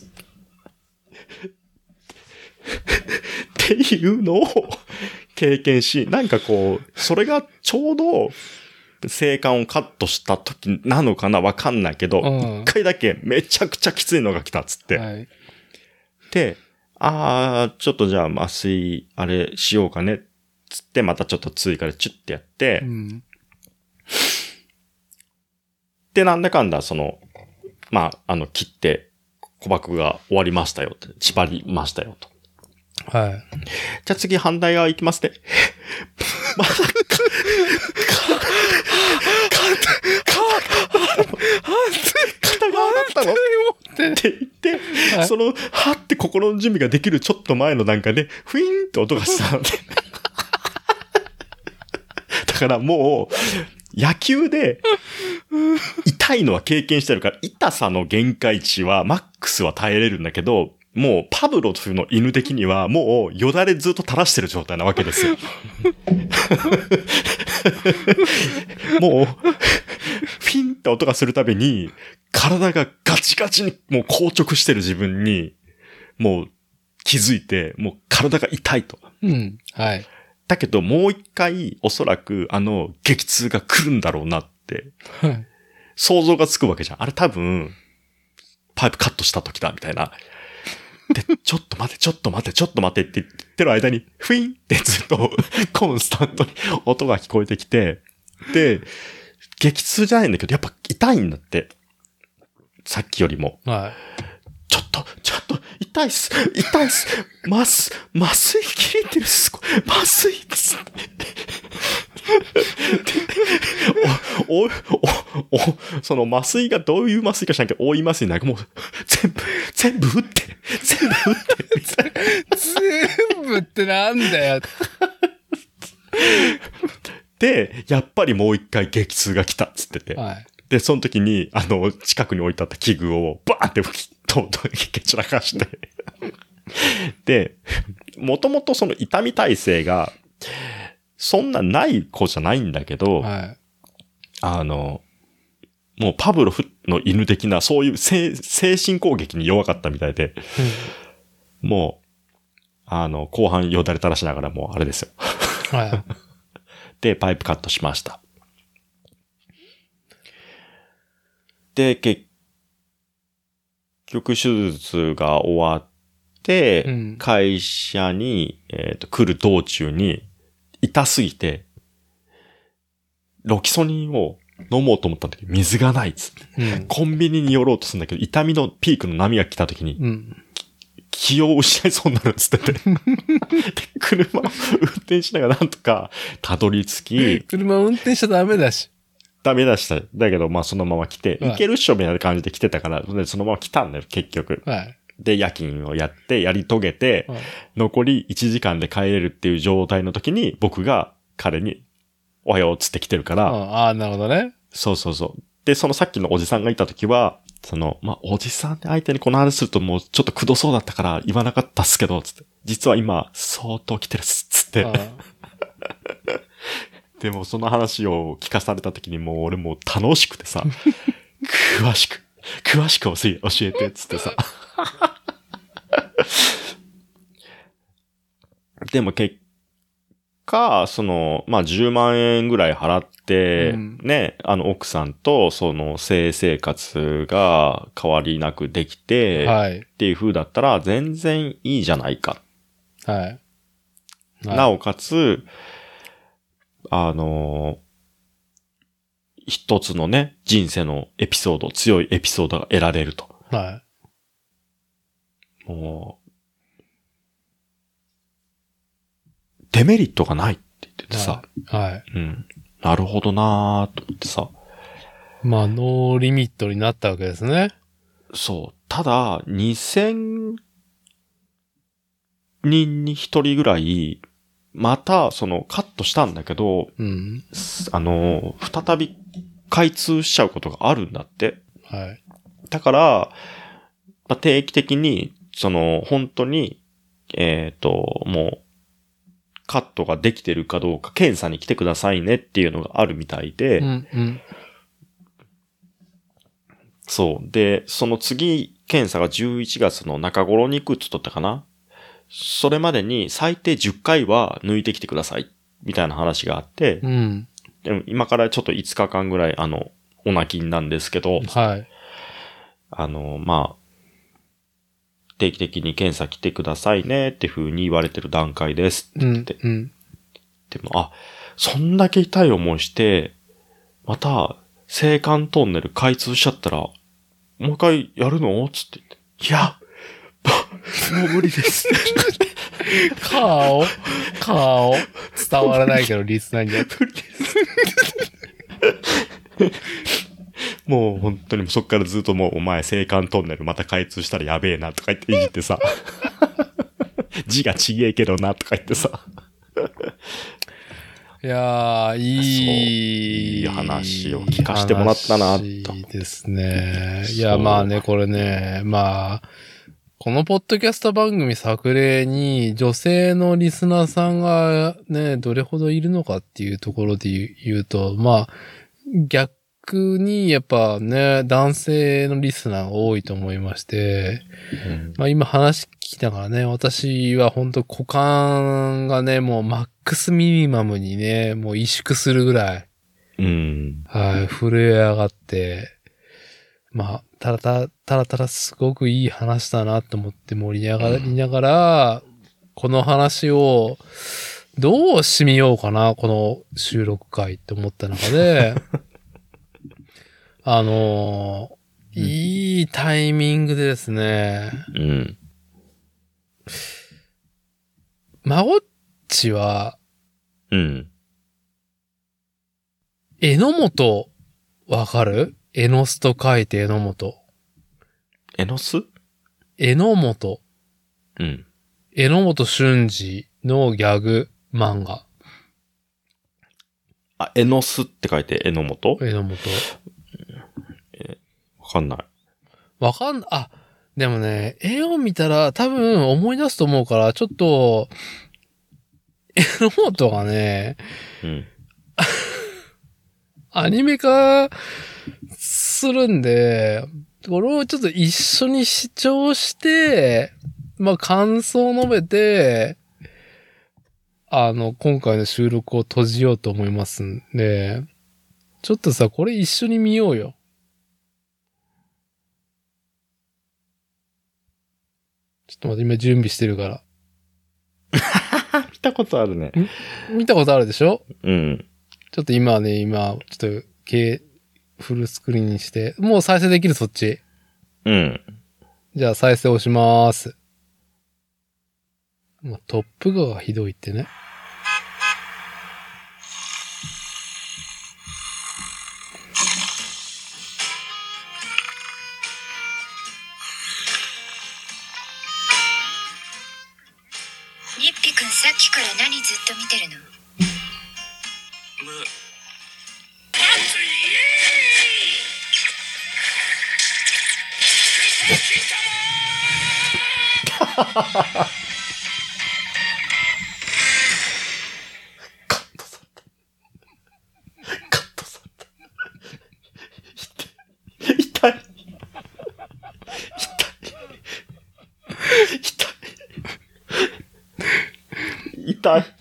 っていうのを経験し、なんかこう、それがちょうど、性感をカットした時なのかなわかんないけど、一回だけめちゃくちゃきついのが来たっつって。で、ちょっとじゃあ麻酔、あれしようかねっつって、またちょっと追加でチュッてやって、で、なんだかんだまあ、切って、捕獲が終わりましたよって、縛りましたよと。 はい。 じゃあ次反対側行きますね。まだ肩が上がったのって言って、はって心の準備ができるちょっと前の段階で、フィーンって音がしたので。だからもう、野球で、痛いのは経験してるから、痛さの限界値は、マックスは耐えれるんだけど、もう、パブロフの犬的には、もう、よだれずっと垂らしてる状態なわけですよ。もう、フィンって音がするたびに、体がガチガチに、もう硬直してる自分に、もう、気づいて、もう体が痛いと。 はい。 だけど、もう一回、おそらく、激痛が来るんだろうなって、想像がつくわけじゃん。あれ多分、パイプカットした時だ、みたいな。 で、ちょっと待ってって言ってる間に、フィンってずっとコンスタントに音が聞こえてきて、で、激痛じゃないんだけど、やっぱ痛いんだって。さっきよりも。 はい。 ちょっと、痛いっす。麻酔切れてるっす。麻酔っす。その麻酔がどういう麻酔か知らんけど、覆い麻酔なんかもう、全部打って、みたいな。 全部ってなんだよ。 で、やっぱりもう一回激痛が来たっつってて。 はい。 で、その時に、近くに置いてあった器具をバーンって蹴散らかして。で、もともとその痛み耐性が、そんなない子じゃないんだけど、 はい。 もうパブロフの犬的な、そういう精神攻撃に弱かったみたいで、もう、後半よだれ垂らしながらもうあれですよ。 はい。 で、パイプカットしました。で、結局手術が終わって、会社に、来る道中に、痛すぎて、ロキソニンを飲もうと思ったんだけど、水がないっつって、コンビニに寄ろうとするんだけど、痛みのピークの波が来た時に、気を失いそうになるっつってて。で、車を運転しながらなんとかたどり着き。 車運転しちゃダメだし。 だけど、まあそのまま来て、行けるっしょみたいな感じで来てたから、でそのまま来たんだよ、結局。 はい。 で、夜勤をやり遂げて、残り1時間で帰れるっていう状態の時に、僕が彼に、おはようっつって来てるから。 ああ、なるほどね。 そう。で、そのさっきのおじさんがいた時は、おじさん相手にこの話するともうちょっとくどそうだったから言わなかったっすけど、つって。実は今、相当来てるっす、つって。でもその話を聞かされた時にもう俺もう楽しくてさ、詳しく教えて、つってさ。でも結果、まあ、10万円ぐらい払って、ね、奥さんと性生活が変わりなくできて、 はい。 っていう風だったら全然いいじゃないか。 はい。 なおかつ、一つのね、人生の強いエピソードが得られると。 はい。 もう、デメリットがないって言っててさ。 はい。 なるほどなーと思ってさ。 まあ、ノーリミットになったわけですね。 そう。ただ、2000人に1人ぐらい、また、カットしたんだけど、再び開通しちゃうことがあるんだって。 はい。 だから、まあ、定期的に、本当に、もう、カットができてるかどうか検査に来てくださいねっていうのがあるみたいで、そう。で、その次、検査が11月の中頃に行くって言っとったかな。それまでに最低10回は抜いてきてください、みたいな話があって、でも今からちょっと5日間ぐらい、お泣きなんですけど、 はい。 まあ、定期的に検査来てくださいねって風に言われてる段階ですって言って。でも、そんだけ痛い思いして、また、青函トンネル開通しちゃったら、もう一回やるのつって言って。いや、もう無理です。 顔伝わらないけど、リスナーには。無理です。 もう本当にそっからずっともうお前青函トンネルまた開通したらやべえなとか言っていじってさ。字がちげえけどなとか言ってさ。 いやー、いい話を聞かせてもらったなと。 いいですね。いや、まあね、これね、まあ、このポッドキャスト番組作例に女性のリスナーさんがね、どれほどいるのかっていうところで言うと、まあ、逆にやっぱね、男性のリスナーが多いと思いまして、まあ今話聞きながらね、私は本当股間がね、もうマックスミニマムにね、もう萎縮するぐらい、はい、震え上がって、 まあ、たらすごくいい話だなと思って盛り上がりながら、この話をどう締めようかな、この収録会って思った中で、いいタイミングでですね、 うん。 まごっちは、 うん。 榎本、わかる？エノスと書いて榎本。 エノス？ 榎本。 うん。 榎本俊二のギャグ漫画。 あ、エノスって書いて、榎本？ 榎本。 わかんない。 でもね、絵を見たら多分思い出すと思うから、ちょっと、榎本がね、 うん。 アニメ化するんで、これをちょっと一緒に視聴して、まあ感想を述べて、今回の収録を閉じようと思いますんで、ちょっとさ、これ一緒に見ようよ。ちょっと待って、今準備してるから。 見たことあるね。 見たことあるでしょ？ うん。 ちょっと今、ちょっと、フルスクリーンにして、もう再生できるそっち。 うん。 じゃあ再生押しまーす。もうトップ画がひどいってね。 ニッピくんさっきから何ずっと見てるの？ カットされた。カットされた。痛い。痛い。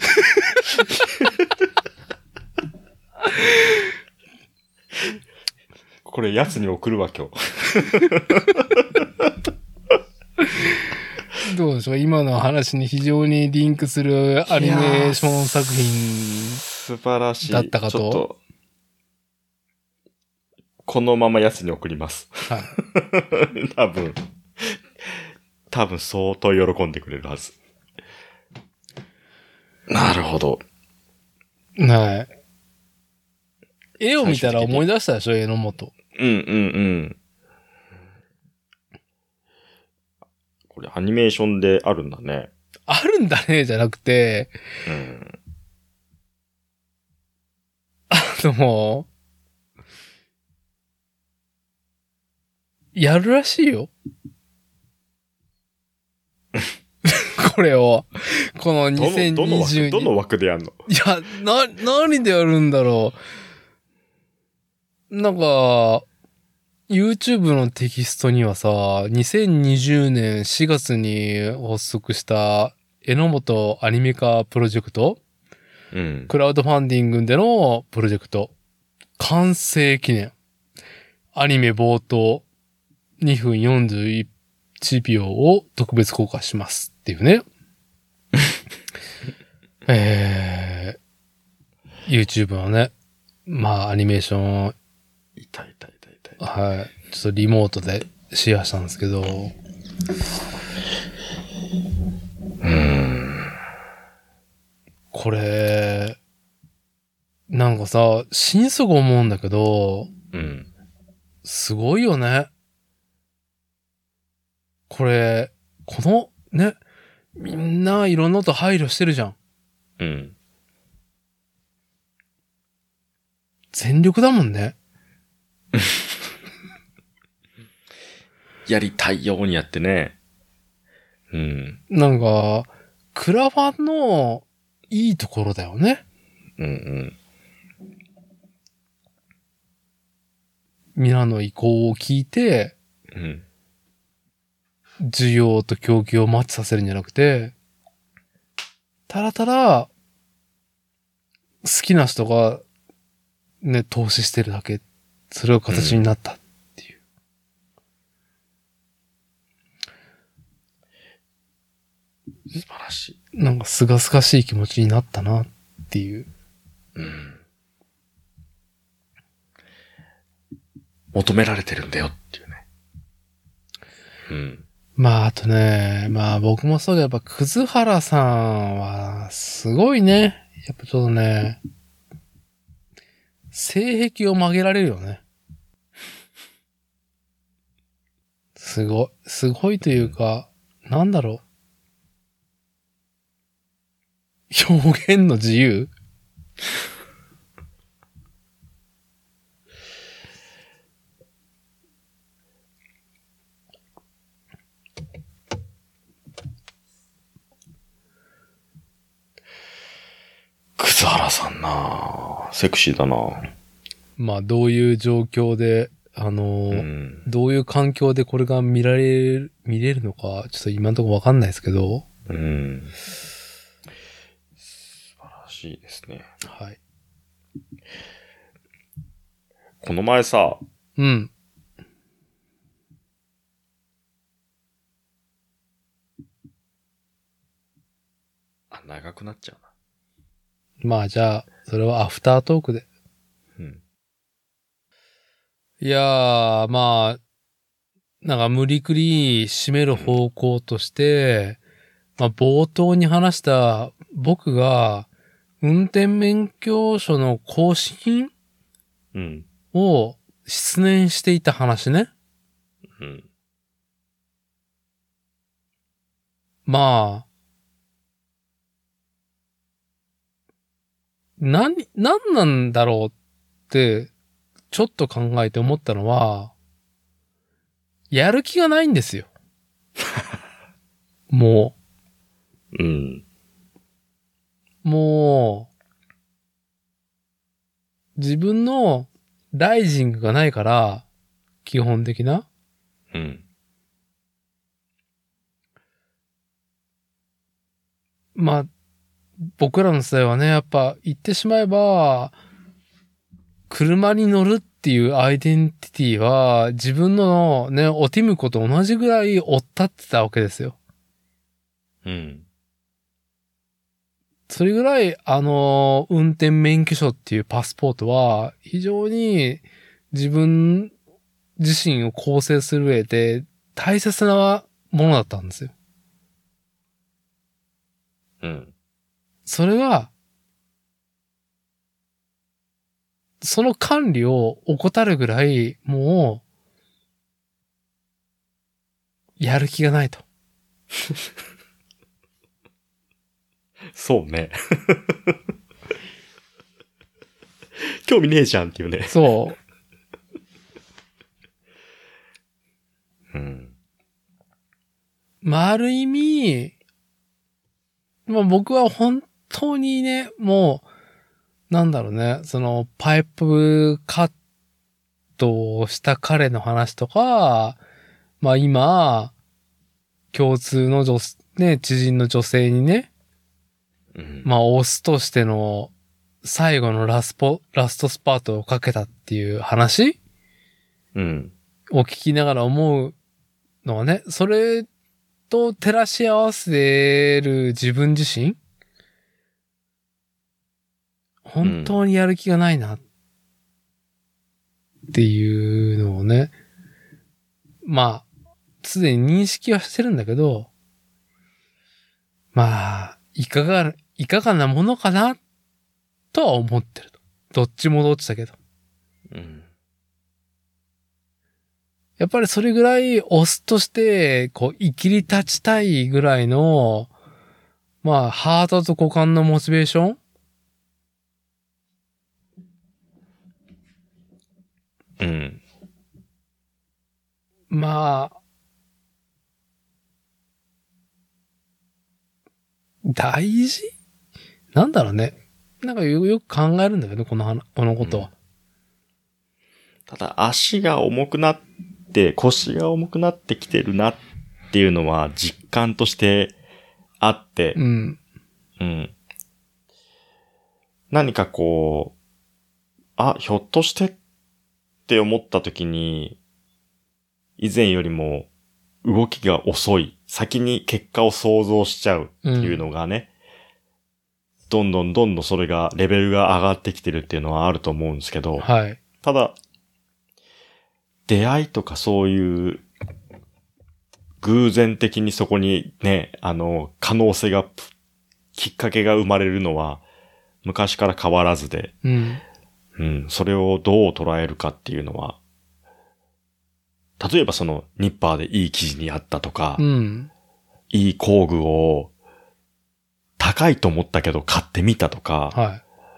これ奴に送るわ今日。 どうでしょう？今の話に非常にリンクするアニメーション作品素晴らしい。 だったかと。 ちょっとこのまま奴に送ります。 はい。 多分相当喜んでくれるはず。なるほど。 はい。絵を見たら思い出したでしょ、榎本。 うんうんうん。これアニメーションであるんだね。 あるんだね、じゃなくて、 うん。 もう、やるらしいよ。これを、この2020 どの枠でやんの？ いや、何でやるんだろう。なんか、YouTube のテキストにはさ、2020年4月に発足した榎本アニメ化プロジェクト、 うん。 クラウドファンディングでのプロジェクト、完成記念、アニメ冒頭2分41秒を特別公開しますっていうね。YouTube のね、まあアニメーション、 痛い。 はい。ちょっとリモートでシェアしたんですけど。これ、なんかさ、心底思うんだけど、 うん。 すごいよね。これ、この、ね、みんないろんなこと配慮してるじゃん。 うん。 全力だもんね。 やりたいようにやってね。うん。 なんか、クラファンのいいところだよね。 うんうん。 皆の意向を聞いて、 うん。 需要と供給をマッチさせるんじゃなくて、ただただ、好きな人が、ね、投資してるだけ、それが形になったっていう。 素晴らしい。 なんかすがすがしい気持ちになったなっていう。 うん。求められてるんだよっていうね。うん。 まあ、あとね、まあ僕もそうだやっぱ、葛原さんは、すごいね。やっぱちょっとね、性癖を曲げられるよね。すごいというか、なんだろう。表現の自由葛原さんなセクシーだなまあ、どういう状況で、どういう環境でこれが見れるのか、ちょっと今のところわかんないですけど。 うん。素晴らしいですね。 はい。 この前さ、 うん。 長くなっちゃうな。 まあ、じゃあ、それはアフタートークで。 うん。 いやー、まあ、なんか無理くり締める方向として、まあ冒頭に話した僕が運転免許証の更新うん。 を失念していた話ね。 うん。 まあ、なんなんだろうってちょっと考えて思ったのは、やる気がないんですよ。もうん。 自分のライジングがないから、基本的な。 うん。 まあ、僕らの世代はね、やっぱ言ってしまえば、車に乗るっていうアイデンティティは、自分のね、おティムコと同じぐらい追ったってたわけですよ。 うん。 それぐらい、運転免許証っていうパスポートは、非常に自分自身を構成する上で大切なものだったんですよ。 うん。 それが、その管理を怠るぐらい、もう、やる気がないと。 そうね。興味ねえじゃんっていうね。 そう。 うん。 まあ、ある意味、まあ僕は本当にね、もう、なんだろうね、そのパイプカットをした彼の話とか、まあ今、共通のね、知人の女性にね、 うん。 まあオスとしての最後のラストスパートをかけたっていう話うん。 を聞きながら思うのはね、それと照らし合わせる自分自身本当にやる気がないなっていうのをね、まあ、すでに認識はしてるんだけど、まあ、いかがなものかなとは思ってると。どっちもどっちだけど。 うん。 やっぱりそれぐらいオスとして、こう、生きり立ちたいぐらいの、まあ、ハートと股間のモチベーションうん。 まあ、大事なんだろうね。なんかよく考えるんだけど、このことは。 ただ足が重くなって、腰が重くなってきてるなっていうのは実感としてあって、 うん。 うん。何かこう、ひょっとしてって思った時に、以前よりも動きが遅い。先に結果を想像しちゃうっていうのがね、どんどんそれが、レベルが上がってきてるっていうのはあると思うんですけど、 はい。 ただ、出会いとかそういう、偶然的にそこにね、可能性が、きっかけが生まれるのは、昔から変わらずで、 うん。 うん、それをどう捉えるかっていうのは、例えばそのニッパーでいい生地にあったとか、 うん。 いい工具を高いと思ったけど買ってみたとか、 はい。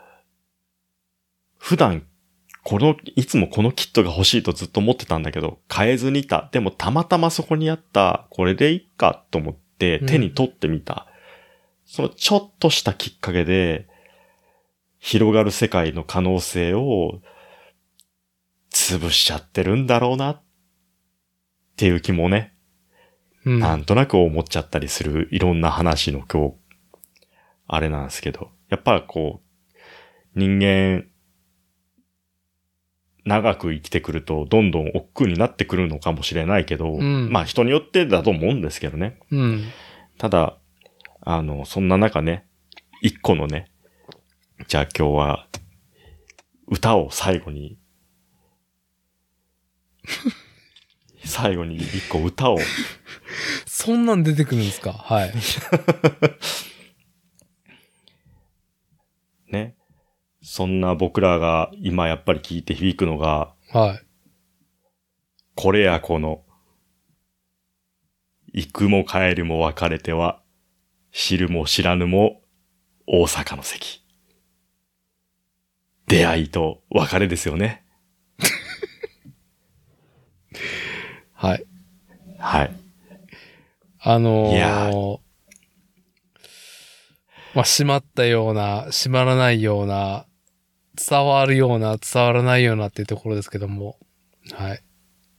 普段いつもこのキットが欲しいとずっと思ってたんだけど、買えずにいた。でもたまたまそこにあった、これでいいかと思って手に取ってみた。そのちょっとしたきっかけで、広がる世界の可能性を潰しちゃってるんだろうなっていう気もね、なんとなく思っちゃったりするいろんな話の今日、あれなんですけど、やっぱこう、人間、長く生きてくるとどんどん億劫になってくるのかもしれないけど、まあ人によってだと思うんですけどね。 うん。 ただ、そんな中ね、一個のね、じゃあ今日は、歌を最後に一個歌を。 そんなん出てくるんですか？はい。 ね。そんな僕らが今やっぱり聞いて響くのが、 はい。 これやこの、行くも帰るも別れては、知るも知らぬも大阪の関。出会いと別れですよね。 はい。 はい。 いやまあ、閉まったような、閉まらないような、伝わるような、伝わらないようなっていうところですけども、はい。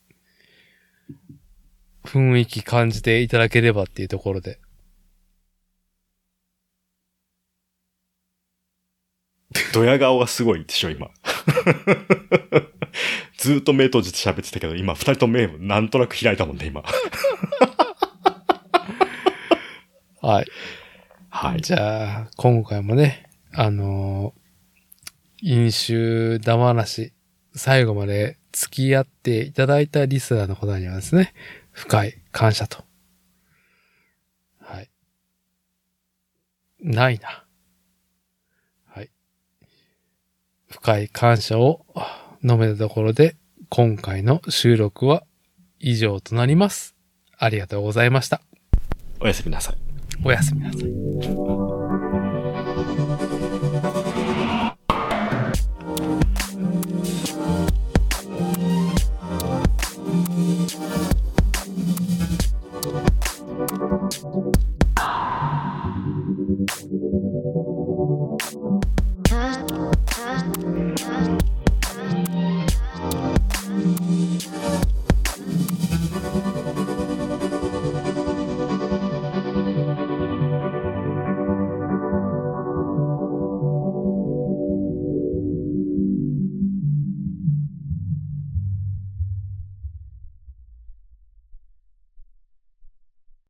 雰囲気感じていただければっていうところで。 ドヤ顔がすごいでしょ、今。ずーっと目閉じて喋ってたけど、今二人と目なんとなく開いたもんね、今。 はい。 はい。 じゃあ、今回もね、飲酒だまなし、最後まで付き合っていただいたリスナーの方にはですね、深い感謝と。はい。ないな。はい。深い感謝を述べたところで、今回の収録は以上となります。ありがとうございました。 おやすみなさい。 おやすみなさい。